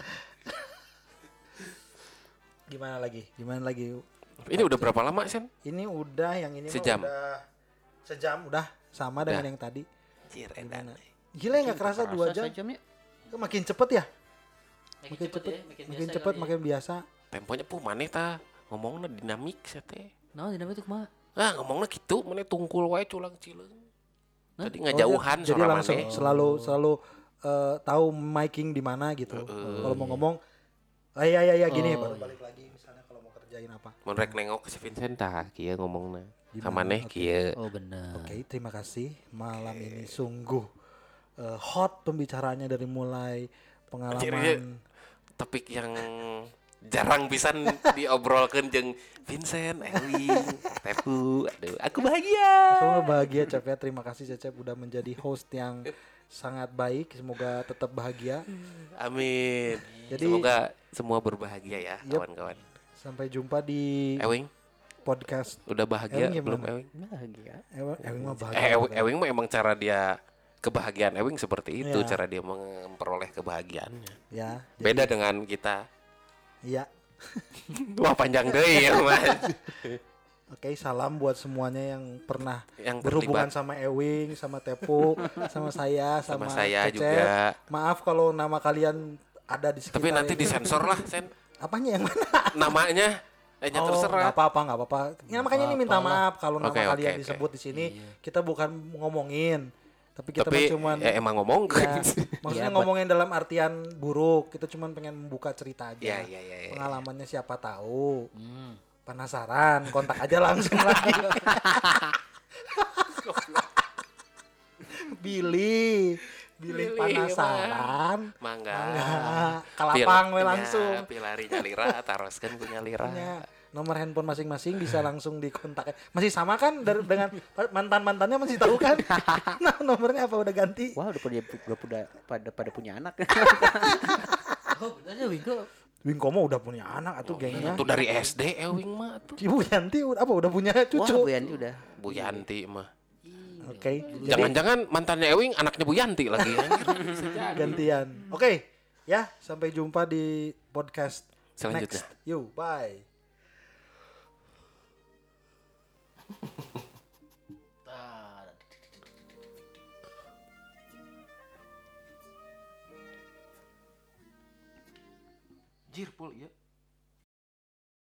Speaker 2: Gimana lagi? Gimana lagi?
Speaker 1: Ini udah berapa lama sen?
Speaker 2: Ini udah yang ini mah
Speaker 1: Sejam.
Speaker 2: udah sejam udah sama dengan
Speaker 1: Udah.
Speaker 2: yang tadi.
Speaker 1: Anjir, edan.
Speaker 2: Gimana? Gila ya nggak kerasa dua jam.
Speaker 4: Sejamnya.
Speaker 2: Makin cepet ya?
Speaker 3: Makin
Speaker 2: Makin
Speaker 3: cepet
Speaker 2: cepet,
Speaker 3: ya, makin
Speaker 2: makin
Speaker 3: biasa
Speaker 2: cepet,
Speaker 3: kali ya.
Speaker 2: makin biasa.
Speaker 1: Temponya puh maneh ta ngomongnya dinamik sate.
Speaker 3: Nah, dinamik itu kumaha?
Speaker 1: Ah ngomongnya gitu, maneh tungkul wae culang cileung. Tadi
Speaker 2: Oh,
Speaker 1: ngajauhan
Speaker 2: jadi
Speaker 1: suara
Speaker 2: langsung
Speaker 1: maneh.
Speaker 2: selalu selalu eh, tahu miking di mana gitu. Kalau mau ngomong, ah ya ya ya gini
Speaker 3: Oh,
Speaker 2: baru
Speaker 3: iya.
Speaker 2: balik lagi misalnya kalau mau kerjain apa.
Speaker 1: Mun rek nengok ke si Vincent tah kieu ngomongna.
Speaker 2: Gimana?
Speaker 1: Ka maneh
Speaker 2: Oke.
Speaker 1: kieu.
Speaker 3: Oh, benar.
Speaker 2: Oke, terima kasih. Malam ini sungguh eh, hot pembicaranya dari mulai
Speaker 1: Anjir,
Speaker 2: pengalaman.
Speaker 1: Topik yang jarang pisan diobrolkeun jeung Vincent, Ewing, Tepu. Aduh, aku bahagia.
Speaker 2: Semua bahagia Cep ya. Terima kasih Cep udah menjadi host yang sangat baik. Semoga tetap bahagia.
Speaker 1: Amin.
Speaker 2: Jadi-
Speaker 1: Semoga semua berbahagia ya,
Speaker 2: Yep.
Speaker 1: kawan-kawan.
Speaker 2: Sampai jumpa di
Speaker 1: Ewing,
Speaker 2: podcast.
Speaker 1: udah bahagia
Speaker 2: Ewing
Speaker 1: belum
Speaker 2: gimana?
Speaker 1: Ewing?
Speaker 4: Bahagia.
Speaker 2: Ewing, Ewing mah
Speaker 1: Eh,
Speaker 2: bahagia.
Speaker 1: Ewing,
Speaker 2: banget.
Speaker 1: Ewing mah emang cara dia kebahagiaan Ewing seperti itu,
Speaker 2: Iya.
Speaker 1: cara dia memperoleh kebahagiaannya.
Speaker 2: Ya. jadi-
Speaker 1: Beda dengan kita.
Speaker 2: Iya.
Speaker 1: Wah, panjang deui ya, Mas.
Speaker 2: Oke, salam buat semuanya yang pernah
Speaker 1: Yang
Speaker 2: berhubungan
Speaker 1: terlibat
Speaker 2: sama Ewing, sama Tepu, sama saya, sama,
Speaker 1: sama saya
Speaker 2: Cecep.
Speaker 1: juga.
Speaker 2: Maaf kalau nama kalian ada di sekitar.
Speaker 1: Tapi nanti
Speaker 2: ini.
Speaker 1: disensor lah, Sen.
Speaker 2: Apanya yang mana?
Speaker 1: Namanya. Eh, nya
Speaker 2: Oh,
Speaker 1: terserah.
Speaker 2: nggak apa-apa, nggak apa-apa. Ya makanya ini minta
Speaker 3: Apa-apa lah.
Speaker 2: maaf kalau nama
Speaker 1: Oke, oke,
Speaker 2: kalian
Speaker 1: oke.
Speaker 2: disebut di sini. Kita bukan ngomongin, tapi kita
Speaker 1: Tapi
Speaker 2: mah cuman
Speaker 1: ya, emang ngomong
Speaker 2: ya, maksudnya
Speaker 4: Iya,
Speaker 2: ngomongin dalam artian buruk. Kita cuman pengen membuka cerita aja.
Speaker 1: Ya, ya, ya, ya.
Speaker 2: Pengalamannya siapa tahu.
Speaker 3: Hmm.
Speaker 2: Penasaran, kontak aja langsung lagi. Billy, Billy
Speaker 1: Billy,
Speaker 2: penasaran.
Speaker 1: Mangga.
Speaker 2: Enggak, kalapang we
Speaker 1: Pil-
Speaker 2: langsung.
Speaker 1: Ya, pilari nyalira, taroskeun punya lira.
Speaker 2: Punya nomor handphone masing-masing bisa langsung dikontak. Masih sama kan dari dengan mantan-mantannya masih tahu kan? Nah, nomornya apa udah ganti?
Speaker 4: Wah, udah pada udah pada pada, pada punya anak.
Speaker 3: Oh, benar ya Wingo.
Speaker 2: Wingkomo udah punya anak atau gengnya.
Speaker 1: Itu dari S D Ewing mah tuh.
Speaker 2: Ibu Yanti udah- apa udah punya
Speaker 4: Wah,
Speaker 2: cucu?
Speaker 4: Bu Yanti udah.
Speaker 1: Bu Yanti mah.
Speaker 2: Oke. Jadi
Speaker 1: Jangan-jangan mantannya Ewing anaknya Bu Yanti lagi.
Speaker 2: gantian. Oke. Ya, sampai jumpa di podcast
Speaker 1: Selanjutnya.
Speaker 2: next. Yo, bye.
Speaker 1: Jir pul ya.